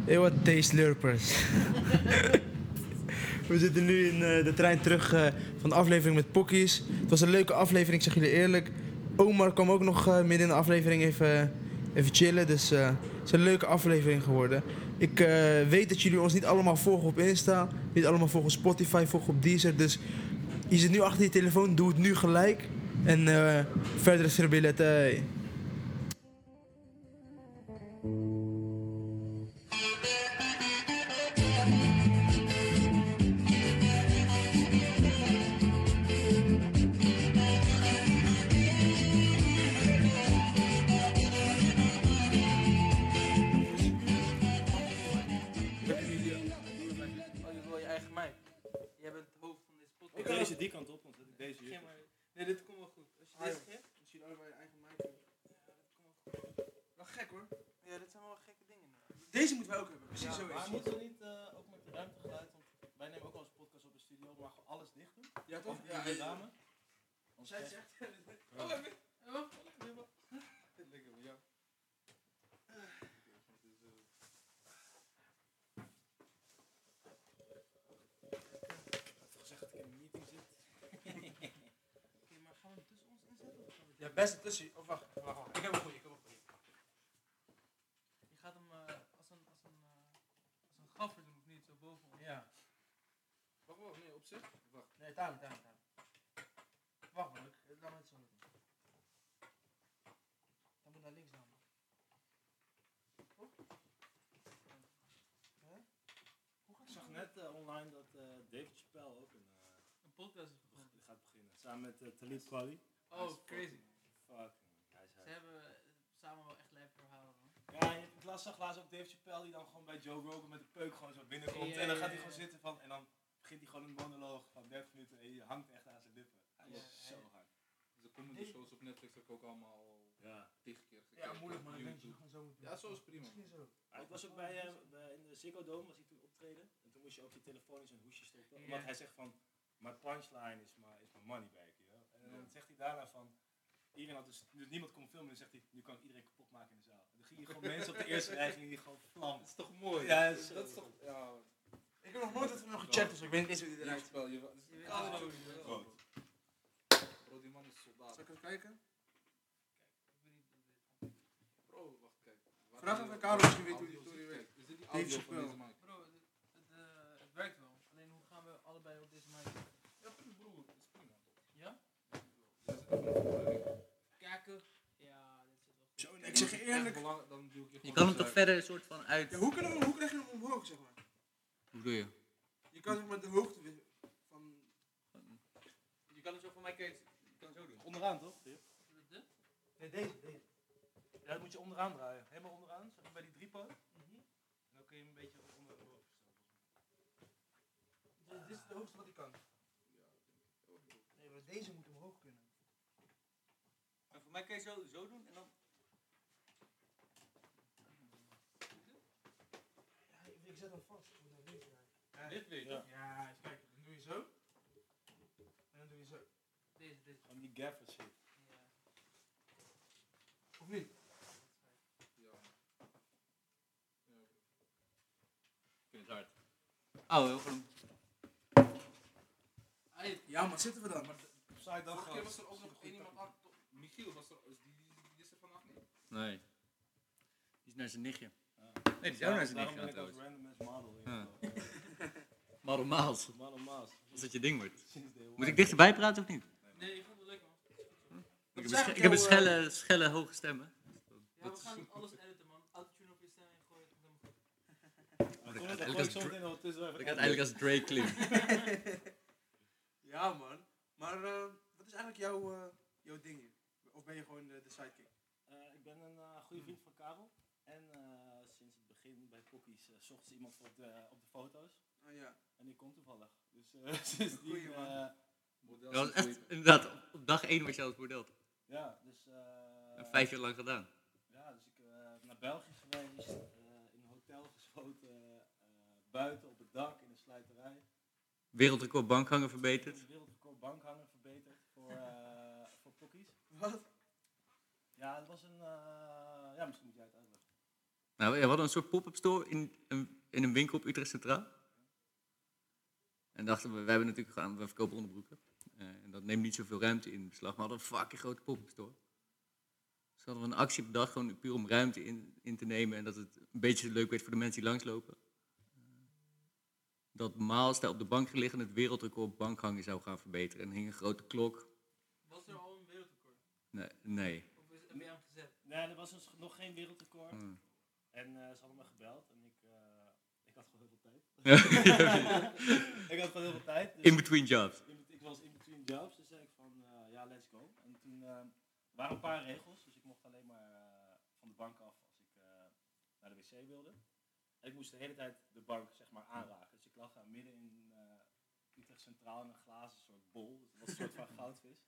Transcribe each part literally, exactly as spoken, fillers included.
Hey, wat theeslurpers. We zitten nu in uh, de trein terug uh, van de aflevering met Pokkies. Het was een leuke aflevering, ik zeg jullie eerlijk. Omar kwam ook nog uh, midden in de aflevering even, even chillen. Dus uh, het is een leuke aflevering geworden. Ik uh, weet dat jullie ons niet allemaal volgen op Insta. Niet allemaal volgen op Spotify, volgen op Deezer. Dus je zit nu achter je telefoon, doe het nu gelijk. En uh, verder is er billet. Hey. Deze die kant op, want ik deze hier. Nee, dit komt wel goed. Als je deze geeft, misschien allebei je eigen mic. Ja, dit komt wel goed. Wel gek hoor. Ja, dit zijn wel gekke dingen. Deze moeten wij ook hebben, precies Ja, zo is maar het. moeten we niet uh, ook met de ruimtegeluid, want wij nemen ook wel eens podcast op de studio, maar gewoon alles dicht doen? Ja toch? Ja, de ramen. Zij zegt... Oh, even. Oh, Dit lekker met jou. Ja, best tussen. Of wacht, wacht, wacht. Ik heb een goeie, ik heb een goeie. je gaat hem uh, als een, als een, uh, als een gaffer doen, of niet? Zo bovenop. Ja. Wacht, wacht, nee, op zich. Wacht. Nee, daar, daar, daar. Wacht maar, ik laat me het zo doen. Dan moet naar links dan. Ik zag net uh, online dat uh, Dave Chappelle ook een, uh, Een podcast is begonnen. gaat beginnen. Samen met uh, Talib Kweli. Oh, crazy. Fuck. Hij is Ze hard. hebben uh, samen wel echt lijp verhalen, man. Ja, ik las, zag laatst ook Dave Chappelle die dan gewoon bij Joe Rogan met de peuk gewoon zo binnenkomt. Ja, en dan ja, gaat hij ja, gewoon ja. zitten van, en dan begint hij gewoon een monoloog van dertig minuten en je hangt echt aan zijn lippen. Hij Ja, is zo hij- hard. De comedy shows op Netflix heb ik ook allemaal Ja. tig keer gekeken. Ja, moeilijk man, op ik denk dat je YouTube. gewoon zo moet doen. Ja, zo is prima. Misschien zo. Ah, ik was ook bij, uh, bij in de Ziggo Dome, was hij toen optreden. En toen moest je ook je telefoon in zijn hoesje stoppen. Ja. Omdat hij zegt van, my punchline is my, is my money back. You know? En dan zegt hij daarna van, iedereen had dus, dus niemand kon filmen. En dan zegt hij, nu kan ik iedereen kapot maken in de zaal. En dan ging je gewoon mensen op de eerste rij, gingen die gewoon vlam. Dat is toch mooi? Ja, dat is, dat is toch... Ja, Ik heb nog nooit dat we nog gecheckt of zo, ik weet niet eens hoe die het eruit spel, je... Je weet Ah, het zo. sowieso. Groot. Bro, die man is soldaat. Zal ik even kijken? Ik weet niet hoe dit- Bro, wacht, kijk. Waar Vraag die- even aan Karel als je weet hoe die- audio hoe die zit. werkt. Kijk, is dit die Dave audio van Chappelle. deze mic? Bro, het, het, uh, het werkt wel. Alleen hoe gaan we allebei op deze mic? Ja, prima, broer. Dat is prima. Ja? Jij zit even van de Kijken. Ja, dit zit wel goed. Zo, nee, ik zeg je eerlijk. belang, dan duw ik je Je gewoon kan hem toch opzij. verder een soort van uit... Ja, hoe, kunnen we, hoe krijg je hem omhoog, zeg maar? Hoe bedoel je? Je kan zeg maar de hoogte wi- van... Je kan hem zo van mij kijken. Je kan het zo doen. Onderaan toch? Dit? Dit? Nee, deze, deze. Ja, dat moet je onderaan draaien. Helemaal onderaan, zeg maar bij die driepoot. Mhm. En dan kun je hem een beetje onder omhoog verstellen. Dit, dit is de hoogste wat ik kan. Nee, maar deze moet omhoog kunnen. En voor mij kan je zo, zo doen en dan... Ja, ik, ik zet hem vast. Ik moet naar links draaien. Ja, Dit weet je Ja. toch? ja, eens kijken. Dan doe je zo. En dan doe je zo. Deze, deze. Gewoon die gaffer shit. Ja. Of niet? Ja. Ja, oké. Ik vind het hard. Oh, heel goed. Ai, Ja, maar zitten we dan? Maar Opzij dan Vorige keer gewoon. was er ook nog één iemand aan. toch? Michiel was er. Is die, die, die is er vanaf niet? Nee. Die is naar zijn nichtje. Ja. Nee, die is ook naar zijn Daarom nichtje ben aan ik als trouwens. random as model. Ja. ingelopen. Maar normaals. Model Maas. Als dat je ding wordt. Sinds day one. Moet ik dichterbij praten of niet? nee, ik vond het leuk, man. Ik heb is een, eigenlijk sch- ik heb een jouw, schelle, schelle, hoge stem, hè. Ja, we gaan alles editen, man. Autotune op je stem en gooien. Het komt helemaal goed. Maar ik toen- uiteindelijk dan gooi als ik zo dr- meteen nog wat tussen. Dat ik uiteindelijk als Drake klink. ja, man. Maar uh, wat is eigenlijk jouw, uh, jouw ding hier? Of ben je gewoon de, de sidekick? Uh, ik ben een uh, goede vriend van Karel. En uh, sinds het begin bij Pokkies uh, zocht ze iemand voor op de, op de foto's. Oh ja. En ik kom toevallig. Dus uh, sindsdien... Goeie, man. Uh, Model Dat was sinds echt, weken. inderdaad, op, op dag één was je al het model. ja, dus... Uh, En vijf jaar lang gedaan. Ja, dus ik uh, naar België geweest. Uh, in een hotel geschoten. Uh, buiten op het dak in een slijterij. Wereldrecord bankhangen verbeterd. Een wereldrecord bankhanger verbeterd voor, uh, voor Pokkies. Wat? Ja, het was een... Uh, ja, misschien moet jij het uitleggen. Nou, we hadden een soort pop-up store in een, in een winkel op Utrecht Centraal. En dachten we, we hebben natuurlijk gedaan, we verkopen onderbroeken. Uh, en dat neemt niet zoveel ruimte in beslag. Maar we hadden een fucking grote pop-up store. Dus hadden we een actie bedacht, gewoon puur om ruimte in, in te nemen. En dat het een beetje leuk werd voor de mensen die langslopen. Dat Maals daar op de bank gelegen het wereldrecord bankhangen zou gaan verbeteren. En er hing een grote klok. Was er al een wereldrecord? Nee. nee. Of is, heb je hem gezet? Nee, er was dus nog geen wereldrecord. Hmm. En uh, ze hadden me gebeld en ik, uh, ik had gewoon heel veel tijd. ik had gewoon heel veel tijd. Dus In between jobs. in, ik was in between jobs, dus zei ik van uh, ja, let's go. En toen uh, waren een paar regels, dus ik mocht alleen maar uh, van de bank af als ik uh, naar de wc wilde. En ik moest de hele tijd de bank zeg maar aanraken. Dus ik lag daar midden in uh, Utrecht Centraal in een glazen soort bol. Dus dat was een soort van goudvis.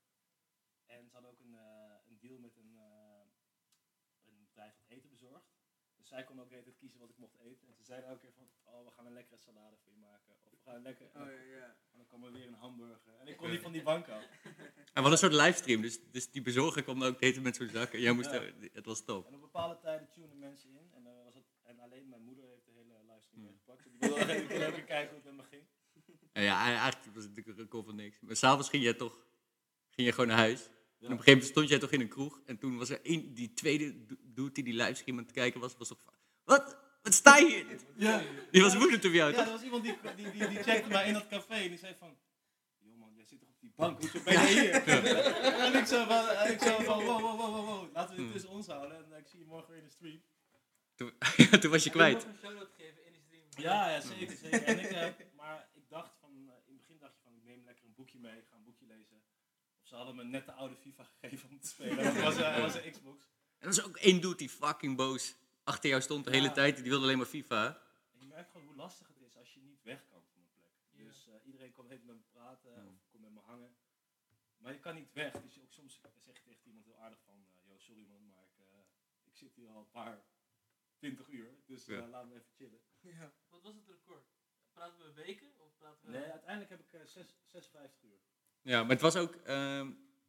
En ze hadden ook een, uh, een deal met een, uh, een bedrijf dat eten bezorgt. Dus zij kon ook de hele tijd kiezen wat ik mocht eten. En ze zeiden elke keer van, oh we gaan een lekkere salade voor je maken. Of we gaan een lekker... Oh ja, ja. En dan kwam er weer een hamburger. En ik kon niet van die bank af. En we hadden een soort livestream, dus, dus die bezorger kwam dan ook eten met zo'n zak. En jij moest Ja. er, het was top. En op bepaalde tijden tunen mensen in. En, uh, was het, en alleen mijn moeder heeft de hele livestream meegepakt. Die wilde nog even even kijken hoe het met me ging. En ja, eigenlijk was het natuurlijk een record van niks. Maar s'avonds ging jij toch ging je gewoon naar huis. Ja. En op een gegeven moment stond jij toch in een kroeg. En toen was er één, die tweede dude die die livestream aan het kijken was, was toch van, wat? Wat sta je hier? Ja. Die was woedend op jou, Ja, toch? er was iemand die, die, die, die checkte mij in dat café en die zei van... Joh man, jij zit toch op die bank, hoezo ben je hier? En ik zo van, en ik zo van wow, wow, wow, wow, wow, laten we dit tussen ons houden en uh, ik zie je morgen weer in de stream. Toen, toen was je kwijt. Je moet een shout-out geven in die stream. Ja, ja, zeker, zeker. En ik, uh, maar ik dacht van, uh, in het begin dacht je van, ik neem lekker een boekje mee, ik ga een boekje lezen. Of ze hadden me net de oude FIFA gegeven om te spelen, want het was, uh, het was een Xbox. En er was ook één dude die fucking boos achter jou stond de hele Ja. tijd. Die wilde alleen maar FIFA. En je merkt gewoon hoe lastig het is als je niet weg kan van een plek. Ja. Dus uh, iedereen kwam even met me praten of kon met me hangen. Maar je kan niet weg, dus ook soms zeg je tegen iemand heel aardig van, uh, yo sorry man, maar ik, uh, ik zit hier al een paar twintig uur, dus uh, Ja. laat me even chillen. Ja. Wat was het record? Praten we weken of praten we... Nee, uiteindelijk heb ik uh, zes, zesenvijftig uur. Ja, maar het was ook... ehm,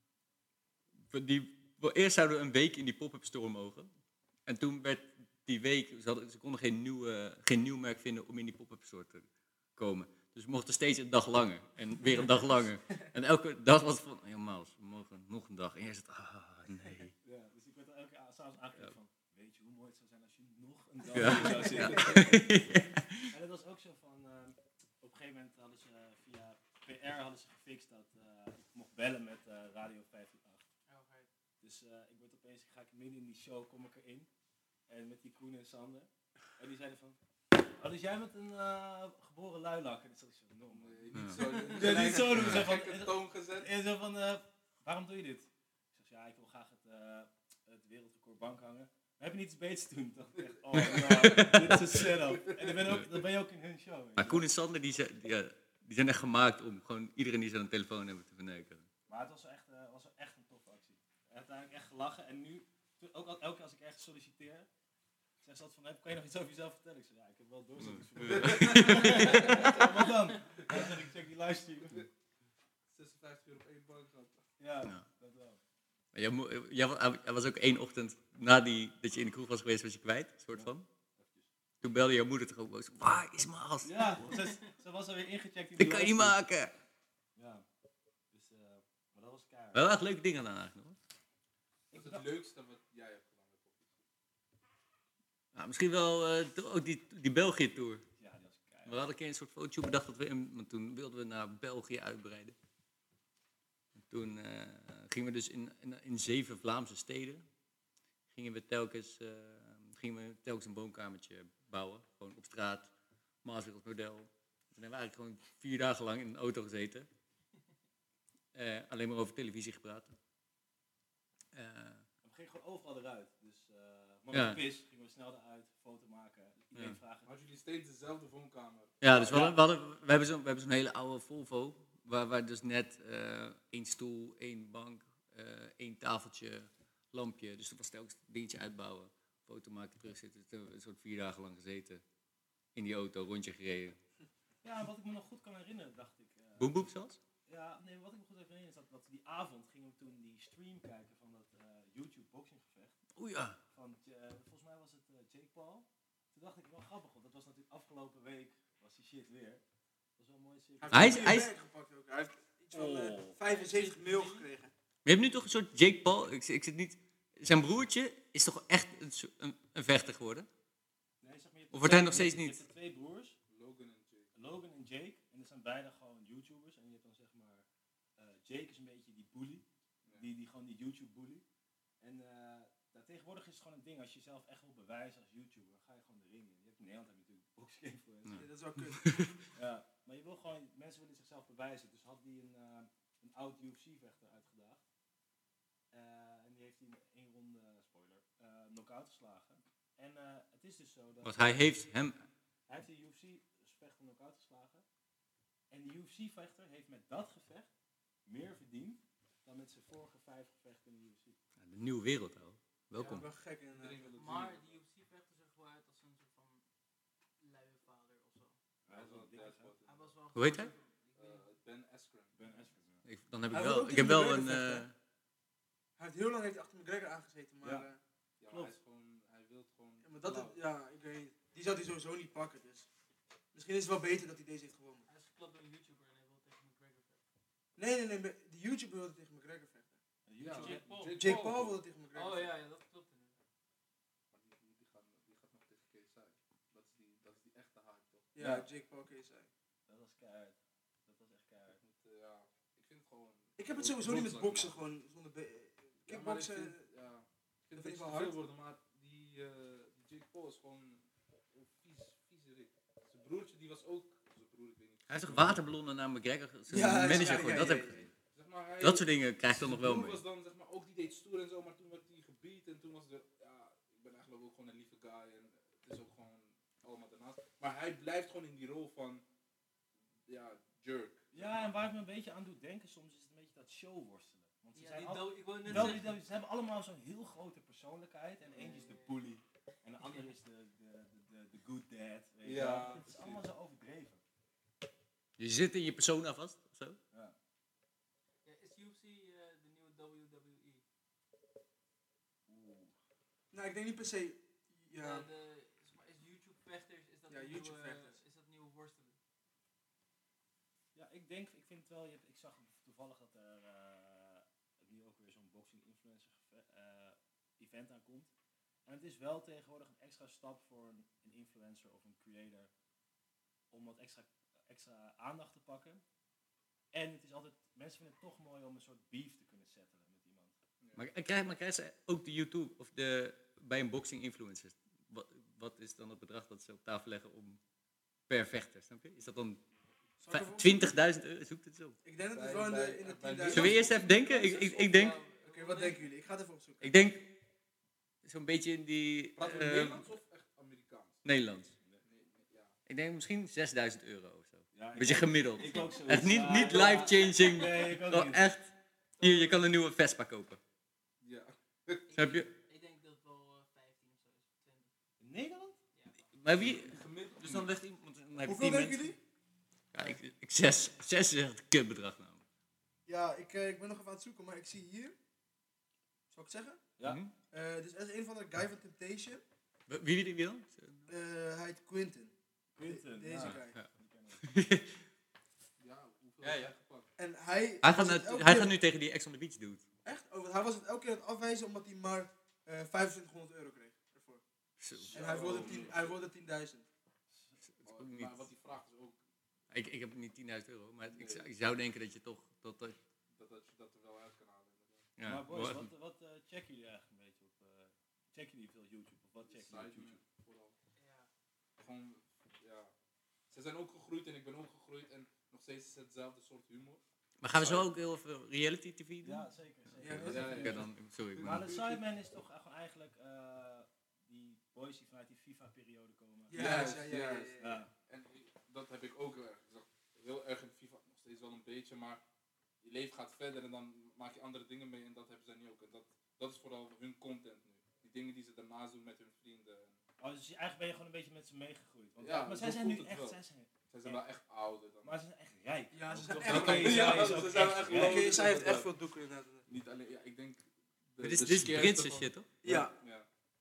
we- die, wel, eerst zouden we een week in die pop-up store mogen. En toen werd die week... Ze, hadden, ze konden geen, nieuwe, geen nieuw merk vinden om in die pop-up store te komen. Dus we mochten steeds een dag langer. En weer een dag langer. En elke dag was het van... Hey, Maus, we mogen nog een dag. En jij zegt... Ah, nee. Ja, dus ik werd er elke keer s'avonds aangekeken van, weet je hoe mooi het zou zijn als je nog een dag Ja. hier zou zitten. Ja. En dat was ook zo van, uh, op een gegeven moment hadden ze uh, via P R hadden ze gefixt dat uh, ik mocht bellen met uh, Radio vijfhonderdachttien. Oh, oké. Dus uh, ik word opeens, ga ik midden in die show, kom ik erin. En met die Koen en Sander. En die zeiden van, oh, dus jij bent een uh, geboren luilak? En dan zat ik zo, no man. Nee, niet zo. Ja, niet zo doen. Zo van, Gekke toon gezet. en zo van, uh, waarom doe je dit? Ik zeg, ja, ik wil graag het, uh, het wereldrecord bank hangen. Maar heb je niets beters te doen? Ik dacht echt, oh nou, dit is een setup. En dan ben, je ook, dan ben je ook in hun show. weet je Maar wel. Koen en Sander, die zijn, die, ja, die zijn echt gemaakt om gewoon iedereen die ze aan de telefoon hebben te verneuken. Maar het was wel echt, uh, was wel echt een toffe actie. En uiteindelijk echt gelachen. En nu, toen, ook al, elke keer als ik ergens solliciteer, zei ze altijd van, hey, kan je nog iets over jezelf vertellen? Ik zeg, ja, ik heb wel doorzettingsvermogen. Wat dan? Dan zeg ik, check die livestream. zesenvijftig uur op één bank gehad. Ja, Ja. dat wel. Maar jij mo- jij wa- er was ook één ochtend na die, dat je in de kroeg was geweest, was je kwijt, soort van. Toen belde jouw moeder toch ook boos. Waar is Maas? Ja, ze, ze was alweer ingecheckt in Dat kan je niet livestream. maken. Ja, dus, uh, maar dat was keihard. Wel echt leuke dingen gedaan eigenlijk nog. Ik Wat is dacht- het leukste wat jij hebt gedaan met Poppy? Nou, misschien wel eh, to- ook die, die België-tour. Ja, die was keihard. We hadden een keer een soort fotootje bedacht, dat we in, want toen wilden we naar België uitbreiden. En toen eh, gingen we dus in, in, in zeven Vlaamse steden, gingen we telkens, eh, gingen we telkens een woonkamertje bouwen. Gewoon op straat, Maaswereld model. Toen hebben we eigenlijk gewoon vier dagen lang in een auto gezeten. Eh, alleen maar over televisie gepraat. Eh, We gingen gewoon overal eruit. Dus, uh, maar Ja. met quiz gingen we snel eruit, foto maken, iedereen Ja. vragen. Hadden jullie steeds dezelfde woonkamer? Ja, dus we, Ja. hadden, we, hadden, we hebben zo'n we hebben zo'n hele oude Volvo, waar, waar dus net eh, één stoel, één bank, eh, één tafeltje, lampje. Dus dat was telkens een dingetje uitbouwen, foto maken, terugzitten. Dus toen hebben we een soort vier dagen lang gezeten, in die auto, rondje gereden. Ja, wat ik me nog goed kan herinneren, dacht ik. uh, Boem boem zelfs? Ja, nee, wat ik me goed herinner is dat, dat die avond gingen we toen die stream kijken van dat uh, YouTube boxinggevecht. Oeh ja. Van, uh, volgens mij was het uh, Jake Paul. Toen dacht ik, wel grappig, want dat was natuurlijk afgelopen week, was die shit weer. Dat was wel een mooie cirkel. Hij Hij heeft is- een hij is- werk gepakt ook. Hij heeft iets van eh, Oh. vijfenzeventig mil gekregen. Je hebt nu toch een soort Jake Paul. Ik, ik zit niet. Zijn broertje is toch echt een, so- een, een vechter geworden? Nee, zeg maar, je hebt Of wordt hij twee- nog steeds je niet? hebt- Je hebt twee broers, Logan en Jake. Logan en Jake. En dat zijn beide gewoon YouTubers. En je hebt dan zeg maar, eh, Jake is een beetje die bully. Die, die gewoon die YouTube bully. En eh, nou, tegenwoordig is het gewoon een ding. Als je jezelf echt wil bewijzen als YouTuber, dan ga je gewoon de ring in. Je hebt in Nederland heb je natuurlijk boxing influencers. Ja, dat is wel kut. Ja, maar je wil gewoon, mensen willen zichzelf bewijzen. Dus had die een, eh, een oud U F C-vechter uitgedaagd. Eh, en die heeft hij in één ronde, spoiler, eh knock-out geslagen. En eh, het is dus zo dat... Want hij heeft hem. Hij heeft de U F C-vechter knock-out geslagen. En die U F C-vechter heeft met dat gevecht meer verdiend dan met zijn vorige vijf gevechten in de U F C. Ja, de nieuwe wereld, ouwe. Welkom. Ja, wel gek inderdaad. Iedereen wil het Maar zien. die U F C-vechter zag wel uit als een soort van luie vader of zo. Hij Hij is is wel wel dik, dead hè? button. Hij was wel Hoe heet hij? ik weet niet. Eh, Ben Askren. Ben Askren, ja. Ik, dan heb ik Hij wil wel. ook Ik heb tegen wel een. McGregor eh, vechten. Hij heeft heel lang heeft hij achter McGregor aangezeten, maar, Ja. eh, Ja, maar Klopt. hij is gewoon, hij wil gewoon... ja, maar dat clout. is, ja, ik weet niet. Die zou hij sowieso niet pakken, dus. Misschien is het wel beter dat hij deze heeft gewonnen. Hij is geklapt door een YouTuber en hij wil tegen McGregor vechten. Nee, nee, nee, maar die YouTuber wilde tegen McGregor vechten. En Ja, YouTube- Jake Paul. Jake Paul wilde tegen McGregor Oh vechten. ja, ja, dat klopt inderdaad. Maar die, die, gaat, die gaat nog tegen K S I. Dat is die, dat is die echte hype, toch? Ja, Ja. Jake Paul, K S I. Dat was keihard. Dat was echt keihard. Ik moet, eh, ja, ik vind het gewoon... Ik heb het sowieso niet met boksen, gewoon zonder be- Ja, maar ik kickboksen. vind, ja, ik vind vind het ik wel wel veel hard. worden, maar die, eh, die Jake Paul is gewoon een vies, vieze rik. Zijn broertje, die was ook... Zijn broer, ik weet niet. Hij is toch waterballonnen naar McGregor? Zijn Ja, ja, manager ja, gewoon. ja, Dat ja, heb ja. ik. Zeg maar, hij, Dat soort dingen krijg je dan zijn nog wel broer mee. was dan, zeg maar, ook die deed stoer en zo, maar toen werd hij gebeat en toen was er... Ja, ik ben eigenlijk ook gewoon een lieve guy en het is ook gewoon allemaal daarnaast. Maar hij blijft gewoon in die rol van... Ja, jerk. Ja, en waar ik me een beetje aan doe denken soms is het een beetje dat showworstelen. Want ze, Ja, zijn die al- do- ik wou net wel- zeggen. die- ze hebben allemaal zo'n heel grote persoonlijkheid. En eentje is de bully. En de andere is de, de, de, de, de good dad. Weet je Ja, wel. Het is precies. allemaal zo overdreven. Je zit in je persona vast of zo? Ja. Ja, is U F C eh, de nieuwe W W E? Oeh. Nou, ik denk niet per se. Ja. Ja, de, is, maar is YouTube vechters, is dat Ja, de YouTube nieuwe, vechters. is dat nieuwe worstelen? Ja, ik denk, ik vind het wel, je hebt, ik zag toevallig dat er eh, nu ook weer zo'n boxing influencer geve- eh, event aankomt. En het is wel tegenwoordig een extra stap voor een, een influencer of een creator om wat extra, extra aandacht te pakken. En het is altijd, mensen vinden het toch mooi om een soort beef te kunnen settelen met iemand. Maar, en krijg, maar krijgen ze ook de YouTube of de, bij een boxing influencer? Wat, wat is dan het bedrag dat ze op tafel leggen om per vechter? Snap je? Is dat dan Zal ik even twintigduizend euro? Zoek het zo. Ik denk dat het Bij- wel in de, bij- in de bij- tienduizend. Zullen we eerst even denken? Ik, ik, ik denk, Oké, wat denken jullie? Ik ga het even opzoeken. ik denk zo'n beetje in die Praten we eh, Nederlands of echt Amerikaans? Nederlands. Nee, nee, ja. Ik denk misschien zesduizend euro of zo. Ja, Een beetje gemiddeld. Ik ook zo. Echt niet, niet life-changing. Nee, ik ook Gewoon niet. echt. Hier, je kan een nieuwe Vespa kopen. Ja. Snap je? Ik denk dat het wel eh, vijftien of zo is, twintig. In Nederland? Ja, Maar wie? Gemiddeld. Dus dan legt iemand. Dan heb je Hoeveel tien denken mensen. jullie? Ja, ik, ik zes. Zes is echt een kutbedrag nou. Ja, ik, eh, ik ben nog even aan het zoeken, maar ik zie hier. Zal ik het zeggen? Ja. Hm? Eh dus er is een van de guy van Temptation. Wie, wie, wie dan? Eh, hij heet Quinten. Quinten, De- deze ja. guy. Ja. Die kennen we. Ja, hoeveel Ja, heb ja. jij gepakt? En hij. Hij, was gaat, het naar- elke hij keer- gaat nu tegen die Ex on the Beach doen. Echt? Oh, want hij was het elke keer aan het afwijzen omdat hij maar eh vijfentwintighonderd euro kreeg. Ervoor. Zo. En hij wilde tien- hij wilde tienduizend. Oh, ook niet. maar wat die vraagt is ook Ik, ik heb niet tienduizend euro, maar ik, zou- ik zou denken dat je toch. Dat, dat, dat, dat je dat er wel uit kan halen. inderdaad. ja, Maar boys, wel- wat, wat eh, checken jullie eigenlijk een beetje op... eh checken jullie veel YouTube? Of wat checken jullie op Sidemen, YouTube? vooral. ja. Gewoon, ja. Ze zijn ook gegroeid en ik ben ook gegroeid en nog steeds is het hetzelfde soort humor. maar gaan we zo ook heel veel reality T V doen? Ja, zeker. zeker. Ja, dat is- Oké, dan, sorry. Ik Maar ben, de Sideman is toch gewoon eigenlijk eh, die boys die vanuit die FIFA-periode komen. Ja, Juist, ja, ja, ja, ja, juist. ja. Ja. En dat heb ik ook heel erg. Ik zag heel erg in FIFA, nog steeds wel een beetje, maar je leven gaat verder en dan maak je andere dingen mee en dat hebben zij nu ook. En dat, dat is vooral hun content nu. Die dingen die ze daarnaast doen met hun vrienden. Oh, dus eigenlijk ben je gewoon een beetje met ze meegegroeid. Want, Ja, maar zij zo zijn nu voelt het echt, wel. zij zijn, Zij zijn wel echt ouder dan. maar ze zijn echt rijk. Ja, ze Ook zijn toch- echt dat rijk. kun je Ja, zeggen, is ze ook zijn echt echt rijk. Oké, zij heeft echt veel doeken inderdaad. Niet alleen, ja, ik denk. de- dit is, de dit is scarcity Britse van- shit, toch? Ja. Ja. Ja. Oké.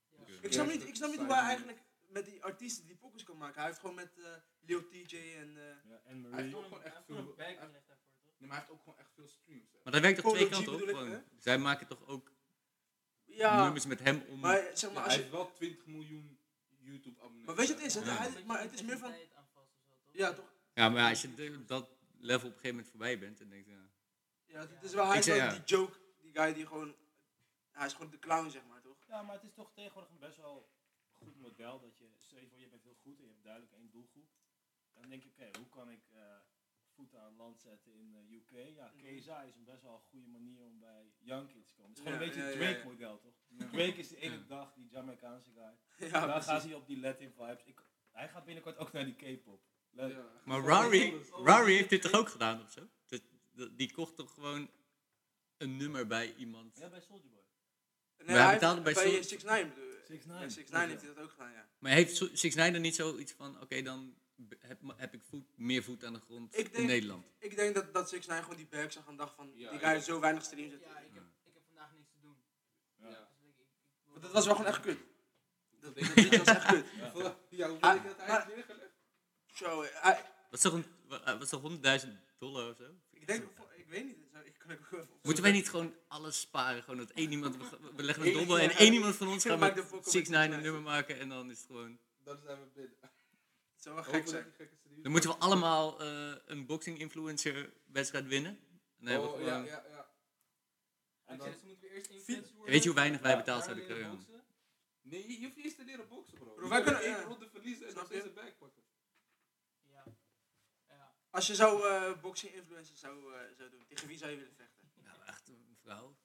Ik snap niet, ik snap niet hoe hij eigenlijk met die artiesten die pokus kan maken. Hij heeft gewoon met uh, Lil T J en... Uh, Ja, en Hij Marie. heeft ook gewoon echt veel... Een hij heeft- werk ligt daarvoor, toch? Nee, maar hij heeft ook gewoon echt veel streams. Hè. Maar dat werkt toch Polo twee G kanten op? bedoel ik, Gewoon, hè? zij maken toch ook ja, nummers met hem om... maar zeg Ja, maar, hij als je... heeft wel twintig miljoen YouTube-abonnees. Maar weet je wat het is? Ja. Hij- hij- maar het is meer van... Tijd aan vast of zo, toch? Ja, toch? Ja, maar als je de- dat level op een gegeven moment voorbij bent, dan denk je... Ja. Ja, het is wel, hij Ik is zeg wel ja. die joke, die guy die gewoon... Hij is gewoon de clown, zeg maar, toch? Ja, maar het is toch tegenwoordig een best wel goed model dat je, stel je voor je bent heel goed en je hebt duidelijk één doelgroep. Dan denk je, oké, hoe kan ik eh, voeten aan land zetten in de U K? Ja, K S I is een best wel een goede manier om bij young kids te komen. Het is gewoon Ja, een beetje ja, het ja, ja. Drake-model, toch? Drake is de ene dag die Jamaicaanse guy. Ja, Dan gaan precies. ze op die Latin vibes. Ik, hij gaat binnenkort ook naar die K-pop. Le- Ja, Maar gewoon Rari, alles. Rari heeft dit toch ook gedaan of zo? Dat- dat- Die kocht toch gewoon een nummer bij iemand? Ja, bij Soulja Boy. Nee, hij hij betaalde heeft- bij bij Soul- six nine bedoel je? six Bij nine. six nine heeft hij dat ook gedaan, ja. Maar heeft six nine dan niet zoiets van, oké, dan b- heb, heb ik voet, meer voet aan de grond Ik in denk- Nederland? Ik denk dat, dat six nine gewoon die berg zag en dacht van... Ja, die ja. guy heeft zo weinig streams. Ja, zitten. ik heb, ik heb vandaag niks te doen. Ja. Ja. Dus ik, ik, ik, Want dat was wel gewoon echt kut. Dat, denk dat liedje was echt kut. Hoeveel- Ja, hoe Ah, weet ik dat hij maar- heeft neergelegd? Zo, hij, Dat is toch, een, wa- was toch honderdduizend dollar of zo? ik denk, ik weet niet. zo- Ik kan ook wel even- Moeten wij niet gewoon alles sparen? Gewoon dat één iemand, we, we leggen een Eén- dobbel en ja, één iemand van ons gaat maak de met pokken six met nine een six nummer maken en dan is het gewoon... Dan zijn we binnen. Het zou wel Hopen gek dat zijn. die gekke streams- Dan moeten we allemaal eh, een boxing influencer wedstrijd winnen. En dan hebben we Oh, gewoon... ja, ja, ja. En dan- dan, ze moeten we eerst influencer worden. Weet je hoe weinig wij Ja, betaald daar zouden leren krijgen? boksen. Nee, je hoeft niet eens te leren boksen, bro. Bro, Je wij kan kunnen- één ja. ronde verliezen en Snap nog steeds je? een bag pakken. Ja. Ja. Als je zou eh boxing influencer zou, eh, zou doen, tegen wie zou je willen vechten? Nou, echt een vrouw.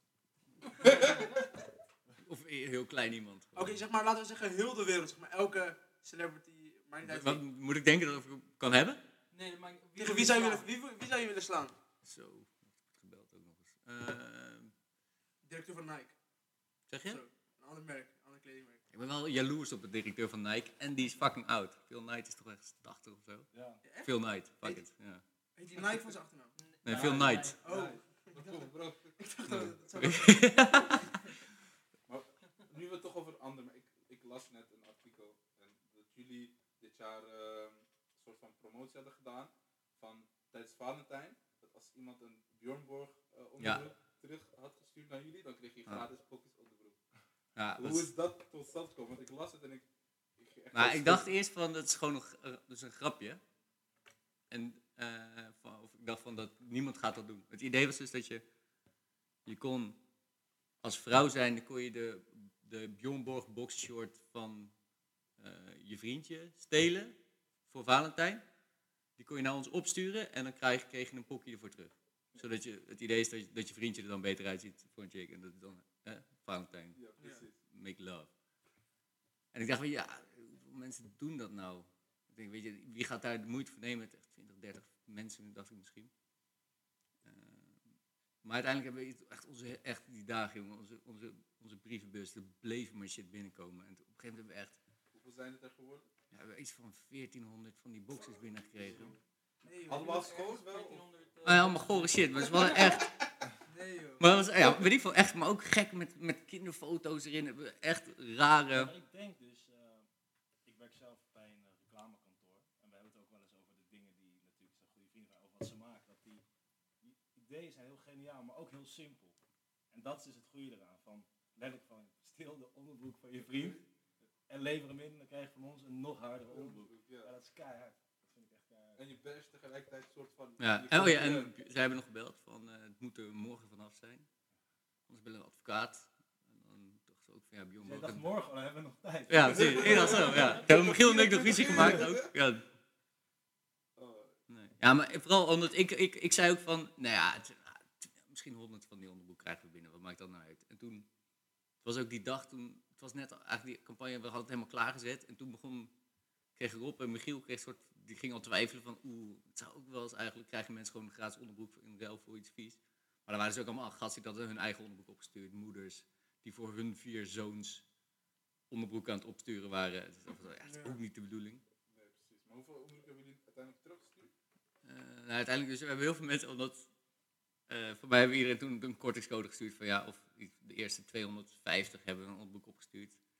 Of een heel klein iemand. Oké, gewoon. zeg maar, laten we zeggen heel de wereld. Zeg maar, elke celebrity, maar niet uit Wat wie. moet ik denken dat ik kan hebben? Nee, dat maakt Tegen wie zou je willen, wie, wie zou je willen slaan? Zo, ik word gebeld ook nog eens. Ehm, Directeur van Nike. zeg je? Zo, een ander merk, een ander kledingmerk. Ik ben wel jaloers op de directeur van Nike en die is fucking oud. Phil Knight is toch echt tachtig of zo? Ja. Ja, echt? Phil Knight, fuck it. Ja. Heet die Nike van zijn achternaam? Nee, Ja, Phil ja, Knight. Oh, Bro, bro. ik dacht dat het zou Maar nu we het toch over anderen, maar ik, ik las net een artikel en dat jullie dit jaar ehm, een soort van promotie hadden gedaan van tijdens Valentijn. Dat als iemand een Björn Borg eh, onderbroek terug had gestuurd naar jullie, dan kreeg je Ja. gratis pokjes onderbroek. Ja, dat Hoe is- is dat tot stand gekomen? Want ik las het en ik... ik ging echt maar heel ik dacht stuk. eerst van, dat is gewoon nog, eh, dat is een grapje. En eh, van, of ik dacht van, dat niemand gaat dat doen. Het idee was dus dat je, je kon als vrouw zijn, dan kon je de, de Björn Borg boxshort van eh, je vriendje stelen voor Valentijn. Die kon je naar ons opsturen en dan krijg, kreeg je een pokje ervoor terug. Zodat je, het idee is dat je, dat je vriendje er dan beter uitziet voor een chick. En dat is dan eh, Valentijn, Ja, precies. make love. En ik dacht van, ja, hoeveel mensen doen dat nou? Ik denk, weet je, wie gaat daar de moeite voor nemen? Het echt twintig, dertig mensen, dacht ik misschien. Eh, maar uiteindelijk hebben we echt, onze, echt die dagen, jongen, onze, onze, onze brievenbus, er bleven maar shit binnenkomen. En op een gegeven moment hebben we echt, Hoeveel zijn het er geworden? ja, we hebben iets van veertienhonderd van die boxes binnengekregen. Nee joh. Allemaal schoon wel? of- veertienhonderd, eh, Ah, ja, allemaal gore shit, maar het was wel echt, Nee joh. maar het was, ja, weet ik veel, echt, maar ook gek met, met kinderfoto's erin. Hebben we echt Ja, rare... maar ik denk dus, eh, ik werk zelf bij een eh, reclamekantoor en we hebben het ook wel eens over de dingen die natuurlijk zijn goede vrienden van, over wat ze maken. Dat die, die ideeën zijn heel geniaal, maar ook heel simpel. En dat is dus het goede eraan, van letterlijk van stil de onderbroek van je vriend en lever hem in en dan krijg je van ons een nog hardere onderbroek. Ja, Ja. dat is keihard. Dat vind ik echt keihard. En je bash tegelijkertijd een soort van... Ja, je en, oh ja, komt, en eh, zij hebben nog gebeld van eh, het moet er morgen vanaf zijn. Anders bellen we een advocaat. En dan dachten ze ook van ja, Björn Dus jij Borg. dacht morgen, oh, dan hebben we nog tijd. Ja, zie je, één als zo, ja. Toen hebben Michiel en ik nog ruzie gemaakt ook. Ja, oh, nee. Ja, maar vooral omdat ik, ik, ik zei ook van, nou ja, het- ah, t- misschien honderd van die onderbroek krijgen we binnen, wat maakt dat nou uit? En toen, het was ook die dag toen, het was net eigenlijk die campagne, we hadden het helemaal klaargezet. En toen begon, kreeg Rob en Michiel, kreeg een soort, die ging al twijfelen van, oeh, het zou ook wel eens eigenlijk, krijgen mensen gewoon een gratis onderbroek in ruil voor iets vies. Maar dan waren ze ook allemaal gasten die hadden hun eigen onderbroek opgestuurd, moeders, die voor hun vier zoons onderbroek aan het opsturen waren. Dus dat was echt ook niet de bedoeling. nee, precies. Maar hoeveel onderbroek hebben jullie uiteindelijk teruggestuurd? Eh, nou, uiteindelijk dus, we hebben heel veel mensen, omdat eh voor mij hebben we iedereen toen een kortingscode gestuurd van ja, of de eerste tweehonderdvijftig hebben we een onderbroek opgestuurd.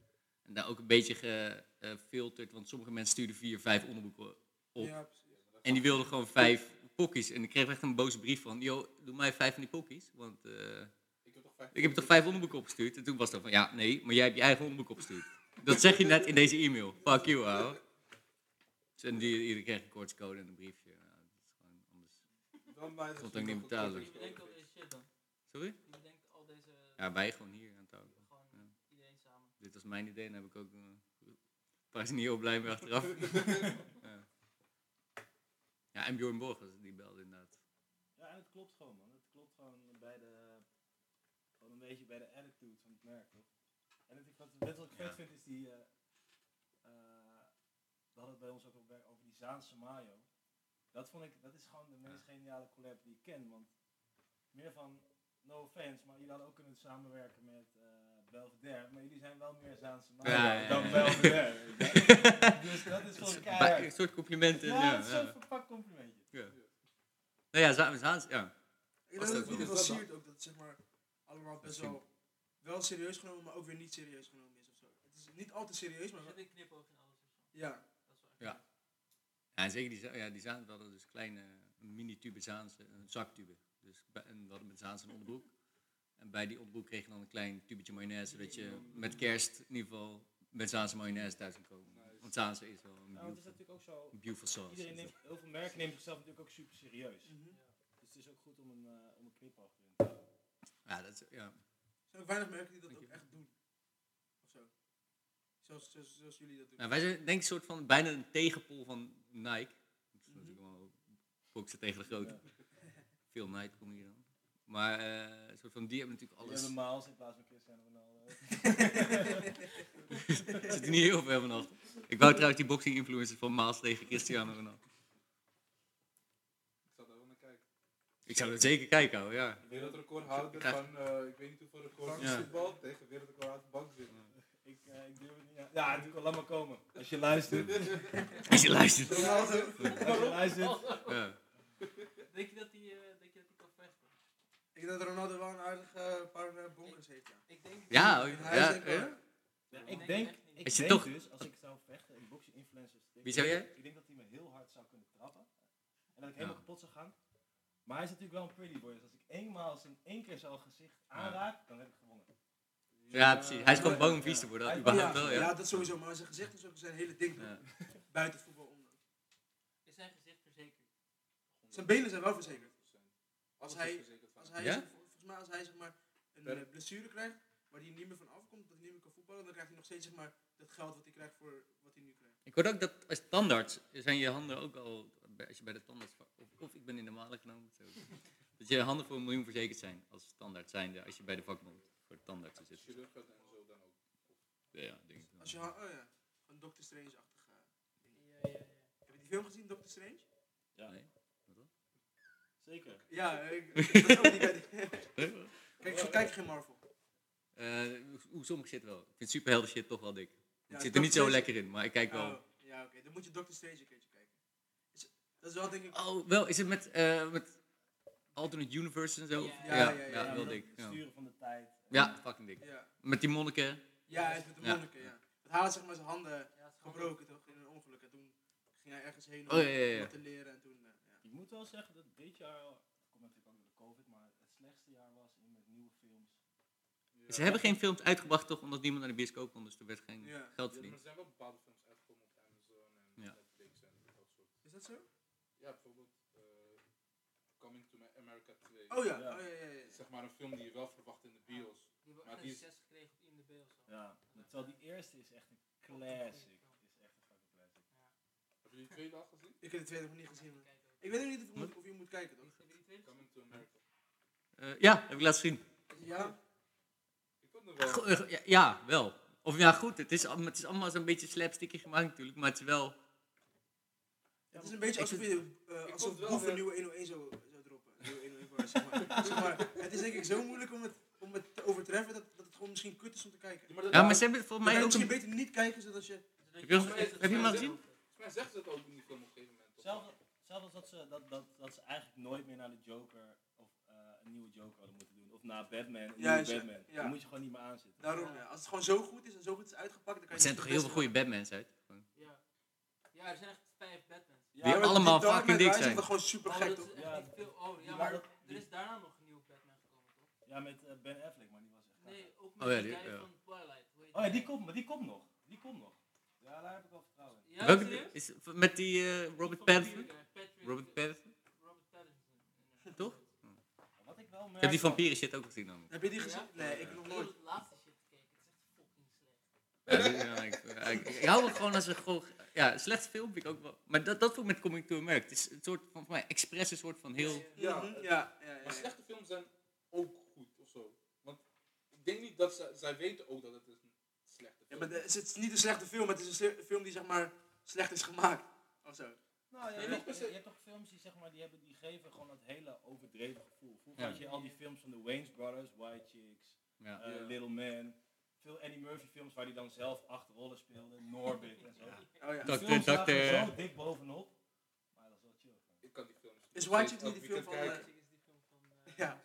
En daar ook een beetje gefilterd, want sommige mensen stuurden vier, vijf onderboeken op. Ja, precies. En die wilden gewoon vijf pokkies. En ik kreeg echt een boze brief van, yo, doe mij vijf van die pokkies. Want uh, Ik heb toch vijf, ik heb toch vijf onderboeken opgestuurd. En toen was het van, ja, nee, maar jij hebt je eigen onderboek opgestuurd. Dat zeg je net in deze e-mail. Fuck you, ouwe. Dus en die, iedereen kreeg een kortscode en een briefje. Ja, dat is gewoon anders. Wel blij dat Vond ze ook niet nog betalen. een Wie bedenkt al deze shit dan? Sorry? Wie bedenkt al deze... Ja, wij gewoon hier aan tafel. Gewoon Ja. iedereen samen. Dit was mijn idee en daar heb ik ook uh, waar is niet heel blij mee achteraf. ja. ja, en Bjorn Borg was het, die belde inderdaad. Ja, en het klopt gewoon, man. Het klopt gewoon bij de... Gewoon een beetje bij de attitude van het merk, toch? En het, wat, net wat ik vet Ja. vind is die... Uh, uh, we hadden het bij ons ook over, over die Zaanse mayo. Dat vond ik... Dat is gewoon de meest geniale collab die ik ken, want... Meer van... No offense, maar jullie hadden ook kunnen samenwerken met uh, Belvedere, maar jullie zijn wel meer Zaanse mayo Ja, ja, ja, dan ja. Belvedere. dus dat is gewoon Bij- keihard. Een soort complimenten. Ja, Ja, het is ja. zo'n verpakt complimentje. Ja. Nou ja, Za- Zaans, ja. Ik Was denk dat dat het ook wel niet? siert ook dat het zeg maar allemaal best Misschien. wel, wel serieus genomen, maar ook weer niet serieus genomen is of zo. Het is niet altijd serieus, maar Er wel, zit een knipoog in alles of zo. ja. Dat is wel echt Ja. Ja, en zeker die, Za- ja, die Zaans, we hadden dus kleine mini-tube Zaanse, een zaktube. Dus, bij- en we hadden met Zaanse een onderbroek. En bij die onderbroek kreeg je dan een klein tubetje mayonaise, zodat je met kerst in ieder geval met Zaanse mayonaise thuis kan komen. Want Zaanse is wel een Nou, het is beautiful, natuurlijk ook zo. een beautiful sauce. Iedereen neemt, heel veel merken nemen zichzelf natuurlijk ook super serieus. Mhm. Dus het is ook goed om een, uh, om een knipoog erin te houden. Ja, dat is, ja. Er zijn ook weinig merken die dat Dank ook je. echt doen. Of zo. Zoals, zoals, zoals jullie dat doen. Nou, wij zijn denk ik een soort van bijna een tegenpol van Nike. Dat is natuurlijk wel boksen tegen de grote. Veel Nike kom hier dan. Maar uh, een soort van die hebben natuurlijk We alles. hebben Maals in plaats van Cristiano Ronaldo. Er zit er niet heel veel vanaf. Ik wou trouwens die boxing influencers van Maas tegen Cristiano Ronaldo. Ik zat er wel naar kijken. Ik zou dat zeker kijken, hoor, ja. Wereldrecordhouder Krijg- van, uh, ik weet niet hoeveel records Ja. voetbal tegen wereldrecordhouder bankzin. ik, uh, ik durf het niet aan. Ja, natuurlijk, laat maar komen. Als je luistert. Als je luistert. Ronaldo. Als je luistert. Ja. Denk je dat hij uh, denk je dat hij kan vechten? Ik denk dat Ronaldo wel een aardig uh, paar uh, bonkers heeft, ja. Ik denk... Ja, En oh, hij ja, is denk ik ja. wel- Ja, Ik ik denk denk, echt niet. ik Is je denk toch- dus, als ik zou vechten, een boxing influencer. ik Wie zou denk- jij? Ik denk dat hij me heel hard zou kunnen trappen. En dat ik helemaal kapot zou gaan. Maar hij is natuurlijk wel een pretty boy. Dus als ik eenmaal zijn één keer zo'n gezicht aanraak, dan heb ik gewonnen. Ja, precies. Hij is gewoon bang om vies te worden. Hij- Überhaupt ja, wel, ja, ja. dat sowieso, maar zijn gezicht is ook zijn hele ding. Ja. Buiten het voetbal om. Is zijn gezicht verzekerd? Zijn benen zijn wel verzekerd. Als Alles hij, is verzekerd van. als hij, Ja? zeg- volgens mij als hij zeg maar een Per- eh, blessure krijgt, waar hij niet meer van afkomt, dat hij niet meer kan voetballen, dan krijgt hij nog steeds zeg maar dat geld wat hij krijgt voor wat hij nu krijgt. Ik hoorde ook dat als tandarts zijn je handen ook al, bij- als je bij de tandarts, of, of ik ben in de malen genomen, zo, dat je handen voor een miljoen verzekerd zijn als tandarts zijnde, als je bij de vakbond voor de tandartsen zit. Chirurgen en zo dan ook. Ja, ja, denk ik wel. Als je, ha- oh ja, van Doctor Strange-achtig. eh, Ja, ja, ja. heb je die film gezien, Doctor Strange? Ja, Nee? Wat dan? zeker. Ja, ik, dat is ook die guy. Kijk, zo kijk je geen Marvel. Eh, Hoe sommige shit wel. Ik vind superhelden shit toch wel dik. Ja, Ik zit er niet zo Doctor lekker in, maar ik kijk wel. Oh, ja, oké, dan moet je Doctor Strange een keertje kijken. Is- dat is wel denk ik... Oh, wel, is het met, eh met alternate universe en zo? Ja, Ja, ja, ja, ja, ja, wel dat dik. Ja. Sturen van de tijd. Ja, fucking dik. Ja, Met die monniken. ja hij is met de Ja. monniken, ja. Want hij had zeg maar zijn handen Ja, het is gewoon- gebroken toch, in een ongeluk. En toen ging hij ergens heen om Oh, ja, ja, ja. wat te leren en toen... eh, ja. Ik moet wel zeggen dat dit jaar, het komt natuurlijk ook door de COVID, maar het slechtste jaar was in met nieuwe films. Ja. Ze hebben geen films uitgebracht toch, omdat niemand naar de bioscoop kon, dus er werd geen Ja. geld Ja, maar verdiend. er zijn wel bepaalde films uitgekomen op Amazon en Ja. Netflix en dat soort. Is dat zo? Ja, bijvoorbeeld uh, Coming to America twee. Oh ja, Ja. oh ja, ja, ja. Zeg maar een film die je wel verwacht in de bios. Die hebben Maar echt die een is- zes gekregen op I M D B of zo. Ja, terwijl die eerste is echt een classic. Is echt een fucking classic. Heb je die tweede al gezien? Ik heb de tweede nog niet gezien. man. Kijken ook. Ik weet ook niet of, je moet- of je moet kijken toch? Hebben jullie die tweede? Coming to America. Eh, ja, heb ik laten zien. Ja? Ik vond het wel. Go- eh, ja, ja, wel. Of ja, goed, het is, al- het is allemaal zo'n beetje slapsticky gemaakt natuurlijk, maar het is wel... Het is een beetje Ik alsof vind- je uh, ik alsof vond wel Boef een weer- nieuwe honderdéén zou, zou droppen. Een nieuwe honderdéén voor, zeg maar. zeg maar. Het is denk ik zo moeilijk om het, om het te overtreffen dat, dat het gewoon misschien kut is om te kijken. maar dat- Ja, maar ze hebben volgens Maar mij ook misschien een... beter niet kijken zodat je... Zodat Heb je, nog hem- steeds heb het je hem al zo- gezien? Volgens mij zegt ze het ook in die film op een gegeven moment. toch? Zelfs, zelfs als dat ze, dat, dat, dat ze eigenlijk nooit meer naar de Joker of uh, een een nieuwe Joker hadden moeten doen. Of na Batman, een Juist, nieuwe ja. Batman. Ja. Die moet je gewoon niet meer aanzetten. Daarom, ja. Als het gewoon zo goed is en zo goed is uitgepakt, dan kan je Er zijn het toch heel veel goede Batmans uit? Gewoon. Ja. Ja, er zijn echt vijf Batmans. Ja, Die maar allemaal Dark fucking Knight dik Rises zijn. is gewoon super Oh, gek, dat toch? is echt Ja, niet veel. Oh, ja, die maar waren- er is daarna nog een nieuwe Batman gekomen, toch? Ja, met eh, Ben Affleck, maar die was echt... Nee, ook Oh met ja, die die- guy ja. van Twilight. Hoe heet Oh ja, die? die komt, maar die komt nog. Die komt nog. Ja, daar heb ik wel vertrouwen in. Ja, Welke serieus? is, met die eh, Die Robert van die Pattinson? guy, Patrick- Robert Pattinson? Robert Pattinson. Toch? Wat ik wel merk... Ik heb die van- vampieren shit ook gezien namelijk. Heb je die gezien? Ja? Nee, ik nog Ik nooit. heb het laatste shit gekeken. Het is echt fucking slecht. Ja, ik, ja, ik, ik, ik hou wel gewoon als een gewoon... Ja, een slecht film vind ik ook wel... Maar dat, dat vond ik met Coming to America. Het is een soort van, voor mij, expres een soort van heel... Ja, Mhm, ja, ja, ja, Maar ja. slechte films zijn ook goed of zo. Want ik denk niet dat ze, zij weten ook dat het een slechte Ja, film maar de- is. het is niet een slechte film, het is een sle- film die zeg maar slecht is gemaakt. Of zo. Nou, ja, Nee, je, niet per je, se. je hebt toch films die, zeg maar, die, hebben, die geven gewoon dat hele overdreven gevoel. Vroeger Ja. had je al die films van de Wayans Brothers, White Chicks, Ja. eh, Ja. Little Man. Veel Eddie Murphy films waar hij dan zelf acht rollen speelde, Norbit en zo. Oh ja. Die Dokter, films zagen er dokter. zo dik bovenop. Maar dat is wel chill. Ik kan die films Is nog White steeds Chicks niet elk die film weekend van, kijken. Is die film van... eh, Ja.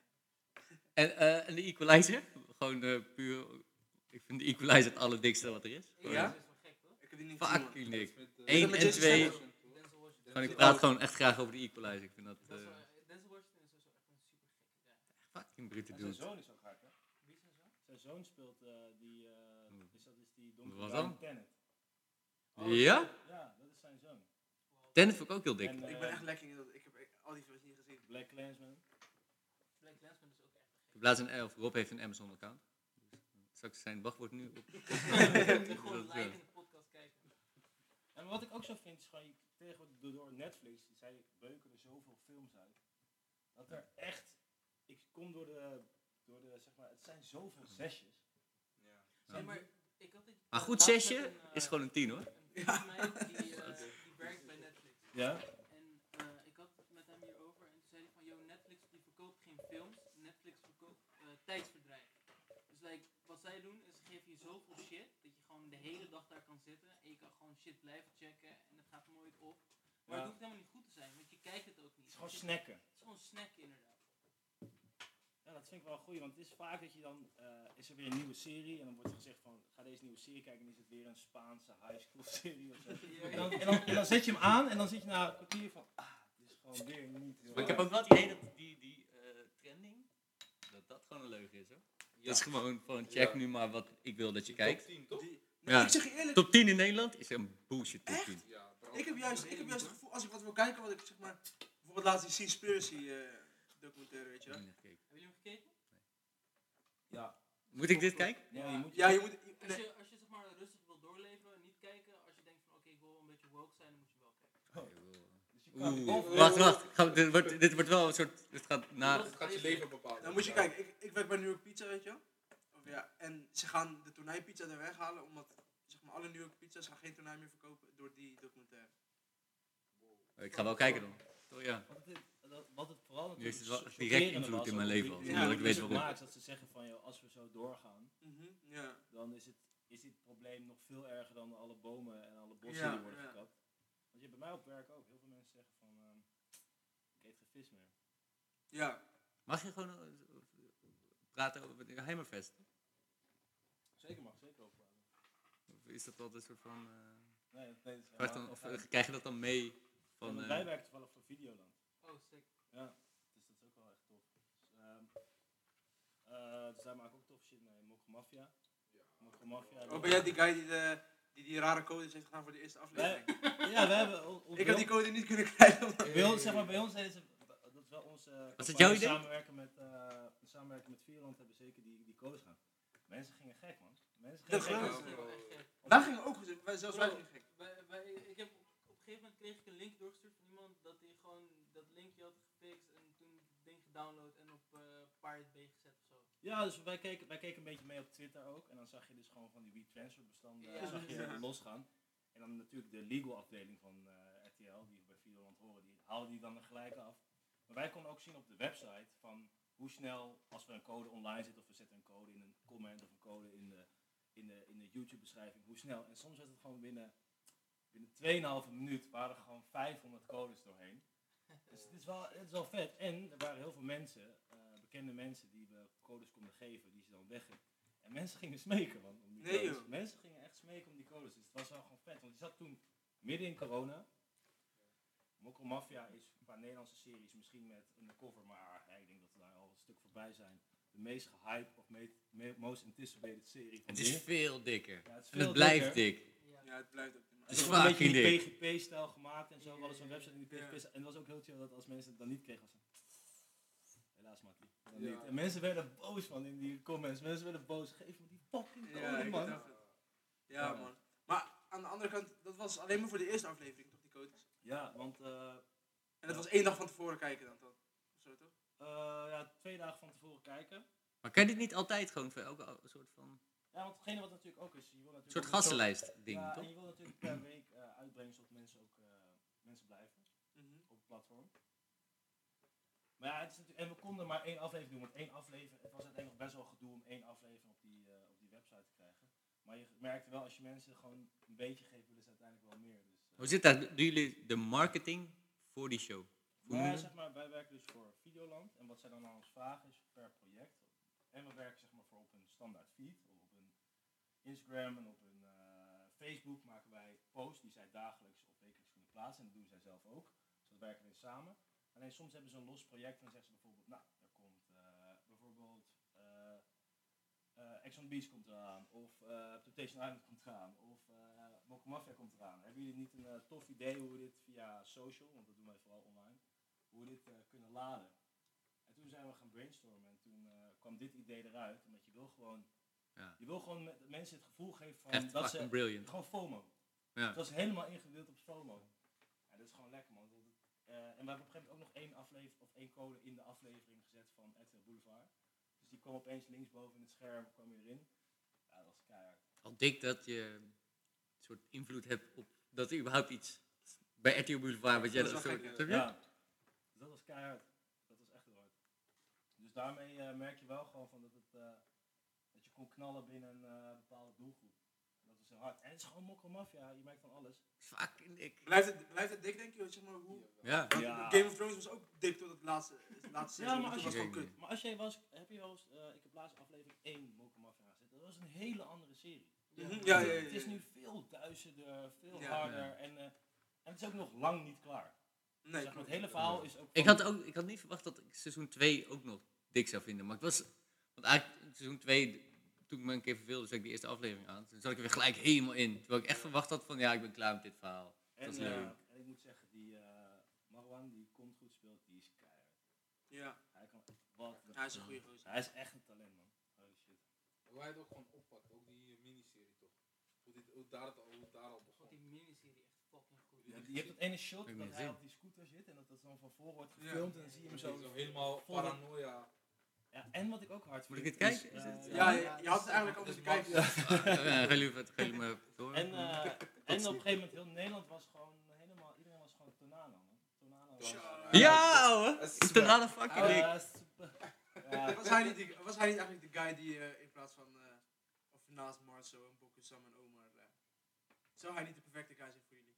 En, eh, en de Equalizer? Gewoon eh, puur... Ik vind de Equalizer het allerdikste wat er is. Gewoon Ja? Dat is wel gek, toch? Ik heb die niet gezien, man. Fucking dik. Met, eh, Eén met en Jason twee. Statham? Denzel Washington. Gewoon, ik praat gewoon echt graag over de Equalizer. Ik vind dat Dat is eh, wel- Denzel Washington is sowieso echt een super gekke guy. fucking brute En zijn dude. zoon is ook hard, hè? Wie is zijn zoon? Zijn zoon speelt eh, die, eh, dus dat is die donkere Wat guy dan? in Tenet. Ja? Ja, dat is zijn zoon. Tenet vond ik ook heel dik. En, Ik eh, ben echt lekker in dat. Ik heb echt al die films niet gezien. Black Clansman. Black Clansman is ook echt een Ik heb laatst een, of Rob heeft een Amazon-account. Dus, eh, straks zijn wachtwoord nu op. gek. Die gewoon Dat, live ja. in de podcast kijken. En wat ik ook zo vind, is gewoon je- tegenwoordig door- door Netflix, zij beuken er zoveel films uit. Dat er echt, ik kom door de, door de zeg maar, het zijn zoveel zesjes. Ja. Nee, maar ik had dit Maar goed, laatst met zesje een, eh, is gewoon een tien hoor. Een vriend van mij die, eh, die werkt bij Netflix. Ja? En eh, ik had het met hem hierover en toen zei hij van, yo, Netflix die verkoopt geen films, Netflix verkoopt eh, tijdsverdrijf. Dus like, wat zij doen is ze geven je zoveel shit, dat je gewoon de hele dag daar kan zitten en je kan gewoon shit blijven checken en het gaat nooit op. Maar Ja. het hoeft helemaal niet goed te zijn, want je kijkt het ook niet. Het is gewoon Het snacken. Het is gewoon snacken inderdaad. Ja, dat vind ik wel goed, want het is vaak dat je dan, eh, is er weer een nieuwe serie en dan wordt er gezegd van, ga deze nieuwe serie kijken en dan is het weer een Spaanse high school serie of zo. En dan, en, dan, en dan zet je hem aan en dan zit je na een kwartier van, ah, het is gewoon weer niet heel Maar ik heb erg. ook wel het idee dat die, die eh, trending, dat dat gewoon een leugen is hoor. Dat is gewoon van check Ja. nu maar wat ik wil dat je Die kijkt. top tien, toch? Die, Ja. Ik zeg je eerlijk, Top tien in Nederland is een bullshit top Echt? tien. Ja, bro. ik heb juist, ik heb juist het gevoel, als ik wat wil kijken, wat ik zeg maar, bijvoorbeeld laatst die Seaspiracy eh documentaire, weet je wel. Hebben jullie hem gekeken? Ja, Moet ik dit kijken? ja, je moet, Ja, je moet, Als nee, je, als je zeg maar rustig wil doorleven, niet kijken. Als je denkt van oké, ik wil een beetje woke zijn, dan moet je wel kijken. dus je kan Oeh, of- wacht, wacht. Gaan we- dit, wordt, dit wordt wel een soort, dit gaat na... Het gaat je leven bepalen. dan moet je kijken, ik, ik werk bij New York Pizza, weet je wel. Of ja, en ze gaan de tonijpizza er weghalen, omdat zeg maar, alle New York pizza's gaan geen tonijn meer verkopen door die documentaire. Ik ga wel kijken dan. Toch ja. Wat het, dat- wat het vooral Nu heeft natuurlijk het wel cho- echt direct chockerende invloed was, in mijn ook leven die- al, die zonder dat ik onderzoek weet waarom. maakt, dat ze zeggen van, joh, als we zo doorgaan, Mhm, ja. dan is, het, is dit probleem nog veel erger dan alle bomen en alle bossen Ja, die worden ja. gekapt. Want je hebt bij mij op werk ook, heel veel mensen zeggen van, ehm, ik eet geen vis meer. Ja. Mag je gewoon eh, praten over de Heimerfest? Zeker mag, zeker ook praten. Of is dat altijd een soort van... eh, Nee, dat- nee, dat is vraagt helemaal dan, of geen eh, feit. krijg je dat dan mee Ja, van... want eh, wij werken toevallig voor Videoland. Oh, sick. Ja, dus dat is ook wel echt tof. Dus, ehm, eh, dus daar maak ik ook tof shit mee. Mokko Mafia. Mokko Mafia. Oh, ben jij die guy die, de, die die rare codes heeft gedaan voor de eerste aflevering? Wij- ja, we hebben... on- on- Ik heb die code niet kunnen krijgen. omdat- Bij ons, zeg maar, bij ons is het, dat is wel onze... Was campagne, het jouw idee? Samenwerken met, uh, samenwerken met Videoland hebben we zeker die, die codes gaan. Mensen gingen gek, man. Mensen gingen Dat gek. geloof Dat ik. is wel echt gek. Wij gingen ook, gezegd, wij, zelfs wij Bro, gingen gek. wij- wij- ik heb op, op een gegeven moment kreeg ik een link doorgestuurd van iemand dat hij gewoon dat linkje had gefixt en toen het ding gedownload en op eh Pirate Bay gezet of zo. Ja, dus wij keken, wij keken een beetje mee op Twitter ook. En dan zag je dus gewoon van die WeTransfer bestanden Ja. zag je Ja. losgaan. En dan natuurlijk de legal afdeling van eh, R T L, die we bij Videoland horen, die haalden die dan er gelijk af. Maar wij konden ook zien op de website van hoe snel, als we een code online zetten of we zetten een code in een comment of een code in de, in de, in de YouTube beschrijving, hoe snel. En soms werd het gewoon binnen, binnen twee komma vijf minuut waren er gewoon vijfhonderd codes doorheen. Dus het is, wel, het is wel vet. En er waren heel veel mensen, uh, bekende mensen, die we codes konden geven, die ze dan weggingen. En mensen gingen smeken, man, om die Nee, codes. joh. Mensen gingen echt smeken om die codes. Dus het was wel gewoon vet. Want je zat toen midden in corona. Mokro Mafia is qua Nederlandse series misschien met Undercover, maar ja, ik denk dat we daar al een stuk voorbij zijn. De meest gehyped of me- me- most anticipated serie van Het is dingen. veel dikker. Ja, het is En het veel blijft dikker. dik. Ja. Ja, het blijft ook. Het is is ook een beetje in fucking die dik. P G P-stijl gemaakt en zo. We hadden zo'n Ja, website in die ja. P G P. En het was ook heel chill dat als mensen het dan niet kregen, was het... Helaas, Mattie. Dan Ja. niet. En mensen werden boos, man, in die comments. Mensen werden boos. Geef me die fucking code, Ja, ik man. dacht het. Ja, Ja. man. Maar aan de andere kant, dat was alleen maar voor de eerste aflevering, toch, die codes? Ja, want... eh, En dat was één dag van tevoren kijken dan, toch? Of zo, toch? eh, ja, twee dagen van tevoren kijken. Maar kan je dit niet altijd gewoon voor elke een soort van... Ja, want hetgene wat natuurlijk ook is... Je wil natuurlijk Een soort ook met zo- gastenlijst ding, Ja, toch? en je wil natuurlijk per week eh, uitbrengen zodat mensen ook eh, mensen blijven Mhm. op het platform. Maar ja, het is natuurlijk, en we konden maar één aflevering doen, want één aflevering, het was uiteindelijk nog best wel gedoe om één aflevering op die, eh, op die website te krijgen. Maar je merkte wel, als je mensen gewoon een beetje geeft, willen ze uiteindelijk wel meer. Dus, eh, Hoe zit dat? Doen jullie de marketing voor die show? Hoe maar, noem je zeg maar, wij werken dus voor Videoland en wat zij dan aan ons vragen is per project. En we werken zeg maar voor op een standaard feed, of op een Instagram en op een eh, Facebook maken wij posts die zij dagelijks of wekelijks kunnen plaatsen en dat doen zij zelf ook. Dus dat werken we samen. Alleen soms hebben ze een los project en dan zeggen ze bijvoorbeeld, nou, er komt eh, bijvoorbeeld eh eh Ex on the Beach komt eraan, of eh Temptation Island komt eraan, of eh Mokro Mafia komt eraan. Hebben jullie niet een eh, tof idee hoe we dit via social, want dat doen wij vooral online, hoe we dit eh, kunnen laden? En toen zijn we gaan brainstormen en toen eh, kwam dit idee eruit, omdat je wil gewoon, Ja. je wil gewoon met mensen het gevoel geven van Echt dat fucking ze, brilliant. gewoon FOMO. Ja. Het was helemaal ingedeeld op FOMO. Ja, dat is gewoon lekker, man. Dat het, eh, en we hebben op een gegeven moment ook nog één aflevering of één code in de aflevering gezet van R T L Boulevard. Dus die kwam opeens linksboven in het scherm, kwam weer erin. Ja, dat was keihard. Al dik dat je een soort invloed hebt op dat er überhaupt iets bij R T L Boulevard, wat jij Dat dat is wel soort... gek, snap je? Ja, dus dat was keihard. Dat was echt heel hard. Dus daarmee eh, merk je wel gewoon van dat, het, eh, dat je kon knallen binnen een eh, bepaalde doelgroep. En dat was heel hard. En het is gewoon Mokro Mafia, je merkt van alles. Fucking dik. Blijft het, blijft het dik, denk je? Zeg maar, hoe... Ja. Want Ja. Game of Thrones was ook dik tot het laatste, het laatste Ja, seizoen. maar Toen als was je- het gewoon kut. Maar als jij was, heb je wel eens, eh, ik heb laatst aflevering één Mokro Mafia gezet. Dat was een hele andere serie. Mhm. Ja, ja, ja, ja. Het is nu veel duizender, veel Ja. harder Ja. en, eh, en het is ook nog lang niet klaar. Nee, Zeg maar, klopt. het hele verhaal is ook... Ik van- had, ook, ik had niet verwacht dat ik seizoen twee ook nog dik zou vinden. Maar het was... Want eigenlijk in seizoen twee, toen ik me een keer verveelde, zat ik de eerste aflevering aan. Toen zat ik er weer gelijk helemaal in. Terwijl ik echt verwacht had van, ja, ik ben klaar met dit verhaal. En, dat is eh, leuk. en ik moet zeggen, die eh Marwan die komt goed speelt, die is keihard. Ja, Hij kan wat. hij is een goede gozer. Hij is echt een talent, man. Holy shit. Hoe hij het ook gewoon oppakt, ook die eh, miniserie toch? Hoe, dit, hoe, daar, het al, hoe daar al Ik vond begon. die miniserie echt fucking goed. Je, je hebt dat ene shot Heb ik dat niet hij gezien. op die scooter zit en dat dat dan van voor wordt Ja. gefilmd en dan zie je hem Zo, zo. zo helemaal vol- paranoia. Ja, en wat ik ook hard Moet vind. ik dit kijken? is, Is eh, dit- Ja, ja. je, je had het eigenlijk al moeten kijken. Ja, gaan jullie wat- gaan jullie me door? En, eh, en op een gegeven moment, heel Nederland was gewoon helemaal, iedereen was gewoon Tonano, man. Tonano was... Tja. Ja, ouwe! Dat is Ik ben aan fucking Ah, dik. ja, super. Ja. Was hij niet, die, was hij niet eigenlijk de guy die eh, in plaats van, eh, of naast Marzo en Bokusam en Omar, eh, zou hij niet de perfecte guy zijn voor jullie?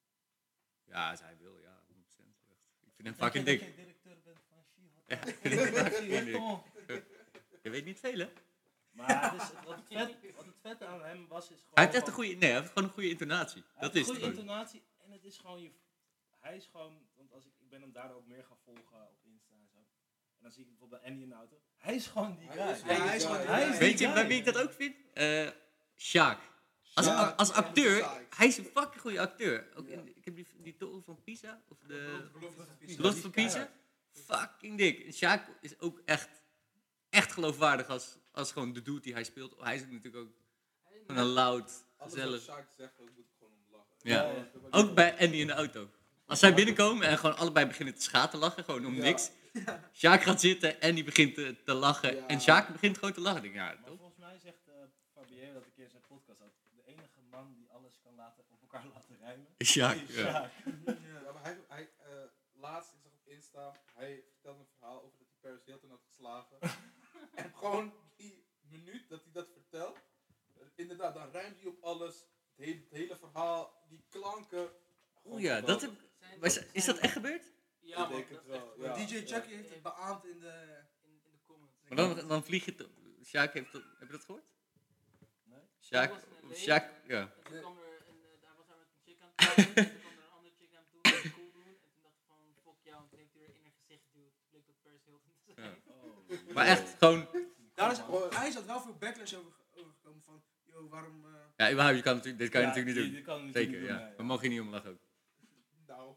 Ja, als hij wil, ja, honderd procent. Ik vind hem Denk fucking je dik. dat je directeur bent van She-Hot? Ja, ik vind hem fucking dik. Je weet niet veel, hè? Maar het is, wat, het vet, wat het vette aan hem was, is gewoon... Hij heeft echt een van- goede, nee, hij heeft gewoon een goede intonatie. hij Dat heeft is een het goede gewoon. intonatie en het is gewoon je... Hij is gewoon... Want als ik, ik ben hem daardoor ook meer gaan volgen op Insta en zo. En dan zie ik bijvoorbeeld bij Andy in de auto. Hij is gewoon die guy. Hij is Ja, hij is die gewoon guy. die Hij guy. is Weet je guy. bij wie ik dat ook vind? Eh Sjaak. Als, Ja, als ja, acteur, Sjaak. hij is een fucking goede acteur. Ook Ja. in, ik heb die, die toren van Pisa, of de Belofte van Pisa. Belofte van Pisa. Fucking dik. En Sjaak is ook echt, echt geloofwaardig als, als gewoon de dude die hij speelt. Hij is ook natuurlijk ook gewoon een loud, Alles wat gezellig. Sjaak zegt, ook moet ik gewoon om lachen. Ja. Ja. Ook bij Andy in de auto. Als zij binnenkomen en gewoon allebei beginnen te schaten lachen, gewoon om Ja. niks. Sjaak gaat zitten, Andy begint te, te lachen. Ja. En Sjaak begint gewoon te lachen. Ik denk, ja, Maar top. volgens mij zegt uh, Fabier dat een keer in zijn podcast had. De enige man die alles kan laten, op elkaar laten rijmen. Is Sjaak. is Ja. Sjaak. Ja, maar hij, hij eh, laatst, ik zag op Insta, hij vertelde een verhaal over dat hij Paris Hilton had geslagen. En gewoon die minuut dat hij dat vertelt, eh, inderdaad, dan rijmt hij op alles. Het hele, het hele verhaal, die klanken. Oeh ja, dat heb, Zijn- maar is, is dat echt gebeurd? Ja, Ik man, denk dat het is echt wel, goed. ja. D J Chucky heeft het beaamd in de... In, in de comments. Maar dan, dan vlieg je toch... Sjaak heeft dat... Heb je dat gehoord? Nee? Sjaak... was in L A. of Sjaak... Ja. En toen kwam er een, eh, daar was hij met een chick aan het praten. En toen kwam er een andere chick aan toe, dat was cool doen. En toen dacht ik van, fuck jou. En toen heeft hij er in haar gezicht geduwd. Toen bleek dat Paris Hilton te zijn. Oh. Maar echt gewoon... Daar is, hij is had wel veel backlash over, overgekomen van, yo, waarom... eh, Ja, überhaupt, je kan natuurlijk, dit kan je Ja, natuurlijk niet die- doen. die kan je natuurlijk Zeker, niet ja. doen, nee, We ja. mogen hier niet om lachen ook. Nou.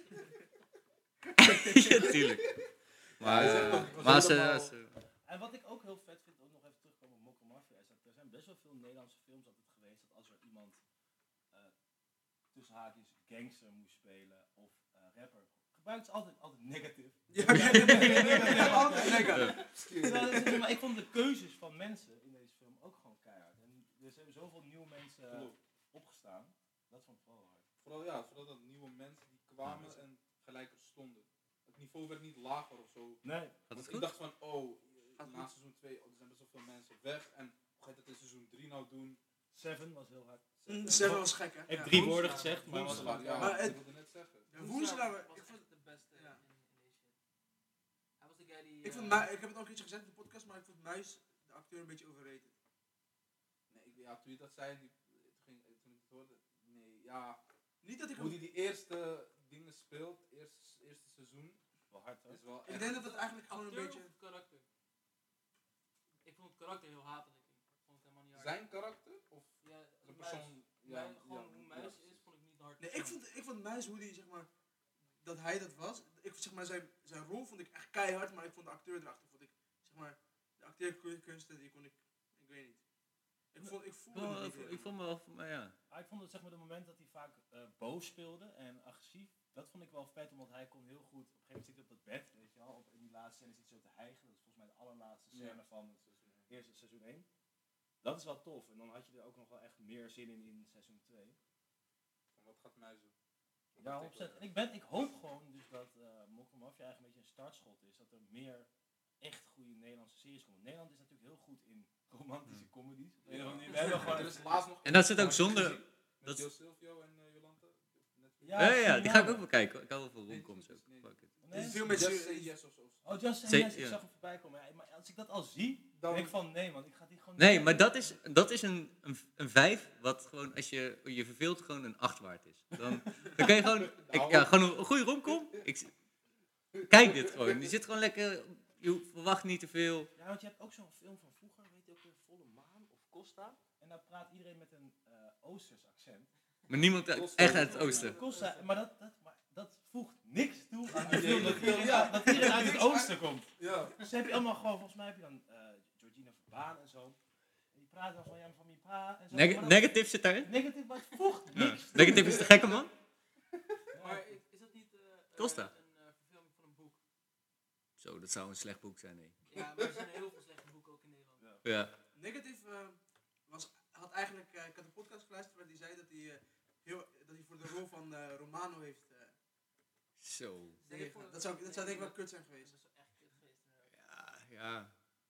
Ja, tuurlijk. Maar, Ja, dat is echt eh, nog- was maar ze, helemaal- ze- En wat ik ook heel vet vind, ook nog even terugkomen op Mokka Mafia, is dat er zijn best wel veel Nederlandse films altijd geweest dat als er iemand eh, tussen haakjes gangster moest spelen of eh, rapper, gebruikt ze altijd, altijd negative. Ja, ja, altijd lekker. Terwijl het is- maar ik vond de keuzes van mensen in deze film ook gewoon keihard. En er zijn zoveel nieuwe mensen eh, Klopt. opgestaan, dat vond ik vooral hard. Vooral, ja, vooral dat nieuwe mensen die kwamen en gelijk er stonden. Het niveau werd niet lager of zo. Nee, Gaat het Want ik goed? dacht van, oh, Gaat na goed. seizoen twee, oh, er zijn best wel veel mensen weg. En hoe ga je dat in seizoen drie nou doen? Seven was heel hard. Mm, Seven was gek, hè? Heeft Ja. drie woorden gezegd, maar was Woenselaar, hard. ja, Maar het- ik wilde net zeggen. Ja, Woenselaar, was ik vond, echt de beste Ja. in, in deze shit. Hij was de guy die... ik, vond eh, Mu- ik heb het al een keertje gezegd in de podcast, maar ik vond Muis, de acteur, een beetje overrated. Nee, ik, ja, toen je dat zei, die, toen, ging, toen ik het hoorde, nee, ja. Niet dat ik Hoe hem... die die eerste dingen speelt, eerste, eerste seizoen, Wel hard hoor. is wel Ik echt... denk dat het eigenlijk gewoon een acteur beetje... of het karakter? Ik vond het karakter heel hatelijk. Ik vond het helemaal niet hard. Zijn karakter? Of Ja, de Muis. persoon? Mij- Ja, gewoon ja, hoe ja, Muis precies. is, vond ik niet hard. Nee, ik vond, ik vond Muis, hoe die, zeg maar, dat hij dat was. Ik, zeg maar, zijn, zijn rol vond ik echt keihard, maar ik vond de acteur erachter, vond ik, zeg maar, de acteerkunsten, die kon ik, ik weet niet. Ik vond, ik Ik voelde het vond- niet ik helemaal. vond me wel... Maar ja. Ah, ik vond het zeg maar de moment dat hij vaak eh, boos speelde en agressief, dat vond ik wel vet, omdat hij kon heel goed, op een gegeven moment zit hij op dat bed, weet je wel, op, in die laatste scène zit hij zo te hijgen, dat is volgens mij de allerlaatste scène Ja. van het eerste seizoen één. Dat is wel tof, en dan had je er ook nog wel echt meer zin in in seizoen twee. Van wat gaat mij zo? Ja, honderd procent. En ik, ben, ik hoop gewoon dus dat uh, Mokka Mafia eigenlijk een beetje een startschot is, dat er meer echt goede Nederlandse series komen. Nederland is natuurlijk heel goed in romantische comedies. Op een of andere manier. We hebben gewoon Er is laatst nog En dat zit ook Heb je zonder- gezien? Met dat- Jo Silvio en uh, Jolanta? Netflix? Ja, ja, ja, die ga ik ook Suriname. wel kijken. Ik hou wel van Nee, romcoms ook. nee. Fuck it. Nee, Die viel met Just z'n- Say Yes of zo. Oh, Just Say Zee- Yes, ik ja. zag hem voorbij komen. Ja, maar als ik dat al zie, Dan- denk ik van nee man, ik ga die gewoon Nee, niet maar kijken. dat is, dat is een, een, een vijf, wat gewoon, als je je verveelt, gewoon een acht waard is. Dan, dan kan je gewoon, ik, ja, gewoon een goede romcom. Ik, z- kijk dit gewoon. Die zit gewoon lekker, je verwacht niet te veel. Ja, want je hebt ook zo'n film van vroeger, weet je ook weer, Volle Maan of Costa. En daar praat iedereen met een eh Oosters accent. Maar niemand uit- echt uit het oosten. Costa, maar dat, dat, maar dat voegt niks toe aan die film, dat iedereen, uit- dat iedereen uit het oosten komt. Ja. Dus heb je allemaal gewoon, volgens mij heb je dan eh Georgina Verbaan en zo. En die praten dan van, ja, van mijn pa en zo. Neg Maar dat- negatief zit daarin. Negatief, maar het voegt Ja. niks toe. Negatief is de gekke man. Maar is, is dat niet eh, eh, Costa. een eh, verfilming van een boek? Zo, dat zou een slecht boek zijn, nee. Ja, maar er zijn heel veel slechte boeken ook in Nederland. Ja. Ja. Negatief eh, was, had eigenlijk, eh, ik had een podcast geluisterd waar hij zei dat hij, eh, heel, dat hij voor de rol van eh, Romano heeft eh, Zo. dingen gedaan. Dat zou, dat zou denk ik wel kut zijn geweest. Dat is echt kut geweest. inderdaad. Ja, ja.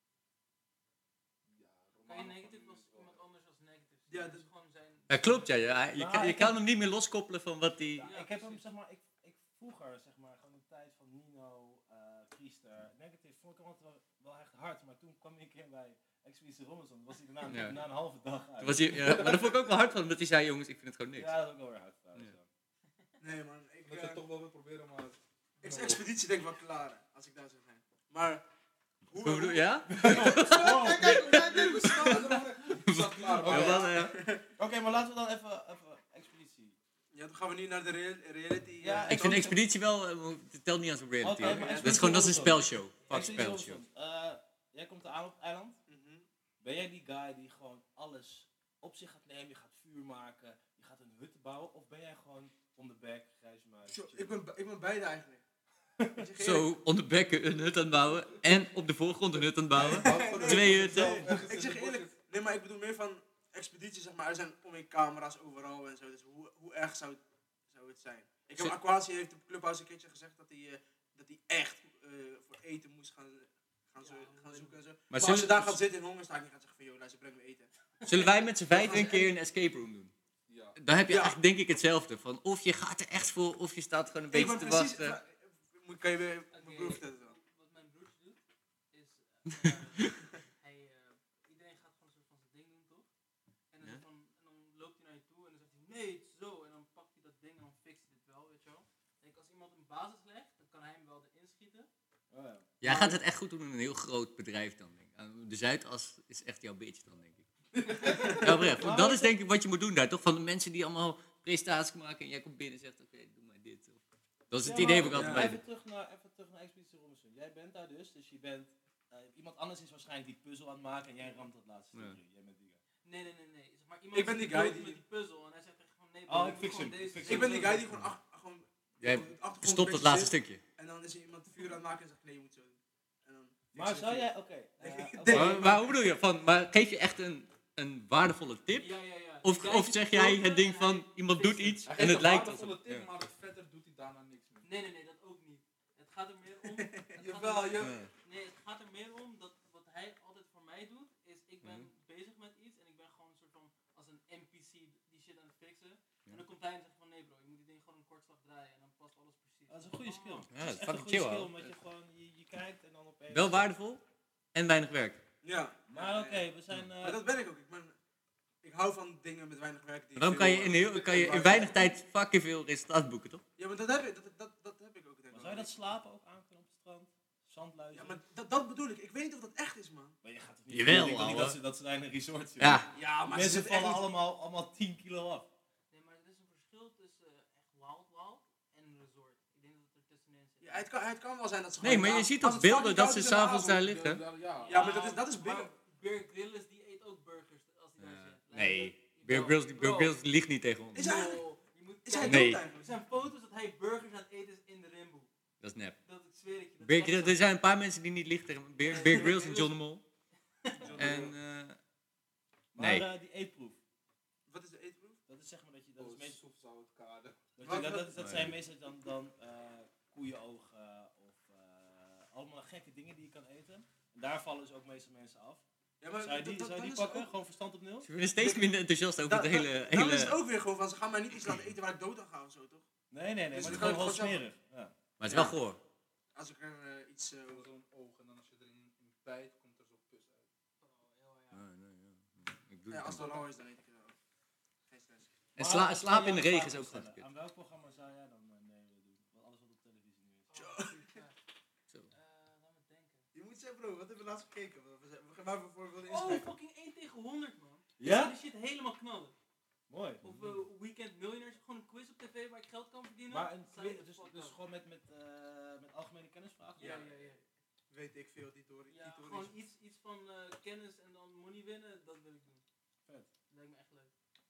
Kan je negatief als iemand anders als negatief zien? Ja, dat dat- is gewoon zijn... Ja, klopt, ja. ja. Je, Nou, kan, je ik kan heb- hem niet meer loskoppelen van wat hij... Ja, Ja, ik heb hem, precies. zeg maar, ik, ik vroeger, zeg maar, gewoon de tijd van Nino, uh, Priester, Negative, vond ik hem altijd wel, wel echt hard. Maar toen kwam ik een keer bij Expeditie Robinson, was hij daarna Ja. na een halve dag uit. Toen was hij, ja, maar dat vond ik ook wel hard van, omdat hij zei, jongens, ik vind het gewoon niks. Ja, dat is ook wel weer hard trouwens. Ja. Ja. Nee man, ik, Dat eh, je het toch wel wil proberen, maar... ik is expeditie denk ik wel klaar, als ik daar zou zijn. Maar, hoe... Hoe bedoel je? Ja? Kijk, kijk, kijk, kijk hoe snel het erover- Zat klaar, Ja, maar- wel, ja. Oké, maar laten we dan even, even Expeditie. Ja, dan gaan we nu naar de real- reality. Ja, eh, Ik vind Expeditie wel, eh, het telt niet als een reality. Oké, hoor. maar dat is gewoon, dat is een Expeditie spelshow. Fuck Expeditie spelshow. Robinson, eh, jij komt aan op het eiland. mhm. Ben jij die guy die gewoon alles op zich gaat nemen, je gaat vuur maken, je gaat een hut bouwen? Of ben jij gewoon on the back, grijze muis? Zo, ik, ben, ik ben beide eigenlijk. Ik zeg eerlijk, Zo, onder bekken een hut aan het bouwen en op de voorgrond een hut aan het bouwen. Twee hutten. Ik zeg eerlijk, nee, maar ik bedoel meer van expeditie, zeg maar. Er zijn omheen camera's overal en zo. Dus hoe, hoe erg zou het, zou het zijn? Ik heb Zo- Aquasi heeft op Clubhouse een keertje gezegd dat hij, eh, dat hij echt eh, voor eten moest gaan, gaan, zo, Ja, gaan zoeken en zo. Maar, Maar als je zullen, daar gaat zitten in hongerstaak, dan gaat zeggen van, joh, luister, breng me eten. zullen wij met z'n vijf een keer een escape room doen? Ja. Dan heb je Ja. eigenlijk denk ik hetzelfde. Van of je gaat er echt voor, of je staat gewoon een Ik beetje ben te precies, wachten. maar Moet- Kan je weer Oké, mijn broer vertellen dan? Wat mijn broertje doet, is... eh, eh, hij, eh, iedereen gaat gewoon een soort van zijn ding doen, toch? En dan, Ja. soort van, en dan loopt hij naar je toe en dan zegt hij, nee, het is zo. En dan pakt hij dat ding en dan fixt hij dit wel, weet je wel. Kijk, als iemand een basis legt, dan kan hij hem wel erin schieten. Oh, ja. Jij gaat het echt goed doen in een heel groot bedrijf dan, denk ik. Aan De Zuidas is echt jouw beetje dan, denk ik. Ja, oprecht. Want dat is denk ik wat je moet doen daar, toch? Van de mensen die allemaal presentaties maken en jij komt binnen en zegt, oké, doe maar dit. Of, dat is het Ja, idee maar wat ik altijd ja, bij Even terug naar, even terug naar Expeditie Robinson. Jij bent daar dus, dus je bent... eh, iemand anders is waarschijnlijk die puzzel aan het maken en jij ramt dat laatste Ja. stukje. Jij bent die guy. Nee, nee, nee, nee. Zeg maar, iemand Ik ben die zit guy dood die- met die puzzel en hij zegt echt van, nee, Oh, bro, je ik moet fix gewoon hem, deze ik fix zo Ik ben die zo guy doen. die gewoon ach- gewoon... Jij op de achtergrond Stopt een het beetje laatste zit. stukje. En dan is er iemand vuur aan het maken en zegt, nee, je moet zo doen. En dan Maar fixen zou we jij... het. Oké. eh, Nee, oké. nee. Maar, maar hoe bedoel je? Van, maar geef je echt een, een waardevolle tip? Ja, ja, ja. Of, Die guy of zit zeg jij dood het ding en van, hij iemand fixt doet het. iets Hij en geeft het een lijkt alsof... waardevolle tip, Ja. maar verder doet hij daarna niks meer. Nee, nee, nee, dat ook niet. Het gaat er meer om... het gaat Jawel, er- jawel. Ja. Nee, het gaat er meer om dat wat hij altijd voor mij doet, is ik ben Mhm. bezig met iets en ik ben gewoon een soort van als een N P C die shit aan het fixen. Ja. En dan komt hij en zegt van nee bro, je moet die ding gewoon een kortslag draaien en dan past alles precies. Dat is een goede skill. Ja, dat dat is is echt een fucking goede chill, skill, hoor. omdat je gewoon, je, je kijkt en dan opeens... Wel waardevol en weinig werk. Ja. Maar oké, we zijn... eh, Maar dat ben ik ook. Ik, ben, ik hou van dingen met weinig werk. Die Waarom veel, kan je in, eh, heel, kan je in waarde- weinig tijd fucking veel resultaat boeken, toch? Ja, maar dat heb ik, dat, dat, dat heb ik ook. Denk maar ik. zou je dat slapen ook aankunnen op het strand? Zandluizen? Ja, maar dat, dat bedoel ik. Ik weet niet of dat echt is, man. Maar je gaat het niet Jawel, ik denk toch niet ouwe. dat ze, dat ze daar in een resort zitten. Ja. Ja, maar ze Mensen zitten echt vallen niet- allemaal, allemaal tien kilo af. Nee, maar er is een verschil tussen eh, echt wild wild en een resort. Ik denk dat het er tussenin zit. Ja, het kan, het kan wel zijn dat ze Nee, gewoon- maar je ja, ziet als toch het beelden fucking dat ze koud is in de s'avonds daar avond. liggen? Ja, Ja, maar dat is, dat is maar bigger. Bear Grylls die eet ook burgers als hij daar Ja. zit. Like, Nee, dat- Bear Bro, Grylls, die- Bear bro, Grylls liegt niet tegen ons. Is hij- bro, je moet Is hij kijken. Nee. dood Er eigenlijk? zijn foto's dat hij burgers aan het eten is in de Rimboe. Dat is nep. Dat ik zweer het je. dat Bear is echt Grylls- zo. er zijn een paar mensen die niet liegen tegen Bear, Bear Grylls en John de Mol. En, eh, Maar nee. eh, die eetproef, Wat is de eetproef? dat is zeg maar dat je... Dat, is Oh, meestal, soep zou het kader. dat, Wat- je, dat, wat- dat, dat Oh, zijn ja. meestal dan, dan uh, koeienogen of eh, allemaal gekke dingen die je kan eten. En daar vallen dus ook meestal mensen af. Ja, maar Zou je die, dat- dat- zou je dan die is het pakken? ook- Gewoon verstand op nul? Ze worden steeds minder enthousiast over Dan, het dan- hele... dan is het hele ook weer gewoon van, ze gaan mij niet iets laten eten waar ik dood aan ga of zo, toch? Nee, nee, nee, Dus maar dan het is kan gewoon je wel het smerig. Ja. Maar het is wel goor. Als ik er eh, iets... eh, Gewoon zo'n oog en dan als je erin in bijt, komt er zo'n pus uit. Oh, ja, ja. Nee, nee, ja. Ik doe ja, het als niet. het rauw is, dan eet ik het wel. Geen stress. En Maar sla, ik slapen zou in de jou regen een is ook vraag gewoon stellen. kut. Aan welk programma zou jij dan eh, mee willen doen? Wat alles wat op televisie nu is. Zo. Eh, laat me denken. Je moet zeggen, bro, wat hebben we laatst gekeken? We zijn- we- Waar we voor wilden Oh, inschrijven. fucking één tegen honderd, man. Ja? Die shit helemaal knallen. Mooi. Of uh, Weekend Millionaires, gewoon een quiz op tv waar ik geld kan verdienen. Maar een Sign the quiz, dus, fuck dus up. gewoon met, met, eh, met algemene kennisvragen? Ja, ja, ja. Weet ik veel, die Tori. Ja, die Tori gewoon is- iets, iets van eh, kennis en dan money winnen, dat wil ik doen. Vet. Dat lijkt me echt leuk.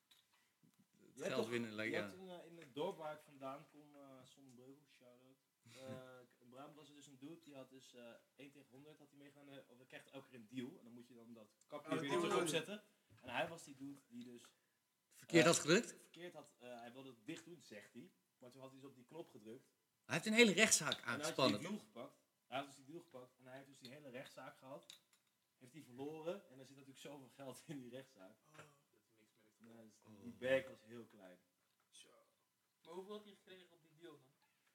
Je Het hebt geld toch- winnen, Je lijkt ja. hebt in, eh, in het dorp waar ik vandaan kom, uh, Zonnebreugel, shout-out. Eh, in Brabant was er dus een dude, die had dus eh één tegen honderd had hij meegedaan. eh, Of dan krijgt elke keer een deal. En dan moet je dan dat kapje Oh, weer deal terug nodig. opzetten. En hij was die dude die dus Verkeerd had gedrukt. verkeerd had, eh, hij wilde het dicht doen, zegt hij. Maar toen had hij dus op die knop gedrukt. Hij heeft een hele rechtszaak En dan had hij aangespannen, die toch? deal gepakt. Hij had dus die deal gepakt. En hij heeft dus die hele rechtszaak gehad. Heeft hij verloren. En er zit natuurlijk zoveel geld in die rechtszaak. Oh, Dat hij niks meer heeft Nee, gedaan. dus die bag was heel klein. zo. Maar hoeveel had hij gekregen op die deal dan?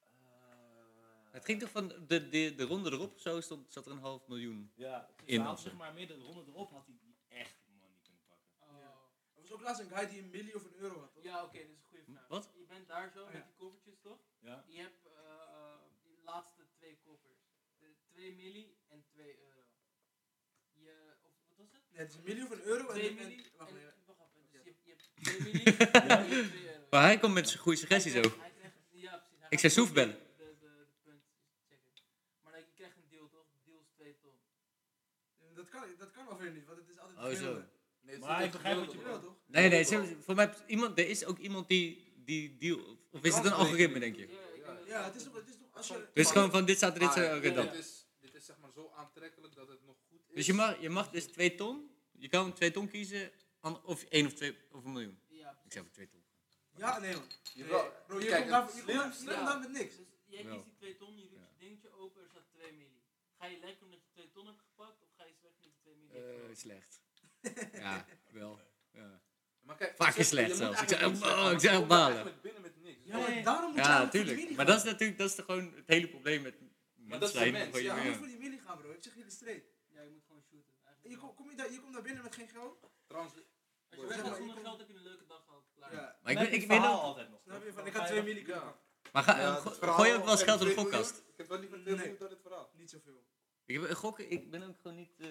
Eh, Het ging toch van de, de, de ronde erop, zo stond, zat er een half miljoen. Ja, dus in hij had of zo. zeg maar meer de ronde erop had hij die echt money kunnen pakken. Oh. Ja. Er was ook laatst een guy die een milli of een euro had, toch? Ja, oké, dat is een goede vraag. Wat? Je bent daar zo Oh, met ja. die koffertjes, toch? Ja? Je hebt eh, eh, die laatste twee koffers. De twee milli en twee euro. Je, of wat was het? Nee, het is een milli of een euro en... Twee en- milli Wacht en, even. wacht even. Dus Ja. je, hebt- je hebt twee milli en je hebt twee euro. Maar hij komt met zijn goede suggesties Hij ook. krijgt- hij krijgt- ja, precies. Hij Ik gaat zei Soef ook bellen. De, de, de punt checken. Maar dan, je krijgt een deal, toch? De deal is twee ton. Dat kan, dat kan alweer niet, want het is altijd Oh, zo. gemiddelde. Nee, het Maar zit ik in begrijp wat je gemiddelde, Jawel, bro. toch? Nee, nee, ze- voor mij heeft iemand, er is ook iemand die, die deal... Of is het een algoritme, denk je? Ja, ik denk dat Ja, het is toch, het is toch als je... Dus gewoon van dit staat er, dit Maar zo, oké, dit, dan. dit is, dit is zeg maar zo aantrekkelijk dat het nog goed is. Dus je mag, je mag dus twee ton, je kan twee ton kiezen, an- of één of twee, of een miljoen. Ja, Ik precies. zeg voor twee ton. Ja, nee man. Nee, Jawel. bro, je Kijk, komt daar, het je komt daar, je slimste- komt daar met niks. Dus jij Wel. kiest die twee ton, je doet Ja. je dingetje open, er staat twee milli. Ga je lekker omdat je twee ton hebt gepakt, of ga je slecht omdat je twee milli hebt Eh, verloren? slecht. Ja, wel. Ja. Maar kijk, Vaak ik zeg- is slecht je moet zelfs. Ik eigenlijk zeg, niks oh, zeggen, ik zeg want je balen. komt eigenlijk binnen met niks. Ja, maar Nee. daarom moet je Ja, eigenlijk voor die natuurlijk. Willy Maar gaan. dat is natuurlijk dat is toch gewoon het hele probleem met Maar dat is zijn de mens, van je ja. Je meer. moet voor die Willy gaan, bro. Ik zeg jullie straight. Ja, je moet gewoon shooten. En Eigenlijk je, wel. kom, kom je, daar, je komt daar binnen met geen geld. Trouwens, Als je Zeg weggaat maar, je zonder komt- geld heb je een leuke dag gehad. Klaar. Ja. Maar ik Dan ben, heb je ik het ben verhaal ook... altijd nog. Snap je? toch? Van, ik Dan had ga twee je- milli kunnen ja. pakken. Maar ga, Ja, go- het verhaal- gooi je ook wel eens ik geld in de heb twee gokkast? miljoen, Ik heb wel liever twee Nee. miljoen dan dit verhaal. Niet zoveel. Ik heb gokken, ik ben ook gewoon niet... eh,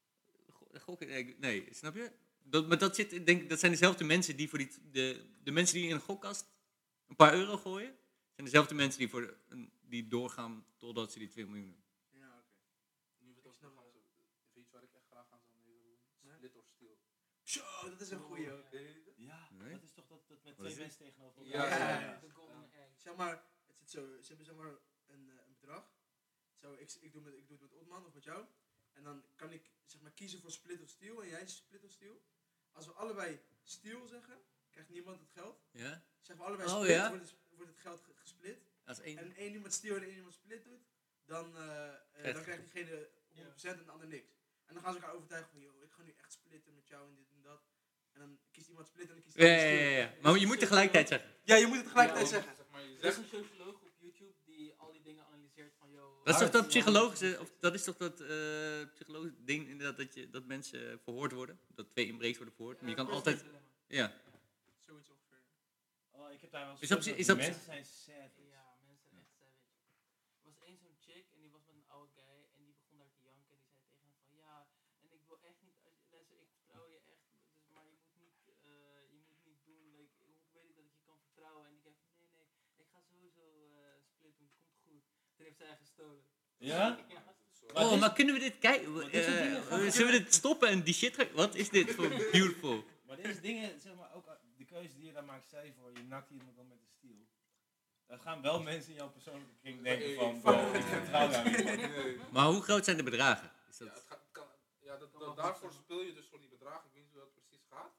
go- gokken, nee, ik- nee, snap je? Dat, maar dat, zit, ik denk, dat zijn dezelfde mensen die voor die... De, de mensen die in een gokkast een paar euro gooien, zijn dezelfde mensen die, voor de- een, die doorgaan totdat ze die twee miljoen hebben. Ja, oké. Nu we het snap over gaan, zo- weet je waar ik echt graag aan zou meedoen? Nee? Split or steal. Zo, dat is een goeie ook. Ken je die? Ja, Nee? dat is toch dat, dat met Wat is twee dit? mensen tegenover Ja, elkaar. ja, Ja, ja. De golden egg. Zeg maar, het zit zo. Ze hebben zeg maar een, eh, een bedrag. Zo, ik, ik, doe met, ik doe het met Otman of met jou. En dan kan ik zeg maar kiezen voor split of steal. En jij split of steal. Als we allebei steal zeggen, krijgt niemand het geld. Ja? Zeggen we allebei Oh, split, ja? wordt, het, wordt het geld ge- gesplit. Als één... En één iemand steal en één iemand split doet, dan, eh, eh, Krijgt- dan krijgt diegene honderd procent en de ander niks. En dan gaan ze elkaar overtuigen van, joh, ik ga nu echt splitten met jou en dit en dat. En dan kiest iemand split en dan kiest Ja, iemand ja, steal. ja, ja. Maar je moet tegelijkertijd zeggen. Ja, je moet het tegelijkertijd Ja, zeggen. Zeg maar, je Er is zegt, een socioloog op YouTube die al die dingen analyseert van, joh... Dat is toch dat Ja, psychologische, of dat is toch dat eh psychologische ding inderdaad dat, je, dat mensen verhoord worden? Dat twee inbreeks worden verhoord. Maar je kan Ja, altijd... dilemma. Ja. Zoiets ongeveer. Oh, ik heb daar wel eens Is dat- gehoord is die dat- mensen zijn savage. Ja, mensen zijn echt savage. Er was één zo'n chick en die was met een oude guy en die begon daar te janken en die zei tegen hem van ja, en ik wil echt niet, als je, luister, ik vertrouw je echt, dus, maar je moet niet, eh, je moet niet doen, like, hoe weet ik dat ik je kan vertrouwen? En die zei van nee, nee, ik ga sowieso eh split doen, het komt goed. Toen heeft zij gestolen. Ja? Ja. Maar Oh, dit- maar kunnen we dit kijken? maar dit soort Eh, dingen gaan eh, zullen we dit stoppen en die shit... gaan- Wat is dit voor beautiful? Maar deze dingen, zeg maar, ook uh, de keuze die je daar maakt, stel je voor, je nakt iemand dan met een stiel. Dan gaan wel mensen in jouw persoonlijke kring denken van, Hey, wow, fuck. ik vertrouw daar niet. nee. Maar hoe groot zijn de bedragen? Is Ja, dat... het gaat, kan, ja dat, Kan dat, wel daarvoor goed speel je dus voor die bedragen. Ik weet niet hoe dat precies gaat.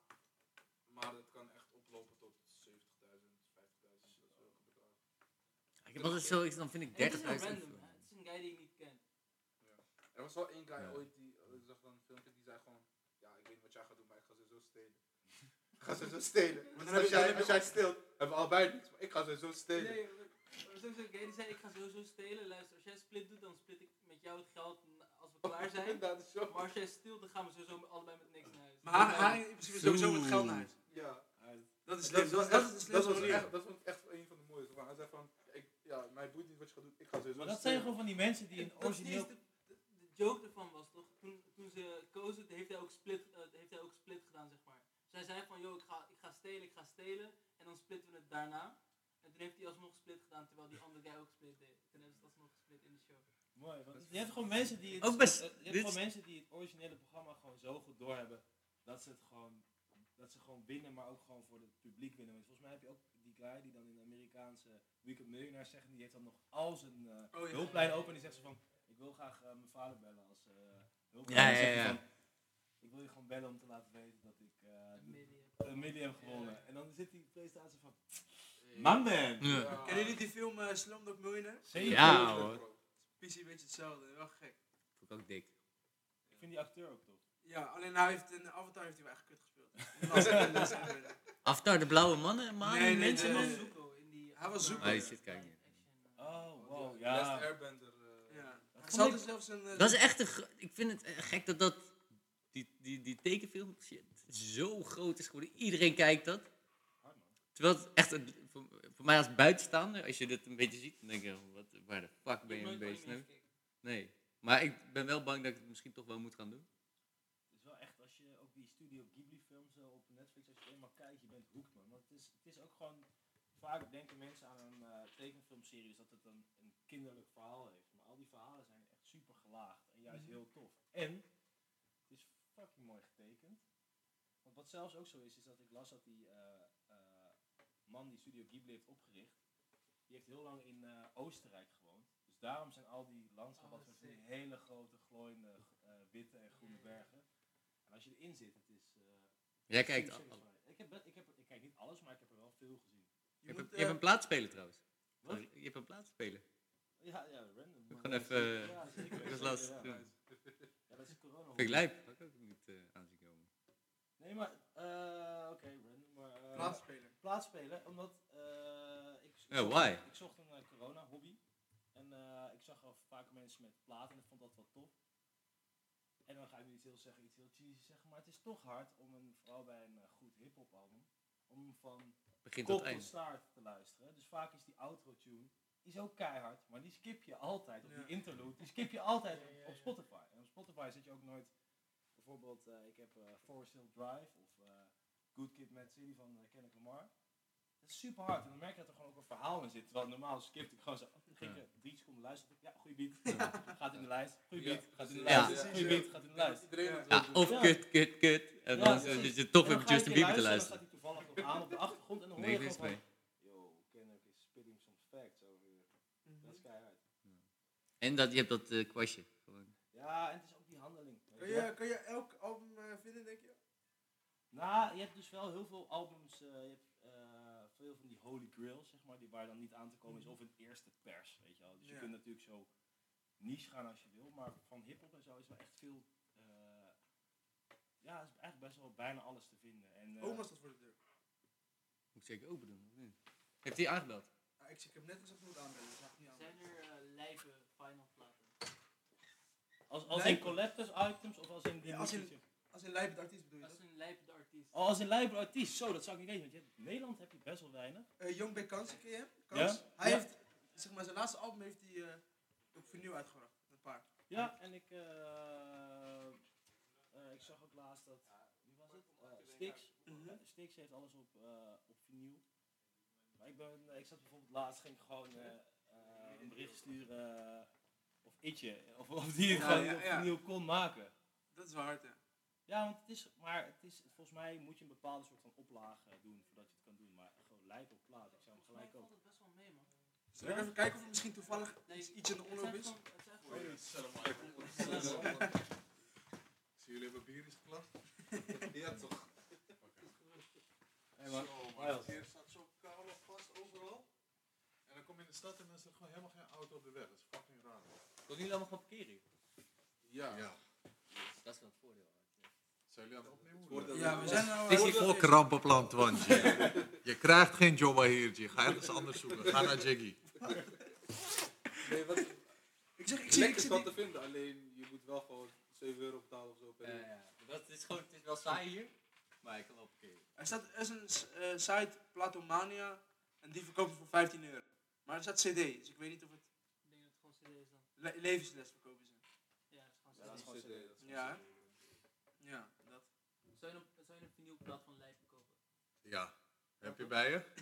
Maar dat kan echt oplopen tot zeventigduizend, vijftigduizend, zulke bedragen. Ik heb altijd zo, ik- dan vind ik En het is een dertigduizend. random, hè. Het is een guy die je niet kent. Er was wel één guy Ja. ooit die, eh, ik zag dan een filmpje, die zei gewoon, ja, ik weet niet wat jij gaat doen, maar ik ga ze zo stelen. Ik ga ze zo stelen. Maar dan Dus heb als je- dan jij, heb je als jij steelt, hebben we allebei niets, maar ik ga ze zo stelen. Nee, er was ook zo'n guy die zei, ik ga sowieso stelen. Luister, als jij split doet, dan split ik met jou het geld n- als we klaar zijn. Dat is zo. Maar als jij steelt, dan gaan we sowieso allebei met niks naar huis. Maar haar, haar ging in principe sowieso met geld naar huis. Ja. Dat is Dat, slim. dat, Dat, dat, is de dat, slimste was manier. echt, dat vond ik echt een van de mooiste. Van, hij zei van, ik, ja, mij boeit niet wat je gaat doen, ik ga sowieso Maar dat zijn stelen. gewoon van die mensen die een Dat is niet origineel... eens de, de, de joke ervan was toch, toen, toen ze kozen, heeft hij ook split, uh, heeft hij ook split gedaan, zeg maar. Zij zei van, joh, ik ga, ik ga stelen, ik ga stelen, en dan splitten we het daarna. En toen heeft hij alsnog split gedaan, terwijl die andere guy ook split deed. Toen hebben ze het alsnog gesplit in de show. Mooi, want je hebt gewoon mensen die het, Ook best- eh, je hebt dit- gewoon mensen die het originele programma gewoon zo goed doorhebben dat ze het gewoon, dat ze gewoon winnen, maar ook gewoon voor het publiek winnen. Want volgens mij heb je ook die guy die dan in de Amerikaanse Weekend Millionaire zegt, die heeft dan nog al zijn eh, Oh, ja. hulplijn open en die zegt zo van, ik wil graag eh, mijn vader bellen als uh, hulplijn. Ja, Dan ja, zegt hij ja. van, ik wil je gewoon bellen om te laten weten dat ik eh, Een million. een milli heb gewonnen. En dan zit die presentatie van, man man! Ja. Kennen jullie die film uh, Slumdog Millionaire? Zeker. Ja, hoor. P C een beetje hetzelfde, wel gek. Vond ik ook dik. Ik vind die acteur ook tof. Ja, alleen hij heeft in Avatar heeft hij wel echt kut gespeeld. Dat is- dat is echt weer- After de blauwe mannen, man, Nee, nee, mensen. nee, Hij nee. was Zuko in die... Hij was Zuko. Ah, die shit kijk ik niet. Oh, wow, Last ja. Airbender. eh, Ja. Dat Hij vond zat ik- er zelfs een... eh, Dat is echt een... gro- Ik vind het eh, gek dat dat... Die, die, die tekenfilm shit zo groot is geworden. Iedereen kijkt dat. Hard, man. Terwijl het echt... een- Voor, voor mij als buitenstaander, als je dit een beetje ziet, dan denk je... Wat, waar de fuck ben je mee bezig nu? Nee. Maar ik ben wel bang dat ik het misschien toch wel moet gaan doen. Het is wel echt, als je ook die Studio Ghibli films eh, op Netflix, als je eenmaal kijkt, je bent hooked, man. Want het is, het is ook gewoon, vaak denken mensen aan een uh, tekenfilmserie dat het een, een kinderlijk verhaal heeft. Maar al die verhalen zijn echt super gelaagd en juist heel tof. En, het is fucking mooi getekend. Want wat zelfs ook zo is, is dat ik las dat die uh, uh, man die Studio Ghibli heeft opgericht, die heeft heel lang in uh, Oostenrijk gewoond. Dus daarom zijn al die landschappen Oh, altijd sick. van die hele grote, glooiende, uh, witte en groene bergen. En als je erin zit, het is... uh, Jij kijkt... super al- al- satisfying. Ik, heb, be- ik, heb, ik kijk niet alles, maar ik heb er wel veel gezien. Je hebt, moet, een- je hebt eh, een plaatspeler trouwens. Wat? Je hebt een plaatspeler. Ja, ja, random. maar Gewoon dat even, is- eh, ja, zeker, dat is zeker, laatst ja. doen. Ja, dat is corona. Vind ik lijp. Had ik ook niet uh, aanzien komen. Nee, maar Uh, Oké, okay, random, maar... Uh, Plaatsspelen. Plaatsspelen, omdat uh, ik, ik, Yeah, zocht, why? ik zocht een uh, corona-hobby. En uh, ik zag al vaak mensen met platen en ik vond dat wel tof. En dan ga ik nu iets heel zeggen, iets heel cheesy zeggen, maar het is toch hard om een, vooral bij een uh, goed hip-hop album, om van Begint kop tot tot eind. staart te luisteren. Dus vaak is die outro-tune is ook keihard, maar die skip je altijd, of Ja. die interlude, die skip je altijd op, op Spotify. En op Spotify zit je ook nooit, bijvoorbeeld, uh, ik heb uh, Forest Hill Drive of uh, Good Kid, Mad City van uh, Kendrick Lamar. Dat is super hard en dan merk je dat er gewoon ook een verhaal in zit. Terwijl normaal skipt ik gewoon zo, oh, ging ik drie seconden luisteren, ja, goeie beat, ja. gaat in de lijst, goeie beat, Ja. gaat in de Ja. lijst, goeie beat, gaat in de lijst. Iedereen Ja. het Ja, wil of doen. kut, kut, kut. En Ja, dan precies. zit je toch En weer dan ga Justin je Bieber te Dan luisteren. staat hij toevallig nog aan op de achtergrond en dan hoor Nee, je dit gewoon is van, yo, Kendrick is spitting some facts over here. Dat is keihard. En dat, je hebt dat uh, kwastje. Gewoon. Ja, en het is ook die handeling. weet Kan je. je, kan je elk album uh, vinden, denk je? Nou, je hebt dus wel heel veel albums, uh, je hebt uh, veel van die holy grails, zeg maar, die waar dan niet aan te komen is, of een eerste pers, weet je wel. Dus je Ja. kunt natuurlijk zo niche gaan als je wil, maar van hiphop en zo is wel echt veel, uh, ja, is eigenlijk best wel bijna alles te vinden. En, uh, Oma staat voor de deur. Moet ik zeker open doen, of niet? Heeft hij aangebeld? Ja, ik, ik heb net gezegd, ik moet aanbellen. Dus ik niet aanbellen. Zijn er uh, lijve final platen? als, als in Lijpen. collectors items of als in die Ja, als in- muziek? Als in lijp de artiest bedoel je Dat dat? is een lijpe artiest. Oh, als in lijpe artiest, zo, dat zou ik niet weten, want je hebt, in Nederland heb je best wel weinig. Uh, Young B. Kans, ken je hem? Kans? Ja. Hij Ja. heeft, zeg maar, zijn laatste album heeft hij uh, op vinyl uitgebracht. Een paar. Ja, en ik, uh, uh, ik zag ook laatst dat, wie was het? Uh, Styx. Mhm. Uh, Styx heeft alles op, uh, op vinyl. Maar ik, ben, ik zat bijvoorbeeld laatst, ging ik gewoon uh, uh, een bericht sturen uh, of Itje, of, of die het Ja, gewoon ja, op ja. vinyl kon maken. Dat is wel hard, ja. Ja, want het is, maar het is, volgens mij moet je een bepaalde soort van oplage doen voordat je het kan doen. Maar gewoon lijp op plaat, ik zou hem Volgens mij gelijk valt ook. het best wel mee, man. Zal ik even kijken of er misschien toevallig Nee, iets, iets in de het omloop zijn is? gewoon- het zijn gewoon- Zie jullie hebben bier is geklapt? Ja, toch. Hey man, Zo, Miles. maar hier staat zo kaal of vast overal. En dan kom je in de stad en dan is er gewoon helemaal geen auto op de weg. Dat is fucking raar. Kon jullie allemaal gaan parkeren? Ja. Ja. Dat is wel het voordeel. Zijn jullie aan het opnemen? Voordeel- Ja, we zijn nou... Het is uh, hier vol kramp op land, want je krijgt geen job hier, G. Ga ergens anders zoeken. Ga naar Jiggy. Nee, wat, ik zeg, ik zie, ik lekker is zie wel die... te vinden, alleen je moet wel gewoon zeven euro betalen of zo per Ja, uur. ja. Dat is gewoon, het is wel saai hier, maar ik kan wel parkeren. Er staat, er is een uh, site, Platomania, en die verkoopt het voor vijftien euro. Maar er staat cd, dus ik weet niet of het... Ik denk dat het gewoon C D is dan. Le levensles verkopen ze. Ja, het is gewoon Ja, dat is C D. gewoon C D, C D. dat is Ja, gewoon hè? C D. Ja, dat. Zou je een, zou je een vinylplaat van lijpe kopen? Ja. Heb je bij je?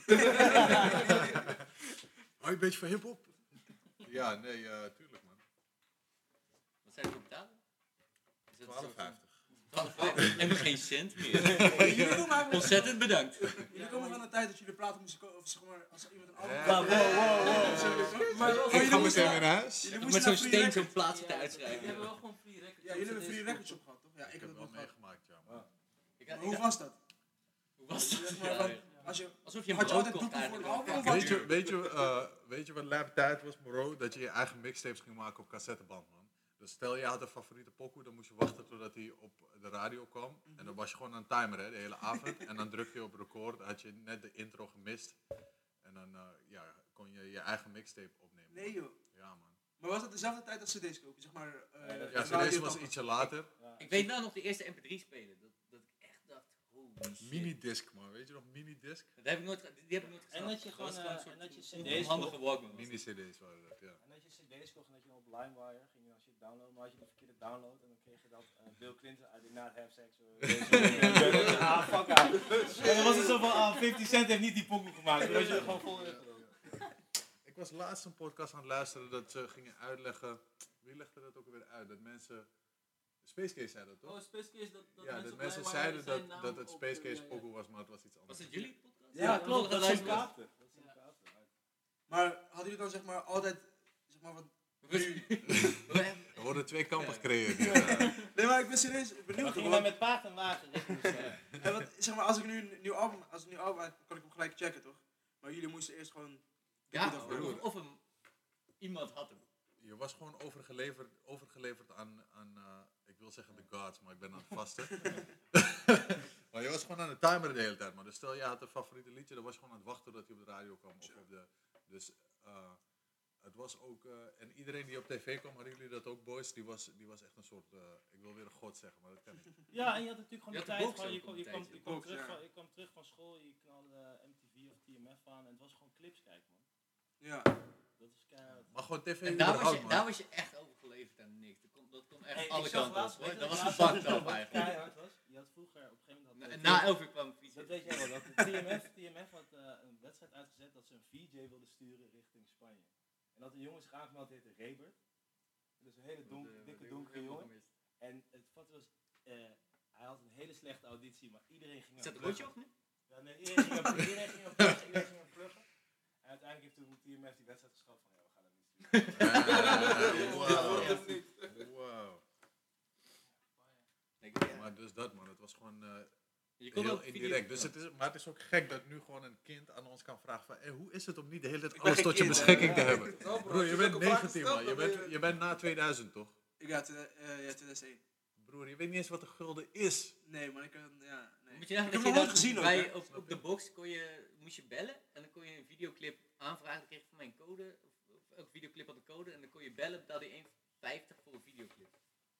Hou je een beetje van hiphop? Ja, nee, uh, tuurlijk man. Wat zijn er voor betalen? Is dat twaalf zo van- vijftig. twaalf vijftig en geen cent meer. Jullie komen eigenlijk- Ontzettend bedankt. Jullie komen van een tijd dat jullie platen moesten kopen, of zeg maar, als iemand een album... Ja, wow, wow, wow. Maar Ik jullie ga moesten... meteen weer naar huis. Jullie Met moesten zo'n naar free steen records. zo'n plaats te Ja, uitschrijven. Die hebben wel gewoon free records. Ja, jullie hebben op free C D's records op gehad, toch? Ja, ik Ik heb heb dat wel nog gehad. meegemaakt, ja man. Ik Maar had- hoe ik had- was dat? Hoe was dat? Zeg maar, Ja, van, ja. als je... Alsof je een Had je brood altijd kocht doeken voor een eigenlijk. album? Of had Weet je, weet, je, uh, weet je wat lijp tijd was, bro? Dat je je eigen mixtapes ging maken op cassetteband, man. Dus stel je had een favoriete pokoe, dan moest je wachten totdat hij op de radio kwam. En dan was je gewoon aan een timer, hè, de hele avond. En dan druk je op record, had je net de intro gemist. En dan uh, ja, kon je je eigen mixtape opnemen. Nee joh. Ja, man. Maar was dat dezelfde tijd als cd's kopen? Zeg maar... Uh, Ja, dat- Ja, radio cd's was tappen? ietsje later. Ja. Ik weet wel nog de eerste M P drie spelen. Dat, dat ik echt dacht, holy shit. Minidisc, man. Weet je nog, minidisc? Dat heb ik nooit, ge- die heb ik nooit En gesnapt. dat je gewoon, was eh, een soort en dat je cd's onhandige kocht. Walkman was dat. Mini-cd's waren dat, ja. En dat je cd's kocht en dat je op LimeWire ging je dan shit downloaden, maar had je de verkeerde download en dan kreeg je dat uh, Bill Clinton, I did not have sex. Or, ah, fuck out. En dan was het zo van, ah, fifty cent heeft niet die pokoe gemaakt, dan was je er gewoon vol in. Ik was laatst een podcast aan het luisteren dat ze gingen uitleggen. Wie legde dat ook alweer uit? Dat mensen. Space Case zei dat toch? Oh, Space Case, dat, dat ja, mensen dat op mensen Lijnwire zeiden zijn dat, naam dat het op, Space eh, Case ja, ja. pokoe was, maar het was iets anders. Was het jullie podcast? Ja, klopt, dat is luisteren. een kaapte. Dat is een Ja. kaapte. Maar hadden jullie dan zeg maar altijd... Zeg maar wat... Er worden twee kampen gecreëerd. hier, eh. Nee, maar ik ben serieus We benieuwd. gingen Want, dan met paard en wagen richting de stad. en wat, zeg maar, als ik nu een nieuw album, als een nieuw album uit, kan ik hem gelijk checken, toch? Maar jullie moesten eerst gewoon... Ja, dat of, of, of een, iemand had hem. Je was gewoon overgeleverd, overgeleverd aan, aan uh, ik wil zeggen de gods, maar ik ben aan het vasten. Maar je was gewoon aan het timeren de hele tijd, man. Dus stel je had een favoriete liedje, dan was je gewoon aan het wachten tot hij op de radio kwam. Of op de, dus uh, het was ook, uh, en iedereen die op tv kwam, hadden jullie dat ook, boys, die was, die was echt een soort, uh, ik wil weer een god zeggen, maar dat kan niet. Ja, en je had natuurlijk gewoon Je de had de tijd. box Gewoon, je, ook kwam, op je, een kwam, tijdje. je, kwam Box, terug ja. van, je kwam terug van school, je knalde M T V of T M F aan en het was gewoon clips kijken, man. Ja. Dat is keihard. Maar gewoon tv En daar was, überhaupt, je, man. daar was je echt overgeleverd aan niks. Dat kon, dat kon echt Hey, ik alle zag kanten op, laatst- hoor. weet je Dat wat was laatst- een baktrap wat eigenlijk. keihard was? Je had vroeger op een gegeven moment... Na, had, na uh, elf uur kwam fietsen. Dat weet jij wel, dat de T M F, T M F had uh, een wedstrijd uitgezet dat ze een V J wilden sturen richting Spanje. En dat een jongen zich aangemeld heette Rebert. Dus een hele donk, Wat, eh, dikke wat donkere heb ik jongen. gemist? En het vat was, uh, hij had een hele slechte auditie, maar iedereen ging Is hem dat een rotje pluggen. of niet? Ja, nee, iedereen ging hem iedereen ging hem pluggen, iedereen ging hem pluggen. En uiteindelijk heeft toen T M F die wedstrijd geschrapt van, ja, we gaan hem niet sturen. Uh, wow. Wow. Nee, ik- ja. Maar dus dat, man. Het was gewoon uh, Je kon heel ook video- indirect. Dus het is, maar het is ook gek dat nu gewoon een kind aan ons kan vragen van, hey, hoe is het om niet de hele tijd ben alles geen tot je kind, hè. beschikking te Ja. hebben? Nou, bro, Bro, als je je bent zulke vragen negentien, stelt, man. Je dan ben bent, je bent na tweeduizend, toch? Ik had uh, uh, ja, tweeduizend één. Broer, je weet niet eens wat een gulden is. Nee, maar ik kan, ja, nee. Moet je nagaan Ik dat heb je hem nooit dan gezien ook, bij, hè. op, op de box kon je, moest je bellen en dan kon je een videoclip aanvragen. Dan kreeg je van mij een code, of, of elke videoclip had een code en dan kon je bellen, betaalde je één vijftig voor een videoclip.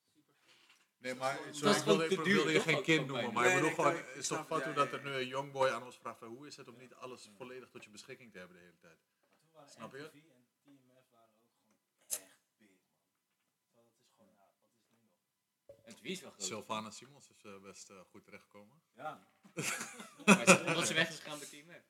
Nee, maar Dat sorry, is ik wilde, ook te ik duur, wilde je toch? geen Ook kind voor noemen, mij. maar ik Nee, bedoel nee, gewoon, ik- ik het is toch snap fat het, hoe ja, dat ja, er nu een youngboy aan ons vraagt van, hoe is het om niet alles volledig tot je beschikking te hebben de hele tijd? Maar toen waren Snap je? M T V en T M F waren ook gewoon echt big, man. Terwijl dat is gewoon, ja, wat is nu nog? En het wie is wel groot. Sylvana Simons is uh, best uh, goed terechtgekomen. Ja. Maar ze- omdat ze weg is gegaan bij Team F.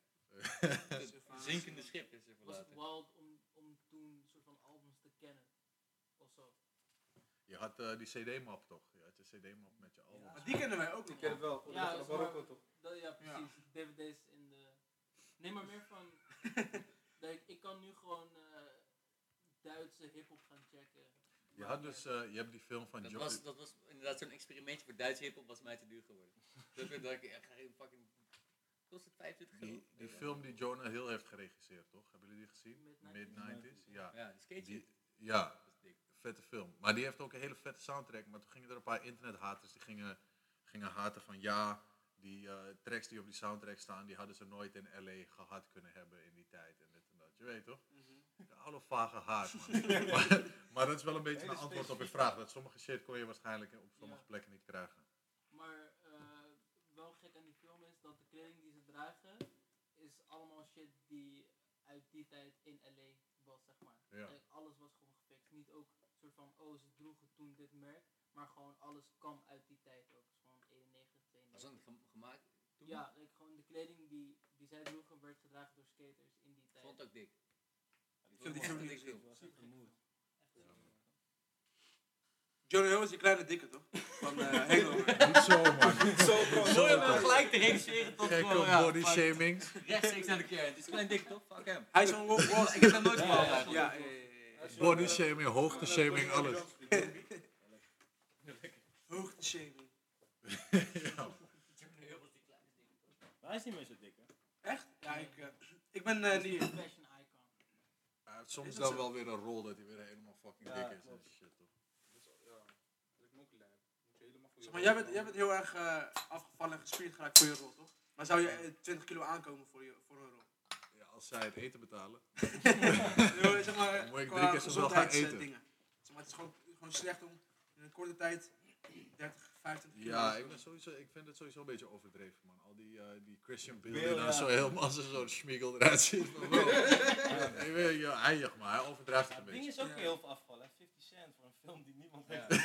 Het zinkende schip is er Was het verlaten. wild om, om toen soort van albums te kennen? Of zo? Je had uh, die C D-map toch? Je had je C D-map met je album. Maar die kennen wij ook nog. Ik ken het wel. Ja, Ja, dat is Marokko maar- toch? Dat, ja, precies. D V D's in de... Nee, maar meer van... dat ik, ik kan nu gewoon uh, Duitse hip-hop gaan checken. Je had dus, uh, je hebt die film van Dat Jo- was, dat was inderdaad zo'n experimentje voor Duitse hiphop, was mij te duur geworden. Dat ik dacht, ja, ga je fucking... Kost het vijfentwintig die, euro? die film die Jonah Hill heeft geregisseerd, toch? Hebben jullie die gezien? Mid-nineties. mid-nineties? Ja. Ja, de skate Die, shit. ja, Dat is dik. vette film. Maar die heeft ook een hele vette soundtrack. Maar toen gingen er een paar internethaters die gingen, gingen haten van ja, die uh, tracks die op die soundtrack staan, die hadden ze nooit in L A gehad kunnen hebben in die tijd en dit en dat. Je weet toch? De oude vage haat, man. maar, maar dat is wel een beetje een antwoord op je vraag. Dat sommige shit kon je waarschijnlijk op sommige Ja. plekken niet krijgen. Maar uh, wel gek aan die film is dat de kleding die ze dragen, is allemaal shit die uit die tijd in L A was, zeg maar. Ja. Like, alles was gewoon gefixt. Niet ook een soort van, oh ze droegen toen dit merk, maar gewoon alles kwam uit die tijd ook. Dus gewoon eenennegentig, Was tweeënnegentig. dat gem- gemaakt toen? Ja, like, gewoon de kleding die, die zij droegen werd gedragen door skaters in die Ik tijd. vond het ook dik. Ik vind die Echt film een niet dik zo. film. Super mood. Jonah Hill is die kleine dikke, toch? Van uh, Hangover. Niet zo, man. Zo gewoon. Mooi om hem gelijk te reduceren tot Gekke gewoon, ja, body fuck, shaming. rechtstreeks naar de kern. Het is klein dik toch? Fuck hem. Hij is van Wall Wall Ik heb hem nooit Ja, gehaald ja, eigenlijk. ja, ja, ja, ja. Body shaming, hoogte shaming, alles. Hoogte shaming. Ja. Maar hij is niet meer zo dik, hè? Echt? Ja, ik, uh, ik ben Hij uh, is die... een fashion icon. Hij heeft soms Is dat dan zo? wel weer een rol dat hij weer helemaal fucking Ja, dik is en klopt. shit, toch? Ja, dat lijkt me ook lijp. Moet je helemaal voor je Zeg maar, jij bent, jij bent heel erg uh, afgevallen en gespierd geraakt voor je rol, toch? Maar zou je uh, twintig kilo aankomen voor, je, voor een rol? Ja, als zij het eten betalen. Ja, zeg maar, Dan moet ik qua drie keer zoveel gaan eten. gezondheidsdingen. Zeg maar, het is gewoon, gewoon slecht om in een korte tijd dertig, vijfentwintig kilo Ja, aan te ik, ben komen. sowieso, ik vind het sowieso een beetje overdreven, man. Al die, uh, die Christian Bale Bale, die dan ja. zo helemaal als een zo'n schmiegel eruit ziet. Van, bro. Ik weet, ja, hij, maar hij overdrijft het Ja, een Ding beetje. is ook Ja. heel veel afvallen, hè? fifty Cent voor een film die niemand heeft Ja.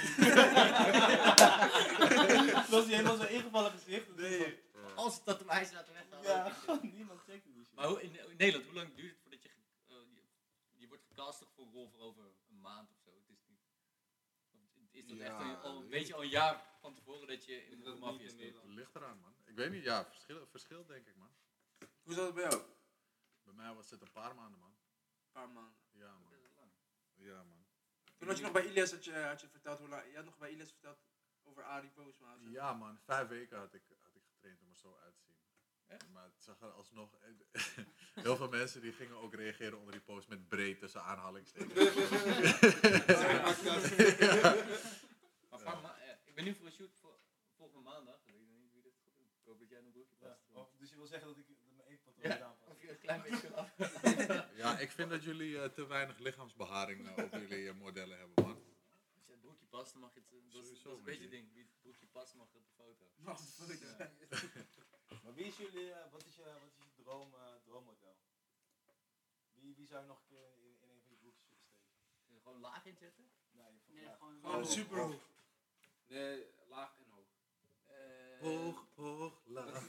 gezien. Was hij helemaal zo ingevallen gezicht. Dat is Nee. van- Als het tatoeage laten weghalen. Ja, gewoon niemand checkt die shit. Maar hoe, in, in Nederland, hoe lang duurt het voordat je, ge- eh, je, je wordt gecast toch voor een rol voor over een maand of zo? Het is niet... of Is dat Ja, echt al, al, weet weet je al een jaar van tevoren dat je in Ik de dat maffia niet in speelt? Nederland. Ligt eraan, man. Ik weet niet, ja, verschil, verschil denk ik, man. Hoe zat het bij jou? Een Bij mij was het een paar maanden, man. paar maanden. Ja, man. Ja, man. Toen had je nog bij Ilias had je, had je verteld hoe lang... Je had nog bij Ilias verteld over Arie Boomsma. of zo. Ja, man. Vijf weken had ik, had ik getraind om er zo uit te zien. Echt? Maar het zag er alsnog... Heel veel mensen die gingen ook reageren onder die post met breed tussen aanhalingstekens. Maar fuck, ma- eh, ik ben nu voor een shoot voor volgende maandag. Ik weet nog niet wie dit gaat doen. Ik hoop jij in een broekje Ja. past. Oh, dus je wil zeggen dat ik er mijn één patroon Ja, moet aanpassen? of je een klein beetje kan af. Ja, ik vind dat jullie eh, te weinig lichaamsbeharing eh, op jullie eh, modellen hebben, man. Als je het broekje past, dan mag je het... eh, Dat is, Sowieso, dat is een beetje Mickey. het ding. Wie het broekje past, mag het op de foto. Mag een foto. Ja. Maar wie is jullie, eh, wat is je, wat is je droom, eh, droommodel? Wie, wie zou je nog een keer in, in een van die broekjes willen steken? Kun je gewoon laag inzetten? Nee, van Nee, vandaag. gewoon... Gewoon Oh. super hoog. Nee, laag en hoog. Eh, Hoog, hoog, laag.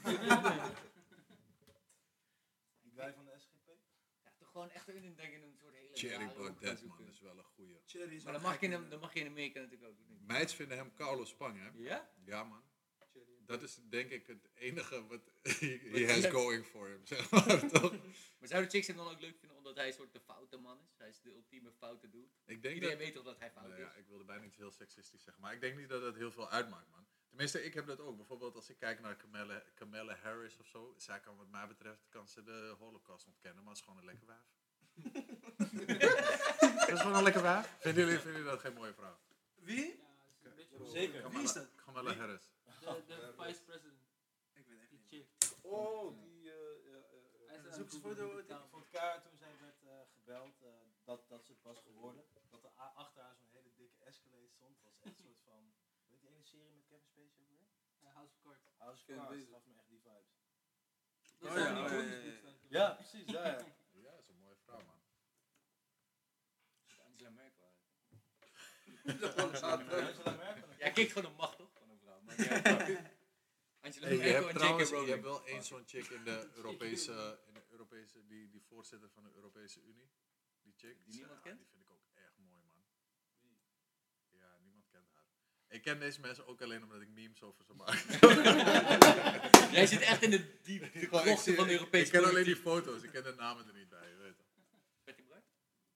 Die guy van de S G P? Ja, toch gewoon echt in een, denk ik, een soort hele Thierry rare hoek gaan Baudet, zoeken. man, is wel een goeie. Cherry is Maar wel dat mag, je gek, in, man. dat mag je in Amerika natuurlijk ook niet. Meids vinden hem Carlos Spang, hè? Ja? Ja, man. Cherry. Dat is denk ik het enige wat he, he has going for him, zeg maar, toch? Maar zou de chicks hem dan ook leuk vinden omdat hij een soort de foute man is? Hij is de ultieme foute dude. Ik denk Iedereen dat... weet toch dat hij fout Nou is? ja, ik wilde bijna iets heel seksistisch zeggen, maar ik denk niet dat het heel veel uitmaakt, man. Tenminste, ik heb dat ook. Bijvoorbeeld als ik kijk naar Kamala, Kamala Harris of zo, zij kan wat mij betreft, kan ze de holocaust ontkennen, maar het is gewoon een lekker wijf. Dat is gewoon een lekker wijf. Vinden jullie, vinden jullie dat geen mooie vrouw? Wie? Ja, het is een beetje... Zeker. Wie is dat? Kamala Harris. De, de vice president. Ik weet echt Die niet. chick. Oh, die... eh, ja, eh, Hij is Zoek aan eens het foto, googlen, ik- die Ik vond het kaart toen zij werd eh, gebeld eh, dat, dat ze het was geworden. Dat er a- achter haar zo'n hele dikke Escalade stond. Dat was echt een soort van... Weet je die ene serie met Kevin Spacey ook weer? Uh, House of Cards. House of Ken Cards, deze. gaf me echt die vibes. Dat Oh is ja, ook oh in ja, die ja, ja. Jonas boek staan. Ja, precies, ja, ja. Ja, dat is een mooie vrouw, man. Angela Merkel. Angela Merkel. Ja, kijk gewoon een macht toch van een vrouw. Maar ja, Angela Hey, je Merkel hebt en trouwens, J K je Rowling. hebt wel één zo'n chick in de Europese, in de Europese die, die voorzitter van de Europese Unie. Die chick. Die niemand Ja, kent? Die vind ik ook echt mooi, man. Ja, niemand kent haar. Ik ken deze mensen ook alleen omdat ik memes over ze maak. Jij zit echt in de diepe Gewoon, ik, krochten zie- van de ik, Europese ik ken alleen die politiek. foto's, ik ken de namen er niet bij, je weet het. Betty Bright?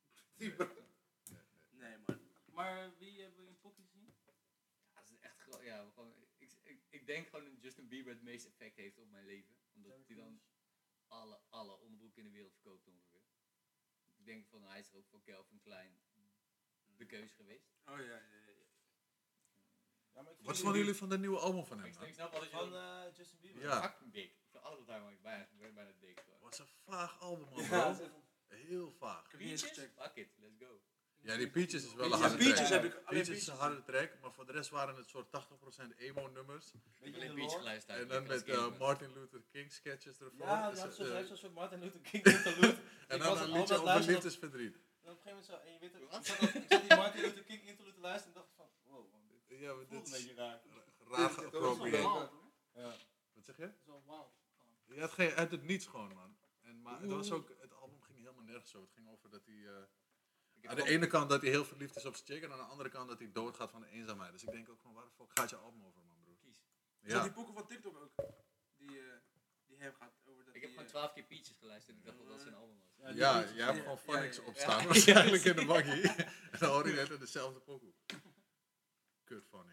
Nee, man. Maar wie hebben we in Pocky gezien? Ja, dat is echt gro- ja, we gewoon, ik, ik, ik denk gewoon dat Justin Bieber het meeste effect heeft op mijn leven. Omdat hij dan alle, alle onderbroeken in de wereld verkoopt ongeveer. Ik denk van, hij is er ook voor Calvin Klein de keus geweest. Oh ja, ja, ja. Ja, maar ik vind Wat die- vonden jullie van de nieuwe album van Maar hem, ik, man? ik snap wel dat je Van dan eh, Justin Bieber? Ja. fucking dik. Ik vind alles wat hij maakt bijna, bijna dik gewoon. Wat een vaag album, man, Ja, bro. dat is echt- Heel vaag. Ik heb niet eens Peaches? gecheckt. Fuck it, let's go. Ja, die Peaches is wel een Ja, harde Peaches track. heb ik alleen Peaches is Peaches. een harde track, maar voor de rest waren het soort tachtig procent emo-nummers. Ik Weet heb je alleen de Peach lore? geluisterd. En ik dan was met eh, gamer. Martin Luther King sketches ervoor. Ja, die Dus, had zo'n eh, hij heeft zo'n soort Martin Luther King interlude. en Ik dan was een het liedje altijd over luisteren. liefdesverdriet. En op een gegeven moment zo, en je weet ook, Wat? ik zat, ik zat die Martin Luther King interlude te luisteren en dacht van, wow, man, dit Ja, maar voelt dit een is beetje raar. raar Dit- dit Dat is wel geappropriate. wild hoor. Ja. Wat zeg je? Dat is wel wild. gewoon. Ja, het ging uit het niets gewoon, man. En, maar het, was ook, het album ging helemaal nergens zo. Het ging over dat hij... eh, Ik heb aan de gewoon- ene kant dat hij heel verliefd is op zijn chick en aan de andere kant dat hij doodgaat van de eenzaamheid. Dus ik denk ook van, waar de fuck gaat je album over, man, broer? Kies. Is dat die Ja. poeken van TikTok ook? Die, eh, die hem gaat over dat Ik heb die, gewoon eh, twaalf keer Peaches geluisterd en ik dacht dat dat zijn album was. Ja, die Ja, liedjes, jij hebt ja, gewoon ja, Phonics ja, ja. opstaan Ja. waarschijnlijk in de baggy. En dan hoor je net dezelfde pokoe. Kut Phonics.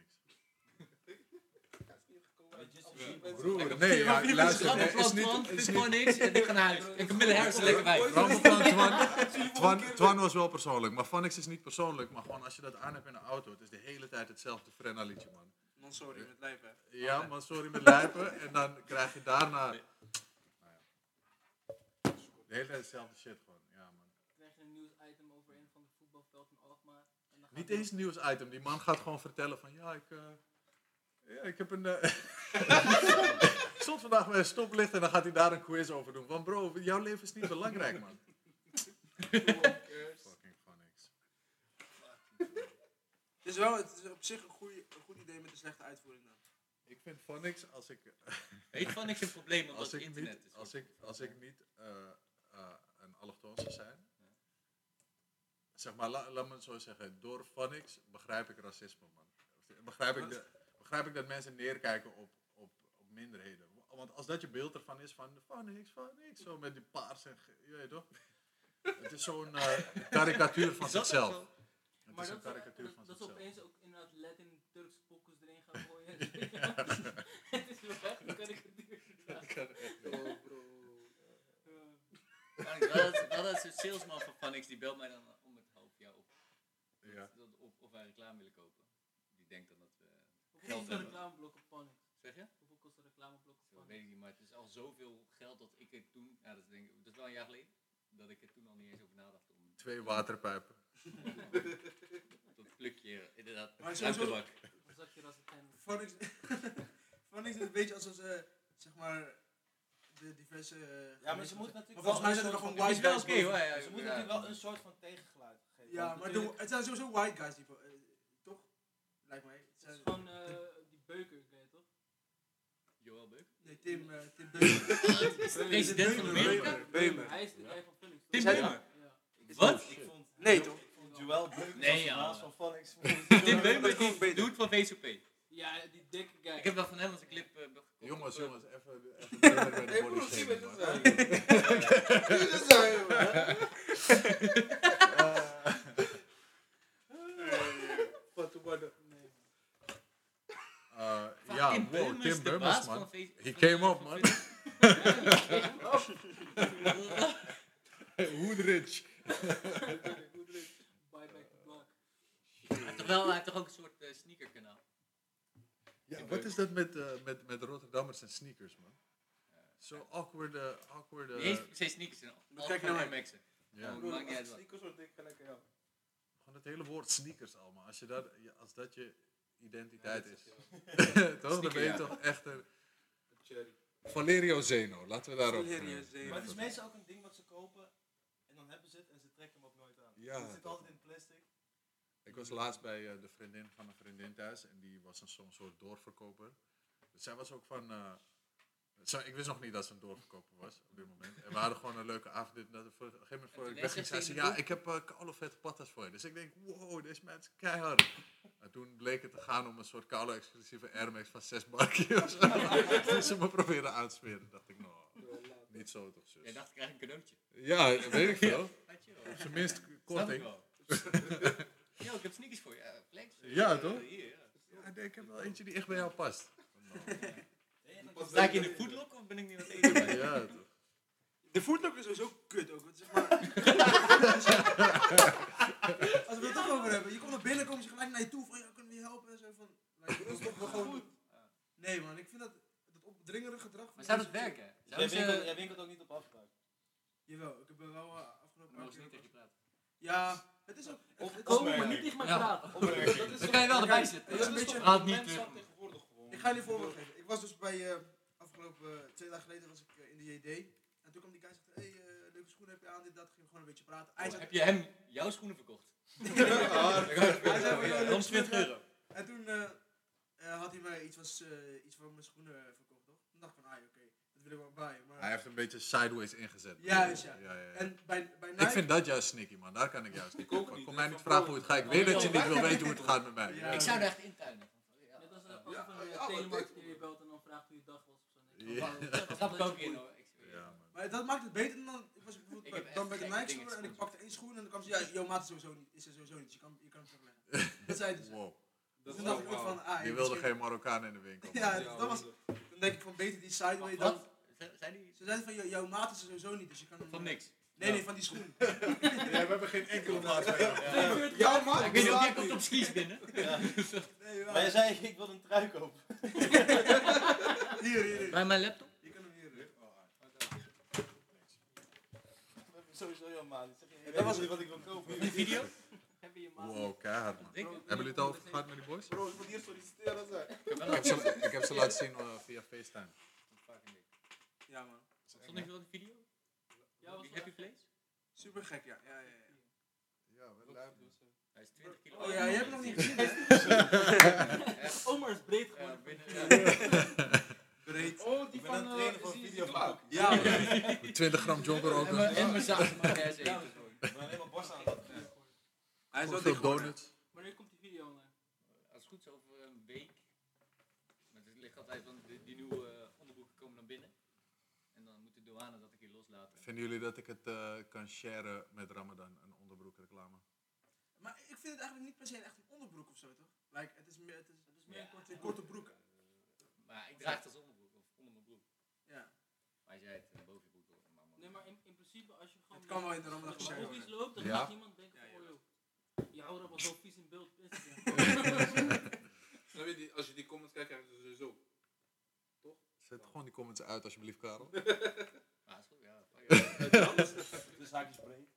Maar Justin Bieber- Broer, nee, ja, luister, nee, is niet... Het Is is niet gewoon niks en ik ga naar huis. En Camille Harris is lekker bij. Rammelplan Twan, Twan, Twan was wel persoonlijk, maar Phonics is niet persoonlijk. Maar gewoon als je dat aan hebt in een auto, het is de hele tijd hetzelfde Frenna liedje, man. Non sorry met lijf, hè. Ja, maar sorry met lijpen. En dan krijg je daarna... Nou ja. De hele tijd hetzelfde shit gewoon, ja man. Dan krijg je een nieuwsitem over een van de voetbalveld in Alkmaar. En dan gaat Niet het- eens een nieuwsitem, die man gaat gewoon vertellen van ja, ik... eh, ja, ik heb een... eh, ik stond vandaag bij een stoplicht en dan gaat hij daar een quiz over doen. Van bro, jouw leven is niet belangrijk, man. Fucking Phonics. Het is wel, het is op zich een, goeie, een goed idee met een slechte uitvoering dan. Ik vind Phonics, als ik... Weet je van niks een probleem omdat Als het ik internet niet, is. als ik, als ik niet eh, eh, een allochtoon zou zijn, zeg maar, la- laat me het zo zeggen, door Phonics begrijp ik racisme, man. Begrijp ik, de, begrijp ik dat mensen neerkijken op, op, op minderheden. Want als dat je beeld ervan is van Phonics, Phonics, zo met die paars en, ge- je weet toch? Het is zo'n eh, karikatuur van Is dat ook zichzelf. zo? Het Maar is een dat, karikatuur dat, van dat ze zichzelf. opeens ook inderdaad Latin Turks pokkels erin gaan gooien. Het is wel echt een karikatuur. Oh, bro. Phonics, we hadden- we hadden zo'n salesman van Phonics die belt mij dan om het half jaar op. Ja. Dat, of, of wij reclame willen kopen. Die denkt dan dat we Hoeveel geld kost een hebben. reclameblok op Panic? Zeg je? Hoeveel kost een reclameblok Zo, van. weet ik niet, maar het is al zoveel geld dat ik er toen, ja, dat is, denk ik, dat is wel een jaar geleden, dat ik er toen al niet eens over nadacht om Twee waterpijpen. dat plukje, inderdaad, Maar uit sowieso- de bak. Dan zag je dat het en Phonics, Phonics is een beetje alsof ze, zeg maar, de diverse... eh, Ja, maar ze moeten natuurlijk Maar volgens mij wel zijn er een gewoon soort white Het is wel guys oké boven. hoor. Ja, van- Ze moeten ja. natuurlijk wel een soort van tegengeluid geven. Ja, Want maar natuurlijk- de, het zijn sowieso white guys, die, bo- eh, toch? Lijkt mij. Het het zijn, is gewoon eh, die beuker, ken je toch? Joël Beuk. nee, Tim, eh Tim Beuker. President van Amerika? Beumer. Hij is de guy van Phonics. toch? Tim Is hij Beumer? Ja. Wat? Ik vond, Nee, toch? Ik vond Joël Beuk Nee, als de ja. baas van Phonics. Tim Beumer, die doet van V S O P. Ja, die dikke guy. Ik heb wel van hem als een clip uh, gekocht. Jongens, op, eh, jongens, even, even verder met de body shaming, man. Nee. Uh, Van ja, Tim wow, Beumers, Tim de Beumers, baas man. van V- He van- came van up, man. Phonics. Hood rich. Buy back the block. Hij heeft toch wel, hij heeft toch ook een soort uh, sneakerkanaal. Ja, wat is dat met, uh, met, met Rotterdammers en sneakers, man? Zo awkward, uh, awkward. Niet Uh, eens per se sneakers, en al kijk van naar Air Max'en. ja. Gewoon, maakt niet uit wat. Sneakers wordt dik gelijk aan jou. Gewoon het hele woord sneakers allemaal. Als, je dat, ja, als dat je identiteit Ja, is. dat is Toch? Dan Sneaker, ben je ja. toch echt een... Cherry. Valerio Zeno, laten we daarop... Valerio eh, Zeno. Maar het is meestal ook een ding wat ze kopen en dan hebben ze het en ze trekken hem ook nooit aan. Ja, Het zit toch. altijd in plastic. Ik was laatst bij eh, de vriendin van een vriendin thuis en die was een zo'n soort doorverkoper. Dus zij was ook van... eh, zo, ik wist nog niet dat ze een doorverkoper was op dit moment. En we hadden gewoon een leuke avond. En dat, voor, op een gegeven moment voor En ik toen wegging, zei zei ze ze... in de Ja, ik heb uh, koude vette patas voor je. Dus ik denk, wow, deze man is keihard. En toen bleek het te gaan om een soort koude exclusieve Air Max van zes barkie of zo. Dus ze me probeerden uit te smeren. dacht ik, nou, niet zo toch, zus. Jij dacht, ik krijg een cadeautje. Ja, weet ik veel. Weet je Op wel. zijn minst Snap ik korting. wel. Yo, ik heb sneakers voor je. Ja, flex. Ja, toch? Hier, ja. Ja, nee, ik heb wel eentje die echt bij jou past. Sta ik in de foodlock of ben ik niet aan het eten? Ja, toch. De foodlook is sowieso kut ook. Want zeg maar, als we het toch over hebben. Je komt naar binnen, komen ze gelijk naar je toe van ja, kunnen we je helpen en zo van. Like, dat is toch wel gewoon. Nee man, ik vind dat dat opdringerig gedrag. Maar zou dat werken? Jij Zouden winkelt, ze... jij winkelt ook niet op afspraak. Jawel, ik heb er wel uh, afgelopen Dan paar mogen ze niet keer. tegen je praten. Ja, het is ook. Of- het- Komen, maar Opmerking. niet tegen mij Ja. praten. Opmerking. Dan kan je wel erbij zitten. Dat is een beetje- Praat niet Mensen terug. tegenwoordig gewoon. Ik ga jullie een voorbeeld geven. Ik was dus bij, uh, afgelopen uh, twee dagen geleden was ik uh, in de J D. En toen kwam die guy en zei, hé, hey, uh, leuke schoenen heb je aan, dit, dat. Gingen we gewoon een beetje praten. Hij zei, Heb je hem jouw schoenen verkocht? Hij zei, "Oh, ja, Dan twintig euro. En toen uh, uh, had hij mij iets, was, uh, iets van mijn schoenen uh, verkocht, toch? Toen dacht ik van, ah, oké, dat wil ik wel bij. Maar... Hij heeft een beetje sideways ingezet. Juist, ja. ja, ja, ja. En bij, bij Nike... Ik vind dat juist sneaky, man. Daar kan ik juist niet Ik ook op. niet, Kom hè, mij niet van vragen hoe het gaat. Ik weet dat je niet wil weten hoe het gaat met mij. Ja. Ik zou er echt intuinen. Net als uh, Ja, alsof een ja, telemarketeer je belt en dan vraagt hoe je dag was of zo. Nee, Ja. gewoon, Dat snap ik ook in hoor. Ik zweer. Ja, man. Maar dat maakt het beter dan... Ik was bijvoorbeeld Ik bij- heb dan echt bij de gekke Nike dingen store en ik gesponsord. pakte één schoen en dan kwam ze... Ja, jouw maat is sowieso niet. Is er sowieso niet. Dus je kan, je kan hem terugleggen. Dat zei hij dus. Wow. Dat Toen is dacht ik ook van... Ah, Die je wilde misschien- geen Marokkaan in de winkel. Ja, Ja, dat was... Dan denk ik van beter die sideway dan... Wat? Zijn die Ze zeiden van, jou- jouw maat is er sowieso niet, dus je kan hem... van niks? Nee, nee, van die schoen. Ja, we hebben geen enkele maat bij jou. Jouw man? Ik weet niet of jij komt op skis binnen. Ja. Nee, Maar je zei, ik wil een trui kopen. Hier, hier, hier. Bij mijn laptop? Je kan hem hier. Sowieso jouw maat. Ik zeg, je dat weet was niet wat ik wil kopen. Die video? Heb je je maat? Wow, keihard, man. Ik Hebben jullie het al over gehad met die boys? Bro, ik moet hier solliciteren zijn. heb wel Ik heb ze, ik heb ze laten zien uh, via FaceTime. Ja, man. Stond niet wel die video? Ja, was Die wel Happy echt- Place? Super gek, ja. Ja, ja, ja. Ja, we luiden. Hij is twintig kilo. Oh ja, je hebt hem nog niet gezien, hè? Omar is breed Ja, geworden. binnen, ja. Breed. Oh, Ik die ben van aan het trainen voor uh, een zie je video die van vaak. Ja, man. twintig gram jogger ook. En mijn- En mijn zaken mayonaise eten. Ik ben alleen maar borst aan het laten. Hij is wel Veel dik geworden. donuts. Wanneer komt die video online? Als het goed is over een week. Maar het ligt altijd van die, die nieuwe eh, onderbroeken komen dan binnen. En dan moet de douane dat een keer loslaten. Vinden jullie dat ik het uh, kan sharen met Ramadan, een onderbroekreclame? Maar ik vind het eigenlijk niet per se echt een onderbroek of zo, toch? Like, het is meer, het is, het is meer Ja. een, korte, een korte broek. Maar ik draag het als onderbroek of onder mijn broek. Ja. Maar als jij het uh, boven je broek wil. Maar man. Nee, maar in, in principe als je gewoon Het kan wel in de Ramadan met geshared hobby's worden. loopt, dan Ja. gaat niemand denken Ja, van, ja. oh joh, je ouder was zo vies in beeld. Is het, ja. Snap je, die, als je die comments kijkt, krijg je ze sowieso. Zet gewoon die comments uit alsjeblieft, Karel. Ah, is goed, ja. fuck it. De zaakjes breed.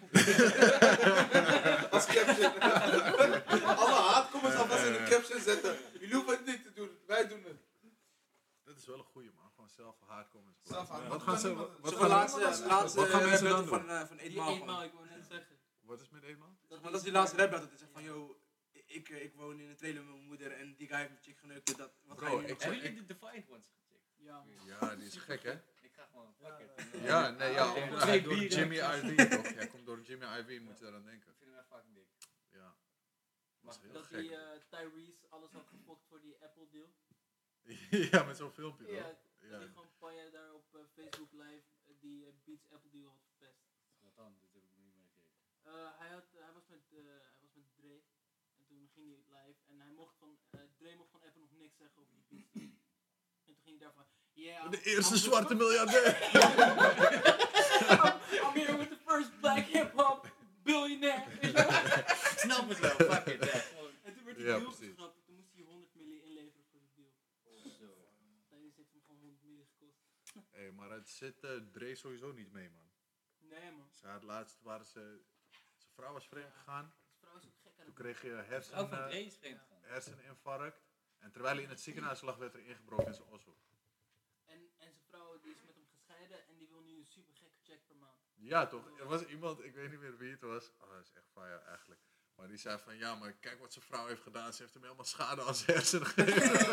Als caption. Alle haatcomments alvast in de caption zetten. Jullie hoeven het niet te doen, wij doen het. Dat is wel een goeie, man. Gewoon zelf hardcomments. Zelf hard- Wat gaan ze... Wat Wat Zo'n gaan laatste, laatste, laatste wat gaan rap mensen battle dan doen? van, uh, van Die Eetmaal. eenmaal, ik wou net zeggen. Wat is met eenmaal? Dat, maar dat is die laatste rap battle. Dat zegt van, yo, ik, ik woon in een trailer met mijn moeder en die guy heeft een chick geneukt. Dat, wat Bro, ga je nu ik- nog Hebben zeggen? jullie de Defiant Ones gecheckt? Ja, man. Ja, die is gek, hè? Ik ga gewoon, fuck it. Ja, nee, ja. Ja, Omdat twee hij door bieren. Jimmy Iovine, toch? Jij komt door Jimmy Iovine, moet je daaraan denken. Ik vind hem echt fucking dik. Ja. Dat is heel Dat gek. die uh, Tyrese alles had gefokt voor die Apple deal. Ja, met zo'n filmpje, Ja, toch? dat Ja. hij gewoon Panja daar op uh, Facebook live uh, die uh, Beats Apple deal had verpest. Wat dan? Dit heb ik niet meegekregen. Uh, hij, had, hij, was met, uh, hij was met Dre en toen ging hij live en hij mocht van, uh, Dre mocht van Apple nog niks zeggen over die Beats deal. En toen ging hij daarvan, yeah. De eerste I'm the zwarte fir- miljardair! I'm, I'm here with the first black hip-hop billionaire. Weet je wel? Ik snap het wel, fuck it. Ja, gewoon. En toen werd hij Ja, deal precies. geschrapt. Toen moest hij honderd miljoen inleveren voor de deal. Zo. Tijdens heeft hem gewoon honderd miljoen gekost. Hé, maar het zit uh, Dre sowieso niet mee, man. Nee man, Ze had laatst waren ze... Zijn vrouw was vreemd gegaan. die vrouw is ook gek aan Toen het kreeg je Ook hersen, van uh, Dre is vreemd gaan. herseninfarct. En terwijl hij in het ziekenhuis lag, werd er ingebroken in zijn oshoek. En, en zijn vrouw die is met hem gescheiden en die wil nu een super gekke check per maand. Ja, toch? Er was iemand, ik weet niet meer wie het was. Oh, dat is echt fire eigenlijk. Maar die zei van, ja, maar kijk wat zijn vrouw heeft gedaan. Ze heeft hem helemaal schade aan zijn hersenen gegeven.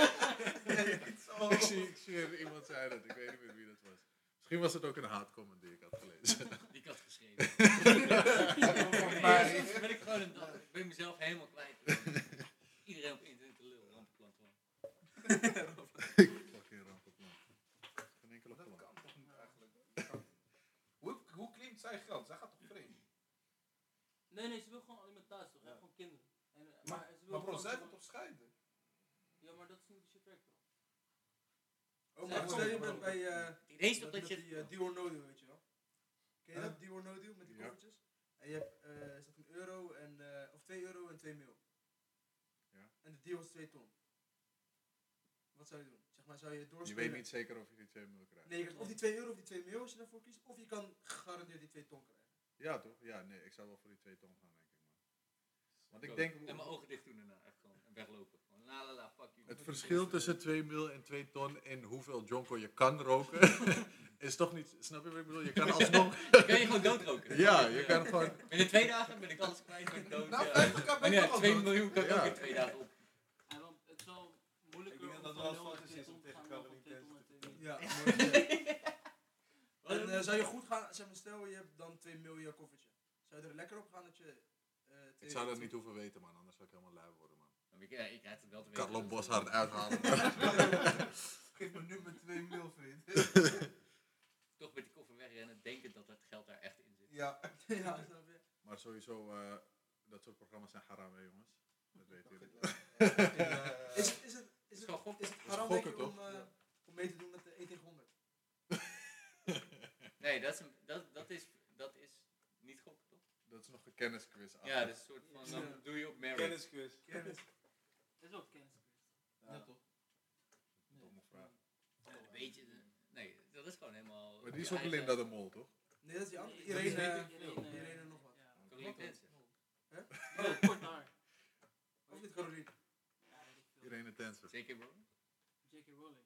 ik, zie, ik zie iemand zei dat, ik weet niet meer wie dat was. Misschien was het ook een haatcomment die ik had gelezen. Die ik had geschreven. Maar- Soms ben ik gewoon een dag, ik ben mezelf helemaal kwijt. Iedereen op internet een lul, rampenplan gewoon. Fucking rampenplan. Geen enkele Dat plan. kan toch niet eigenlijk? Hoe, hoe claimt zij geld? Zij gaat toch vreemd? Nee, nee, ze wil gewoon alimentatie toch? Ja. Gewoon kinderen. En, uh, Maar, maar, ze wil maar bro, gewoon- zij wil toch scheiden? Ja, maar dat is niet de shit werkt toch? Oh, Zij maar stel je wil- bent bij uh, Het idee is met, toch met dat die je... uh, deal or no deal, weet je wel. Ken je Huh? dat, deal or no deal, met die Ja. koffertjes? En je hebt, uh, er staat een euro en, uh, of twee euro en twee mil. Ja. En de deal is twee ton. Wat zou je doen? Zeg maar, zou je Je doorspelen? weet niet zeker of je die twee mil krijgt. Nee, je krijgt of die twee euro of die twee mil als je daarvoor kiest. Of je kan gegarandeerd die twee ton krijgen. Ja, toch? Ja, nee, ik zou wel voor die twee ton gaan, denk ik. Man. Want ik Ook. denk, En mijn ogen dicht doen daarna, echt gewoon. En weglopen. Gewoon la la la, fuck you. het verschil tussen twee mil en twee ton in hoeveel jonko je kan roken, is toch niet, snap je wat ik bedoel? Je kan alsnog, Dan kan je gewoon doodroken. ja, je kan gewoon, Binnen twee dagen ben ik alles kwijt, ben ik dood. Nou, ja. vijftig k Maar ben ja, ik toch al twee dood. miljoen kan ik Ja. ook in twee dagen op. Ja, want het is wel moeilijker Ik denk om dat dat van wel nul fout naar is twee om ton te tegen gaan dan Caroline van twee ton naar Tennis twee te miljoen. Ja. En uh, zou je goed gaan, zeg maar, stel je hebt dan twee mil in je koffertje. Zou je er lekker op gaan dat je... Uh, ik zou dat niet hoeven weten, man, anders zou ik helemaal lui worden, man. Maar ik, ja, ik krijg het wel te weten. Carlo Boshart uithalen. Geef me nu mijn twee mil, vriend. Toch met die koffer wegrennen, denken dat het geld daar echt in zit. Ja. ja, snap je? Maar sowieso, uh, dat soort programma's zijn haram, hè, jongens. Dat weten jullie. Is, is het, is is het, gewoon gokken. is het is haram, gokken, denk je, om, toch? uh, om mee te doen met de E tegen honderd? Nee, dat is, een, dat, dat, is, dat is niet gokken, toch? Dat is nog een kennisquiz. Ja, dat is een soort van, dan Ja. doe je op merit. Kennisquiz. Kennis. Dat is ook kennis. Ja. toch? Domme vraag. Ja, weet je, de- nee, dat is gewoon helemaal... Maar die is je ook eigen- Linda de Mol, toch? Nee, dat is die andere. Nee, Iedereen, dat is uh, niet iedereen, uh, iedereen en nog wat. Ja. Caroline Tensen. Oh, kort haar. Of niet Caroline? Ja, weet ik veel. Iedereen in Tenser. J K Rowling? J K Rowling.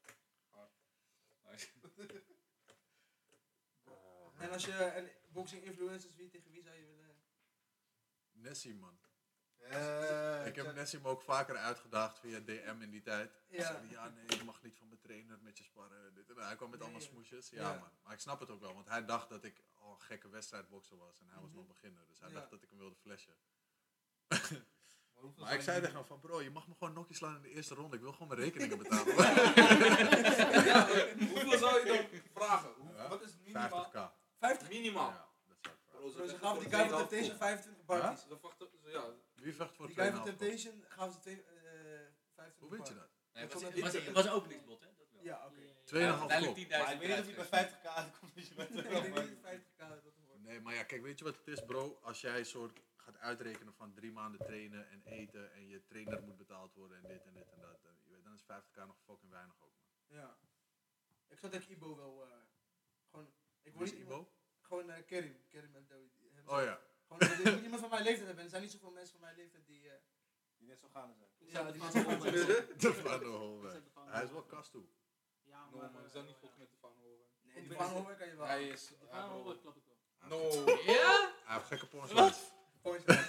En als je, en boxing influencers, wie tegen wie zou je willen? Nessie, man. Eh, Ik heb Nessie me ook vaker uitgedaagd via D M in die tijd. Ja. Hij zei, ja, nee, je mag niet van mijn trainer met je sparren. Dit en dat. Hij kwam met Nee, allemaal joh. smoesjes. Ja, Ja. man. Maar ik snap het ook wel, want hij dacht dat ik al een gekke wedstrijdbokser was. En hij was Mhm. nog beginner. Dus hij Ja. dacht dat ik hem wilde flashen. hoeveel Maar ik zou zei je tegen hem van, bro, je mag me gewoon nokkie slaan in de eerste ronde. Ik wil gewoon mijn rekeningen betalen. Ja, hoeveel zou je dan vragen? Hoe, Ja. Wat is minimaal? vijftig k. vijftig? Minimaal. Ja, dat zou ik vragen. Bro, Ze vechten gaven voor die guy van tweeënhalf Temptation ton. vijfentwintig barkies. Ze vechten, ze- ja, Wie vecht voor Die guy van tweeënhalf k? Temptation gaven ze twee, uh, vijfentwintig Hoe weet je bar. dat? Nee, het Ik was, vond het dat was, niet- het was een openingsbod, hè? Dat wel. Ja, oké. tweeënhalf Uiteindelijk kop. tienduizend Maar ik weet niet of je bij vijftig k uitkomt als je met Nee, de ik denk niet vijftig k dat het wordt. Nee, maar ja, kijk, weet je wat het is, bro? Als jij soort gaat uitrekenen van drie maanden trainen en eten en je trainer moet betaald worden en dit en dit en dat, dan, je weet, dan is vijftig k nog fucking weinig ook, man. Ja. Ik zat denk Ibo wel, eh, gewoon, ik Wie wil is niet, Ibo? gewoon eh, Kerim, Kerim en Dowie. die hebben Oh ze- ja. Gewoon, eh, ik moet iemand van mijn leeftijd hebben. Er zijn niet zoveel mensen van mijn leeftijd die, eh, Die net zo gaande zijn. Ik Ja, zet die de is Van ook Holweg. goed. De Van der Ik Holweg. zet de Van Hij is wel Holweg. kast toe. Ja, No maar... man, we eh, zijn niet oh, fokken ja. met de Van Horen. nee, die Van Hoorn kan je wel. Hij is... De hij Van bro- Holweg klap ik wel. No. Ja? Hij heeft gekke porns. Wat? Points, points.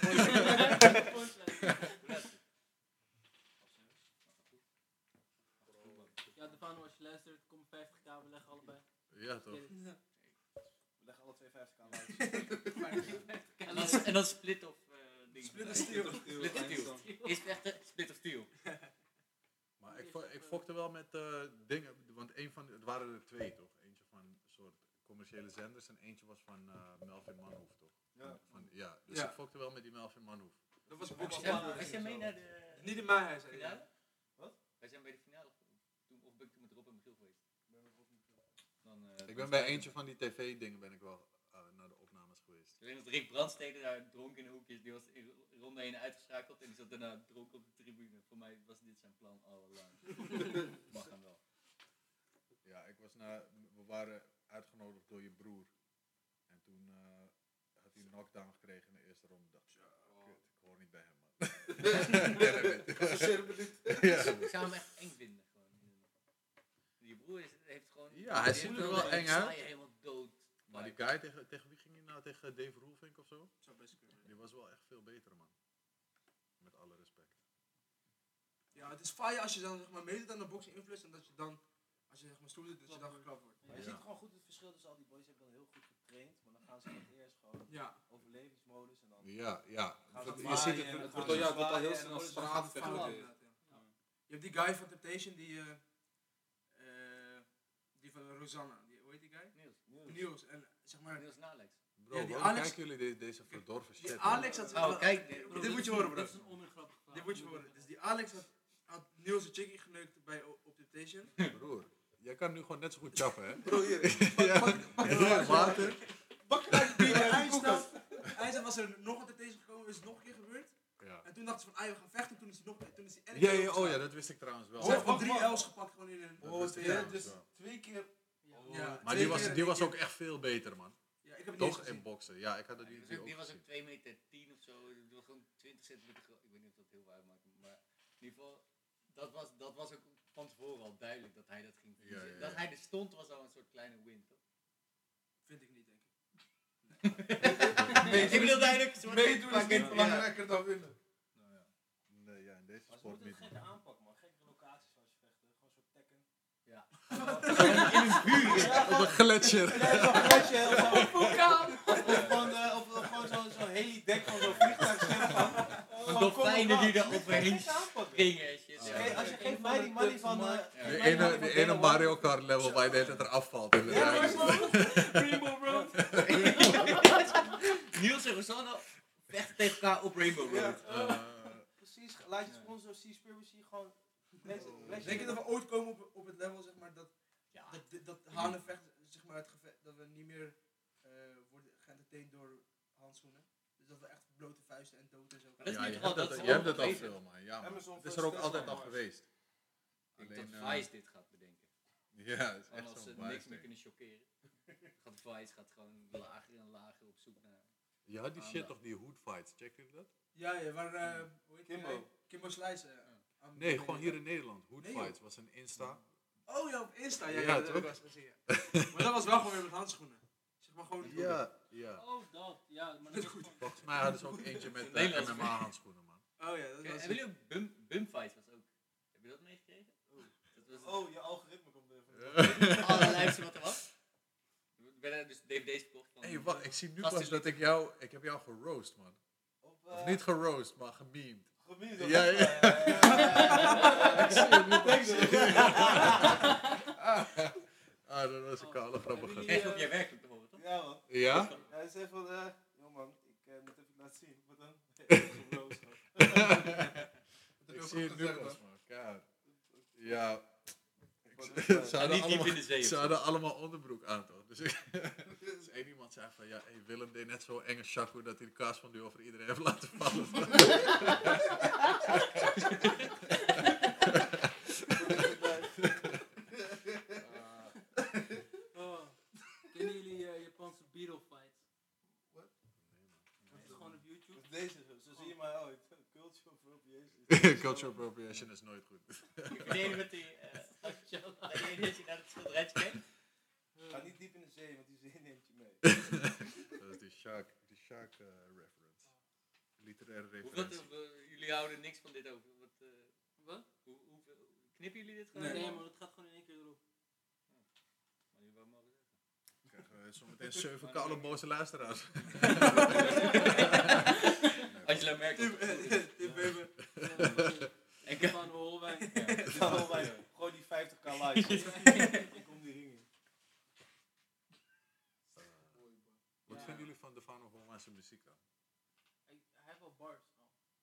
Ja, de Van, als je luistert, kom vijftig k, we leggen allebei. Ja, toch? Ja. We leggen alle twee vijftig aan uit. En dan, en dan split of uh, ding. Split of steel. Split of steel. Is het echt een split of steel? Maar ik, fo- ik fokte wel met eh, dingen, want een van, het waren er twee toch? Eentje van een soort commerciële zenders en eentje was van eh, Melvin Manhoef toch? Ja. Van, ja, dus Ja. ik fokte wel met die Melvin Manhoef. Dat was Ja, boxen. ja. Was jij mee naar de Niet in mijn huis, hè. finale? Wat? Wij zijn bij de finale toen, of ben ik toen met Rob en Michiel geweest? Dan, eh, Ik ben bij eentje van die tv-dingen ben ik wel eh, naar de opnames geweest. Ik weet nog dat Rick Brandstede daar dronken in de hoekjes, die was in ronde heen uitgeschakeld en die zat daarna dronken op de tribune. Voor mij was dit zijn plan all along. Mag hem wel. Ja, ik was naar, we waren uitgenodigd door je broer. En toen eh, had hij een knockdown gekregen in de eerste ronde. Dacht ik, ja, kut, ik hoor niet bij hem, man. Ja. Ik zou hem echt eng vinden. Gewoon. Je broer is, heeft gewoon... Ja, hij die ziet heeft er wel een eng sla uit. je helemaal dood. Maar die guy, tegen, tegen wie ging hij nou? Tegen Dave Roelvink of zo? Zou best kunnen. Die was wel echt veel beter, man. Met alle respect. Ja, het is fire als je dan zeg maar meedoet aan de boxing influence en dat je dan, als je zeg maar stoer doet, dat je dan geklapt wordt. Maar je ziet gewoon goed het verschil tussen al die boys. Die hebben dan heel goed getraind. Maar dan gaan ze het eerst gewoon Ja. overlevingsmodus. En dan Ja, ja. gaan Dat- ze je zwaaien ziet het, en het dan wordt gaan al, ze ja, het wordt al heel zwaaien en snel dan worden ze gaan straatvechten. vallen. Inderdaad, ja. Je hebt die guy van Temptation, die, eh, eh, die van Rosanna, die, hoe heet die guy? Niels. Niels. En zeg maar, Niels en Alex. Bro, Ja, die waarom Alex- kijken jullie de- deze verdorven shit? die man? Alex had... Oh, kijk. dit- Dit moet je horen, bro. Dit is een ongrappig verhaal. Dit moet je horen. Dus die Alex had, had Niels een chickie geneukt bij O- op Temptation. Broer, jij kan nu gewoon net zo goed chappen, hè? Bro, hier. Ja. Ja, water. Bak gelijk bier en eindstand. Eindstand was er nog een Temptation gekomen, is het nog een keer gebeurd. Ja. En toen dachten ze van, ah, we gaan vechten. Toen is hij nog, toen is hij erg Ja, ja, overgeslagen. oh ja, dat wist ik trouwens wel. Ze heeft Oh, gewoon wacht, drie wacht. L's gepakt gewoon in een... Dat Oh, wist ik ja, trouwens dus wel. twee keer. Ja. Ja, Maar twee die was, keer en die één was keer- ook echt veel beter, man. Ja, ik heb het niet Toch eens in gezien. boksen. Ja, ik had dat Die die, was die ook, ook die was ook gezien. twee meter tien of zo. Die was gewoon twintig centimeter groot. Ik weet niet of dat heel veel uitmaakt. Maar in ieder geval, dat was, dat was ook van tevoren al duidelijk dat hij dat ging verliezen. Ja, ja, ja. Dat hij er stond was al een soort kleine win, toch? Vind ik niet, denk ik. Ik bedoel duidelijk. soort- Meedoen is fucking- niet belangrijker dan winnen. Nou ja. Nee, ja, in deze Maar ze sport moeten niet. het gekke aanpakken, man. Gekke locaties als je vechten. Gewoon zo'n tekken. Ja. Op een gletsjer. Nee, zo'n flesje of zo. Of gewoon, eh, of, of gewoon zo'n zo helidek van zo'n vliegtuig zitten van. Een dolfijnen die er overheen springen en shit. Als ja. je- Als je geeft mij die money van... eh, Ja. Die ene, die ene Mario Kart level waar je de hele tijd eraf valt. In de Ja, ruimte. Rainbow Road. Niels en Rosanna vechten tegen elkaar op Rainbow Road. Eh, Precies, laat je sponsor Seaspiracy gewoon... Bless- Denk je dat we ooit komen op, op het level, zeg maar, dat, Ja. dat, dat, dat hanenvecht, zeg maar, het gevecht, dat we niet meer eh, worden geëntertained door handschoenen. Dus dat we echt blote vuisten en dood en zo. Dat is ja, niet je al- hebt dat dat, is je hebt al dat al bezig. veel, man. Ja, man. Amazon Het is er ook First altijd Class al man. geweest. Ik denk Alleen, dat eh, Vice dit gaat bedenken. Ja, het is echt Gewoon als ze zo'n niks wijs meer ding. kunnen chockeren. Gaat Vice gaat gewoon lager en lager op zoek naar... Je had die shit Aandacht. toch, die hood fights, check je dat? Ja, ja, waar, eh hoe heet die Kimbo. guy? Kimbo Slice. eh, aan- Nee, gewoon hier in Nederland. Hood Nee, joh. fights was een Insta. Oh ja, op Insta. Ja, Ja, ja, dat toch? heb ik wel eens gezien. Ja. Maar dat was wel gewoon weer met handschoenen. Zeg maar gewoon. Ja, ja. Oh, dat. Ja, maar dat is goed. Volgens mij hadden ze ook eentje met Een uh, Nederlandse M M A-handschoenen, man. Oh ja, dat Oké, was. hebben jullie ook Bum, Bumfight was ook? Heb je dat meegekregen? Dat was Oh, je algoritme komt even. het allerlijpste wat er was. Ik ben er dus D V D's verkocht van... Hé, hey, wacht, ik zie nu Gasten pas dat ik jou, ik heb jou geroost, man. Op, Of eh, niet geroost, maar gememd. gebied. Ja, ja. Ik zie het nu pas. Ah, dat was een kale grappige. Krijg je op je werk om te horen, toch? Ja, man. Ja? Hij zei van, eh, joh man, ik uh, moet even laten zien. Wat dan? Geroost, man. Ik zie het nu pas, man. Ja. Ja. Wat Ze is dat? ze hadden, niet diep in allemaal, de zee of ze zo. hadden allemaal onderbroek aan, toch? Dus, ik, dus één iemand zei van, ja, hey, Willem deed net zo enge shaku dat hij de kaas van die over iedereen heeft laten vallen. Cultural appropriation is nooit goed. Ik weet niet wat die... eh, Inshallah, ik weet niet dat je naar het schilderijtje kijkt. Ga niet diep in de zee, want die zee neemt je mee. Dat is die shark, die shark eh, reference. Literaire Hoeveel, referentie. hoeveel- jullie houden niks van dit over. Wat, eh, Wat? hoe, hoeveel, knippen jullie dit gewoon? Nee, helemaal? maar het gaat gewoon in één keer erop. Maar jullie wou mogen zeggen. Krijgen we zometeen zeven koude boze luisteraars. Angela Merkel. Tip even. En ik van Holwijn. Dan wij gewoon die vijftig k likes. Ik kom die ringen. Wat Ja. vinden jullie van Defano Holmaanse muziek dan? Hij hij heeft wel bars. al.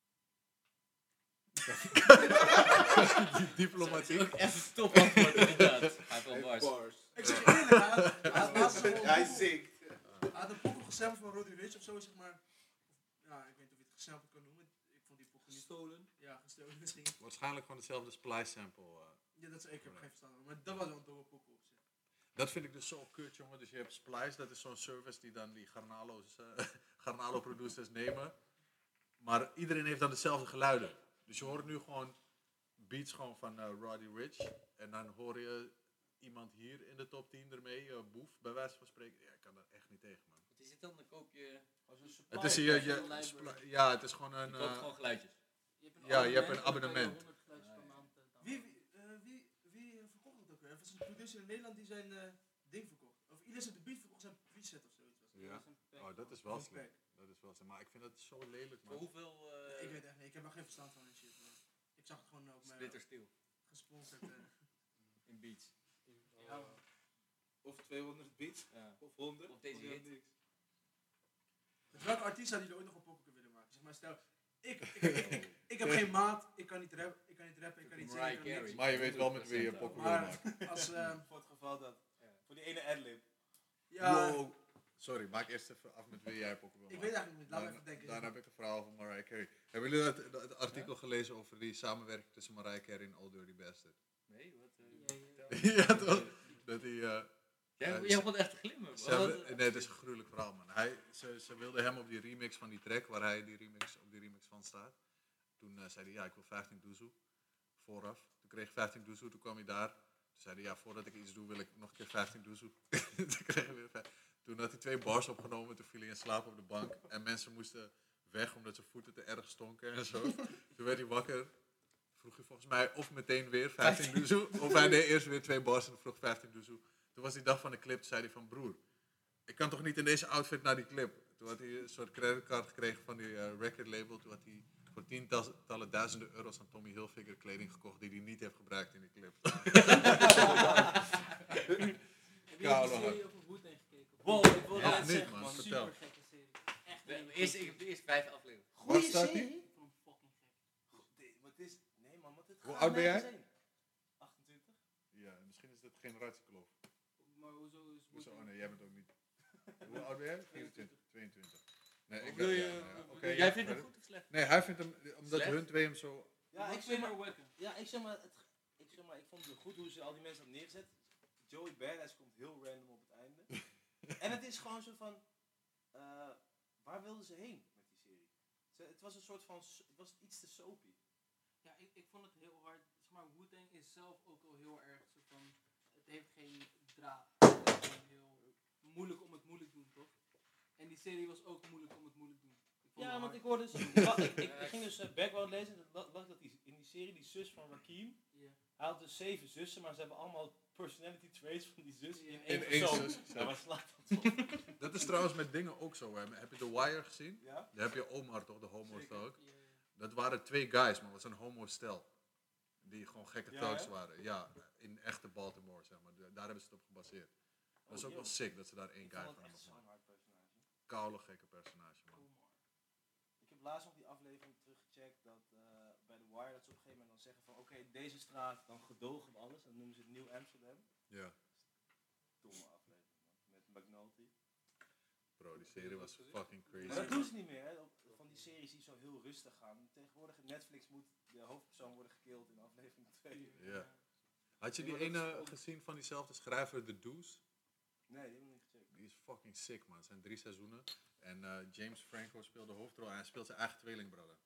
Diplomatiek. Ook echt een top antwoord inderdaad. Hij heeft wel bars. Bars. Ik zeg je eerlijk, hij had- hij had laatst zo'n Hij pokoe- zingt. hij had een pokoe gesampled van Roddy Ricch of zo, zeg maar. Of, ja, ik weet niet of je het gesampled kan noemen. Ik vond die pokoe niet... Gestolen. Ja, gestolen misschien. Waarschijnlijk gewoon hetzelfde splice sample. eh. Ja, dat is, ik heb geen verstand van. Maar dat was wel een domme pokoe op zich. Dat vind ik dus zo kut, jongen. Dus je hebt Splice, dat is zo'n service die dan die Garnalo's, eh, Garnalo producers nemen. Maar iedereen heeft dan dezelfde geluiden. Dus je hoort nu gewoon beats gewoon van eh, Roddy Ricch. En dan hoor je iemand hier in de top tien ermee, uh, Boef, bij wijze van spreken. Ja, ik kan daar echt niet tegen, man. Wat is dit dan? Dan koop je... Als een Het is hier, je, library. spli- ja, het is gewoon een... Je koopt eh, gewoon geluidjes. Je hebt een Ja, je hebt een abonnement, abonnement. dan kan je honderd geluidjes per maand, eh, Wie, wie, eh, wie, wie eh, verkocht het ook weer? Er was een producer in Nederland die zijn eh, ding verkocht. Of Ilis de Beat verkocht zijn preset of zoiets. Was het. Ja. downloaden. Oh, dat is wel Een slim. pack. Dat is wel slim. Maar ik vind dat zo lelijk, Voor man. hoeveel Ja, eh ik weet echt niet, ik heb er geen verstand van en shit. Maar ik zag het gewoon op mijn Splitter Steel gesponsord. eh. in beats? Ja, man. Of tweehonderd beats. Ja. Of honderd. Of deze of helemaal hit. niks. Met welke artiest zou die er ooit nog een pokoe willen maken? Zeg maar, stel, ik, ik, ik, ik, ik heb geen maat, ik kan niet rappen, ik kan niet rappen, ik kan niet zingen, ik kan Mariah niks. Maar je weet wel met wie je pokoe wil Maar maken. als, eh, Voor het geval dat. Voor die ene adlib. ja, Wow. Sorry, maak eerst even af met wie jij pokoe wil ik maken. weet eigenlijk niet, laat me Dan- even denken. Dan heb ik een verhaal van Mariah Carey. Hebben jullie dat, dat, dat artikel gelezen over die samenwerking tussen Mariah Carey en Old Dirty Bastard? Nee, wat? eh, Ja, ja, ja. Ja, toch? Dat die... eh, Jij, Ja, jij begon echt te glimmen. ze Wat- hebben- nee, het is een gruwelijk verhaal, man. Hij, ze, ze wilde hem op die remix van die track, waar hij die remix, op die remix van staat. Toen eh, zei hij, ja, ik wil vijftien doezoe. Vooraf. Toen kreeg ik vijftien doezoe, toen kwam hij daar. Toen zei hij, ja, voordat ik iets doe, wil ik nog een keer vijftien doezoe. Toen kreeg hij weer vijf- Toen had hij twee bars opgenomen, toen viel hij in slaap op de bank. En mensen moesten weg, omdat zijn voeten te erg stonken en zo. Toen werd hij wakker. Vroeg hij volgens mij of meteen weer vijftien doezoe. Of hij deed eerst weer twee bars en vroeg vijftien doezoe. Toen was die dag van de clip, toen zei hij van, broer, ik kan toch niet in deze outfit naar die clip. Toen had hij een soort creditcard gekregen van die uh, record label. Toen had hij voor tientallen duizenden euro's aan Tommy Hilfiger kleding gekocht die hij niet heeft gebruikt in die clip. Heb je Koude die hard. serie over Wu-Tang gekeken? Wow, ik wil Nog net niet, zeggen, man. man. Vertel. Super gekke serie. Echt De een eerste, ik heb de eerste vijf afleveringen. Waar staat hij? Ik vond hem fucking gek. Nee, maar het is... Nee man, wat dit Hoe gaat oud ben jij? nergens heen. achtentwintig? Ja, misschien is dat generatiekloof. Maar hoezo is Hoezo? Oh Wu-Tang? nee, jij bent ook niet. Hoe oud ben jij? vierentwintig, tweeëntwintig. Nee, ik Wil ben... je, ja, nou ja, oké, jij ja, vindt hem verder. goed of slecht? Nee, hij vindt hem, omdat Slecht? hun twee hem zo... Ja, ik ik zeg vind maar... maar wekken. Ja, ik zeg maar... Het, ik zeg maar, ik vond het goed hoe ze al die mensen hadden neergezet. Joey Badass komt heel random op het einde. En het is gewoon zo van... eh, waar wilden ze heen met die serie? Ze, het was een soort van... s- Het was iets te soapy. Ja, ik, ik vond het heel hard. Zeg maar, Wu-Tang is zelf ook al heel erg zo van. Het heeft geen draad. Het is gewoon heel moeilijk om het moeilijk doen, toch? En die serie was ook moeilijk om het moeilijk doen. Ik vond Ja, het want ik hard. hoorde dus... ik, wa- ik, ik, ik ging dus uh, background lezen en dat las ik dat die, in die serie, die zus van Rakim... Ja. Hij had dus zeven zussen, maar ze hebben allemaal personality traits van die zussen in Ja. één In één persoon. zus. Ja, maar slaat dat op. Dat is trouwens met dingen ook zo. Hè. Heb je The Wire gezien? Ja? Daar heb je Omar toch, de homo's Zeker. ook. Ja, ja. Dat waren twee guys, maar het was een homo-stel. Die gewoon gekke Ja, thugs hè? waren. Ja, in echte Baltimore, zeg maar. Da- Daar hebben ze het op gebaseerd. Dat is Oh, ook wel joh. sick dat ze daar één Ik guy vond van het hebben echt zo'n gemaakt. hard personage. Koude gekke personage, man. Omar. Ik heb laatst nog die aflevering teruggecheckt dat eh, bij The Wire dat ze op een gegeven moment dan zeggen van oké, deze straat, dan gedogen we alles. En dan noemen ze het Nieuw Amsterdam. Ja, Domme aflevering, man. Met McNulty. bro, die serie was fucking Maar dat crazy. doen ze niet meer, hè. Op- Van die series die zo heel rustig gaan. Tegenwoordig in Netflix moet de hoofdpersoon worden gekild in aflevering twee. Ja. Had je Ja, die maar dat is ene ook- gezien van diezelfde schrijver, The Deuce? Nee, die heb ik niet gecheckt. Die is fucking sick, man. Het zijn drie seizoenen. En eh, James Franco speelt de hoofdrol en hij speelt zijn eigen tweelingbrother.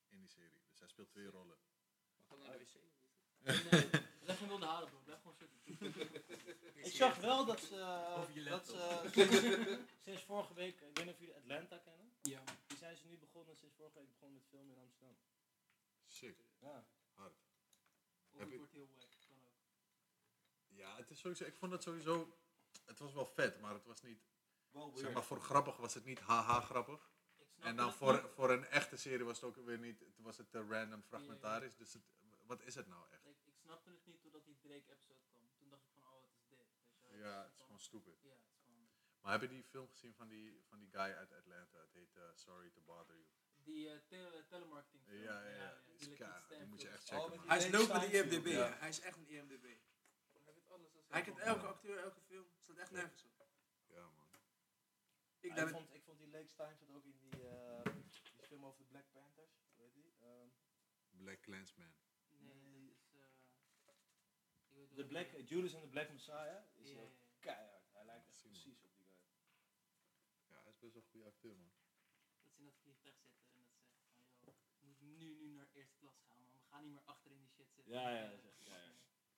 in die serie. Dus hij speelt twee rollen. We gaan naar de wc. Nee, leg hem wel de halen, bro. Blijf gewoon zitten. Ik zag wel dat ze, Over je uh, dat laptop. ze sinds, sinds vorige week, ik weet niet of jullie Atlanta kennen. Ja. Die zijn ze nu begonnen, sinds vorige week begonnen met filmen in Amsterdam. Sick. Ja. Hard. Of Heb het je- wordt heel wack. Kan ook. Ja, het is sowieso, ik vond het sowieso, het was wel vet, maar het was niet, Wel zeg maar voor grappig was het niet haha grappig. Ik snap En dan het voor, niet. voor een echte serie was het ook weer niet, het was het te random fragmentarisch. Dus het, wat is het nou echt? Like, ik snapte het niet totdat die Drake-episode kwam. Toen dacht ik van, oh, het is dit. Weet je wel. Ja, Het het is is gewoon stupid. Ja, het is gewoon... Maar heb je die film gezien van die, van die guy uit Atlanta? Het heet eh, Sorry to Bother You. Die eh, tele telemarketing film. Ja, ja, ja. Die is die keihard. Liquid Die moet je Stamp echt film. checken, Oh, man. Hij is lopen de I M D B, Ja. hè. Hij is echt een I M D B. Hij weet alles. als Hij kent komt. elke acteur, elke film. Staat echt nergens op. Ja, man. Ik Ik, denk, vond, ik vond die Lake Stein zat ook in die, uh, die film over de Black Panthers. Hoe heet die? Um, Black Clansman. Nee, dat is... eh ik weet de wel Black, wie- Judas and the Black Messiah is Ja, ook ja, ja. keihard. Hij lijkt echt Zie, man. precies op die guy. Ja, hij is best wel een goede acteur, man. Dat ze in dat vliegtuig zitten en dat ze zeggen van, joh, we moeten nu, nu naar eerste klas gaan, man. We gaan niet meer achter in die shit zitten. Ja, ja, dat is echt keihard.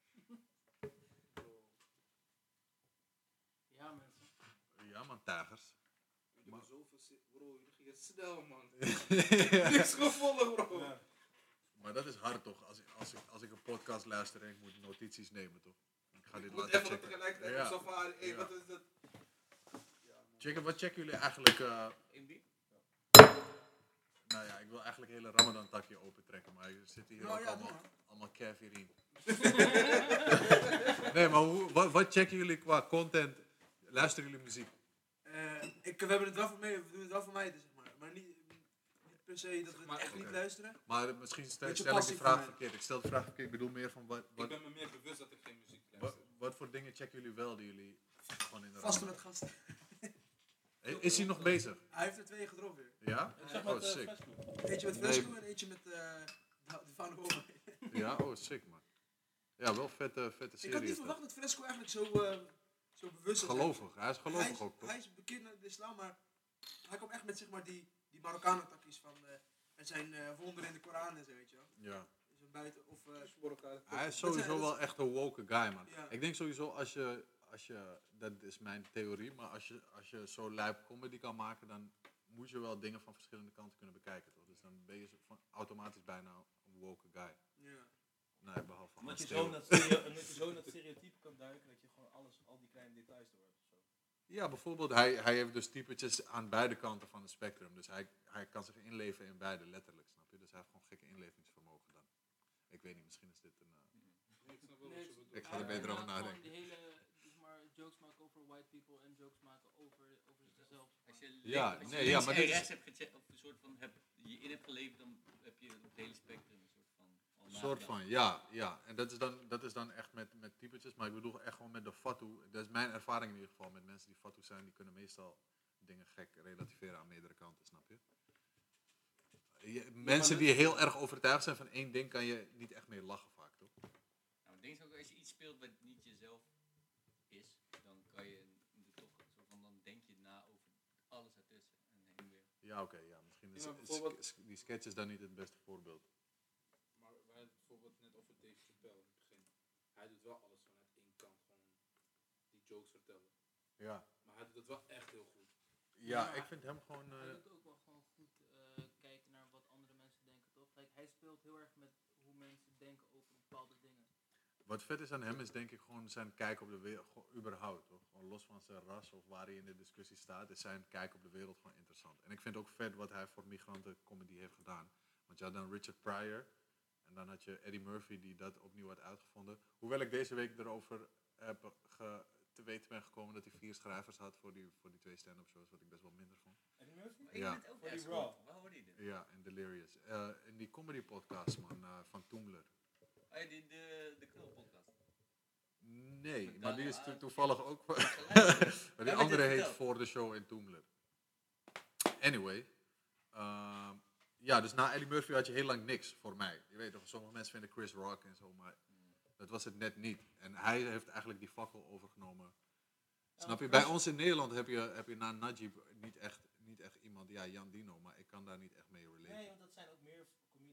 Ja, mensen. Ja, man, tijgers. Jullie Maar- hebben zoveel zin. Bro, jullie gingen snel, man. Ja. Niks gevolgd, bro. Ja. Maar dat is hard toch? Als ik, als, ik, als ik een podcast luister en ik moet notities nemen toch? Ik ga Ik dit moet laten even checken. tegelijkertijd Ja. op safari. Hé, Ja. wat is dat? Checken, wat checken jullie eigenlijk? eh, Eén die? nou ja, ik wil eigenlijk een hele Ramadan takje opentrekken, maar er zitten hier Nou ook ja, allemaal, doe maar. allemaal kefir in. Nee, maar hoe, wat, wat checken jullie qua content? Luisteren jullie muziek? eh, ik, we hebben het wel voor mij, we doen het wel voor mij, zeg maar. Maar niet, niet per se dat we het Maar- echt niet Oké. luisteren. Maar misschien stel, Beetje stel ik de passief vraag van mij. verkeerd. Ik stel de vraag verkeerd. Ik bedoel meer van wat, Ik wat, ben me meer bewust dat ik geen muziek wat, luister. wat voor dingen checken jullie wel die jullie gewoon in de Vasten Ramadan- met gasten. Eh, Is hij nog bezig? Hij heeft er twee gedropt weer. Ja? Ik zag Oh, met uh, sick. Fresco. Eentje met Nee. Fresco en eentje met eh de, de Van Hoven. Ja, oh sick man. Ja, wel vette, vette Ik serie. had niet is dat. verwacht dat Fresco eigenlijk zo, eh, zo bewust was. Gelovig, hij is Hij gelovig is, ook toch? hij is bekend naar de islam, maar hij komt echt met zeg maar die, die Marokkanen-takjes van eh het zijn eh wonderen in de Koran en zo, weet je wel. Ja. Dus een buiten, of, eh, Hij is Dat sowieso zijn- wel echt een woke guy man. Ja. Ik denk sowieso als je, als je, dat is mijn theorie, maar als je, als je zo lijp comedy kan maken, dan moet je wel dingen van verschillende kanten kunnen bekijken toch? Dus dan ben je zo van, automatisch bijna een woke guy. ja. Nee, behalve van Omdat je, Theo. zo naar stereo, omdat je zo naar het stereotype kan duiken dat je gewoon alles, al die kleine details door hebt. of zo. Ja, bijvoorbeeld, hij, hij heeft dus typetjes aan beide kanten van het spectrum. Dus hij, hij kan zich inleven in beide, letterlijk, snap je? Dus hij heeft gewoon gekke inlevingsvermogen dan. Ik weet niet, misschien is dit een... eh, Ik snap wel Nee, wat je bedoelt. Ik ga er beter over inderdaad nadenken. gewoon die hele, zeg maar, jokes maken over white people en jokes maken over, over zichzelf. Als je, Ja, links- als je nee, ja, links maar en dit is- rechts hebt gecheckt, of een soort van heb, je in hebt geleefd, dan heb je op het hele spectrum een soort van... al Een soort nagedacht. van, ja, ja. En dat is dan, dat is dan echt met, met typetjes, maar ik bedoel echt gewoon met de fatu. Dat is mijn ervaring in ieder geval met mensen die fatu zijn, die kunnen meestal dingen gek relativeren aan meerdere kanten, snap je? Je- mensen die heel erg overtuigd zijn van één ding, kan je niet echt mee lachen vaak, toch? Nou, ik denk ook, als je iets speelt wat niet jezelf is, dan kan je er toch een soort van, dan denk je na over alles ertussen en heen en weer. Ja, oké, ja. Misschien is Ja, maar is- bijvoorbeeld- is- die sketch is dan niet het beste voorbeeld. Maar wij hadden het bijvoorbeeld net over Dave Chappelle in het begin. Hij doet wel alles vanuit één kant, gewoon die jokes vertellen. Ja. Maar hij doet het wel echt heel goed. Ja, Ja, ik vind hem gewoon... Hij eh, doet ook wel gewoon goed eh, kijken naar wat andere mensen denken, toch? Like, hij speelt heel erg met hoe mensen denken over bepaalde dingen. Wat vet is aan hem is denk ik gewoon zijn kijk op de wereld, gewoon überhaupt toch? Gewoon los van zijn ras of waar hij in de discussie staat, is zijn kijk op de wereld gewoon interessant. En ik vind ook vet wat hij voor migrantencomedy heeft gedaan. Want je had dan Richard Pryor en dan had je Eddie Murphy die dat opnieuw had uitgevonden. Hoewel ik deze week erover heb ge, te weten ben gekomen dat hij vier schrijvers had voor die, voor die twee stand-up shows, wat ik best wel minder vond. Eddie Murphy? Maar Ja. je bent ook Voor die ergens Raw. gehoord. Waar hoorde je dit? Ja, in Delirious. Eh, in die comedy podcast man, eh, van Toomler. Oh ja, die, de, de knulpodcast. Nee, maar die is to- Daniel toevallig ook... Gelijk. Maar die me andere dit heet verteld. Voor de Show in Toomler. Anyway. ehm, ja, dus na Eddie Murphy had je heel lang niks voor mij. Je weet toch, sommige mensen vinden Chris Rock en zo, maar dat was het net niet. En hij heeft eigenlijk die fakkel overgenomen. Snap je? Bij ons in Nederland heb je, heb je na Najib niet echt, niet echt iemand, ja, Jan Dino, maar ik kan daar niet echt mee relaten. Nee, want dat zijn ook meer comedians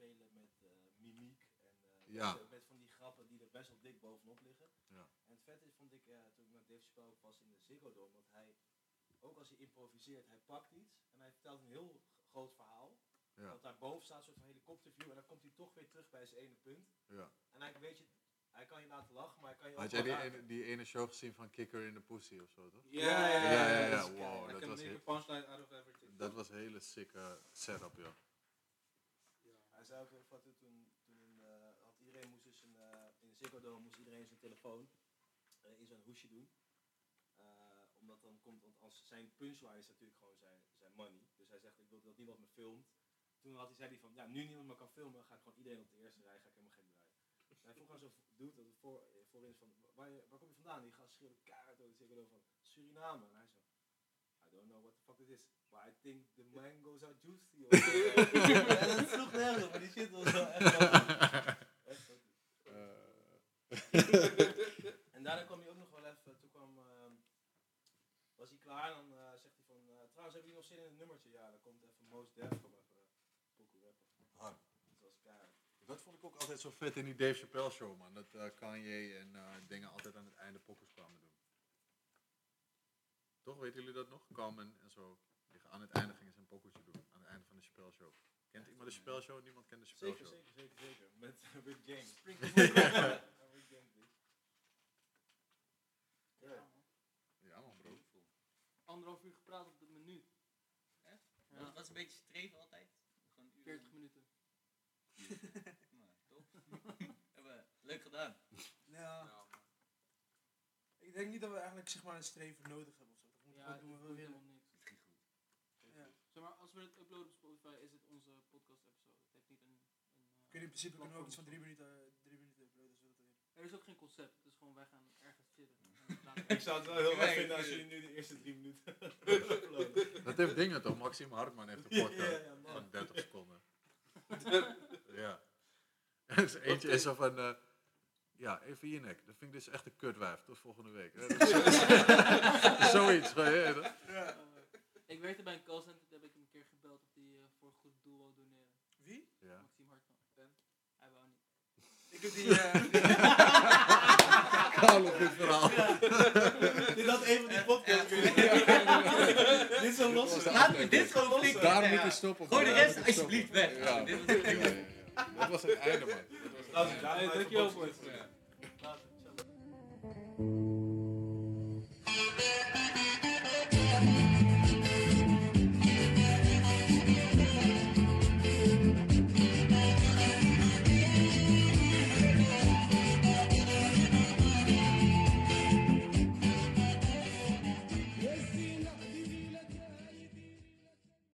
spelen met eh, mimiek en eh, Ja. met, met van die grappen die er best wel dik bovenop liggen. Ja. En het vette vond ik, eh, toen ik met Dave Chappelle ook was in de Ziggo Dome, dat hij, ook als hij improviseert, hij pakt iets en hij vertelt een heel g- groot verhaal. Ja. Dat daarboven staat een soort van helikopterview en dan komt hij toch weer terug bij zijn ene punt. Ja. En hij, weet je, hij kan je laten lachen, maar hij kan je ook Had jij die wel ene, raken. die ene show gezien van Kicker in the Pussy of zo, toch? Ja, ja, ja. Ja, ja, ja, dat is wow, keihard. dat I can was make heel- a punchline out of everything. Dat was een hele sicke setup, ja. Hij zei ook heel wat toen, toen in, eh, had iedereen moest dus een, eh, in de Ziggo Dome moest iedereen zijn telefoon eh, in zo'n hoesje doen. Eh, omdat dan komt, want als zijn punchline is natuurlijk gewoon zijn, zijn money. Dus hij zegt ik wil dat niemand me filmt. Toen had hij, zei hij van ja, nu niemand me kan filmen, dan ga ik gewoon iedereen op de eerste rij, ga ik helemaal gek draaien. En hij vroeg gewoon zo doet dat het voor, eh, voorin is van waar, je- waar kom je vandaan? Die gast schreeuwde keihard door de Ziggo Dome van Suriname. En hij zo I don't know what the fuck this is, but I think the mango's are juicy. Of zo. En dat sloeg nergens op, maar die shit was wel echt wel echt wel goed. En daarna kwam hij ook nog wel even, toen kwam, ehm, was hij klaar en dan eh, zegt hij van, eh, trouwens hebben jullie nog zin in een nummertje? Ja, dan komt even Mos Def, kom even pokoe rappen. Hard. Dat was keihard. Dat vond ik ook altijd zo vet in die Dave Chappelle show, man. Dat eh, Kanye en eh, dingen altijd aan het einde pokkers kwamen doen. Toch, weten jullie dat nog? Common en zo. Die gaan- aan het einde gingen ze een pokkertje doen. Aan het einde van de Chappelle show. Kent iemand de Chappelle show? Niemand kent de Chappelle Zeker, show. zeker, zeker, zeker. Met uh, Rick James. Spring- Rick James, bitch. Ja, Ja. man. Ja man bro. Anderhalf uur gepraat op de minuut. Echt? Ja. Dat was een beetje streven altijd. Gewoon een uur veertig lang. minuten. Nou, top. Hebben we leuk gedaan. Nou, Ja, man. ik denk niet dat we eigenlijk zeg maar een streven nodig hebben of zo. Dat moeten we Ja, gewoon doen dat wat we doet willen. helemaal niks. Het ging goed. Ja. Zeg maar, als we het uploaden op Spotify, is het onze podcast episode. Het heeft niet een... een eh, Kun je in principe kunnen we ook iets van platform drie of zo. minuten, drie minuten uploaden, zodat we Er is ook geen concept. Het is gewoon, wij gaan ergens chillen. En dan Ik zou het wel heel Ja, erg ik- vinden als jullie nu de eerste drie minuten uploaden. Dat heeft dingen toch? Maxime Hartman heeft een Ja, podcast ja, ja, man. van dertig seconden. Ja. Dus eentje is zo van, eh, ja, even je nek. Dat vind ik dus echt een kutwijf. Tot volgende week. Hè. Dat is- Zoiets. Gewoon, hè, dat- Eh, ik werkte bij een callcenter, toen heb ik hem een keer gebeld of hij eh, voor een goed doel wou doneren. Wie? Ja. Maxime Hartman. En? Hij wou niet. Ik heb die... eh, Hallo, goed verhaal. Dit had een van die podcasts kunnen Dit is een losse. Laten we dit gewoon flikken. Daar Ja, moet ja. je stoppen. Gooi de man. Daar rest moet je alsjeblieft stoppen. weg. Ja. Dit was het Ja, ja, ja. Dat was het einde, man. Dat was het Laten we einde. daar Hey, maar even dankjewel boxen. voor het. Later, ciao.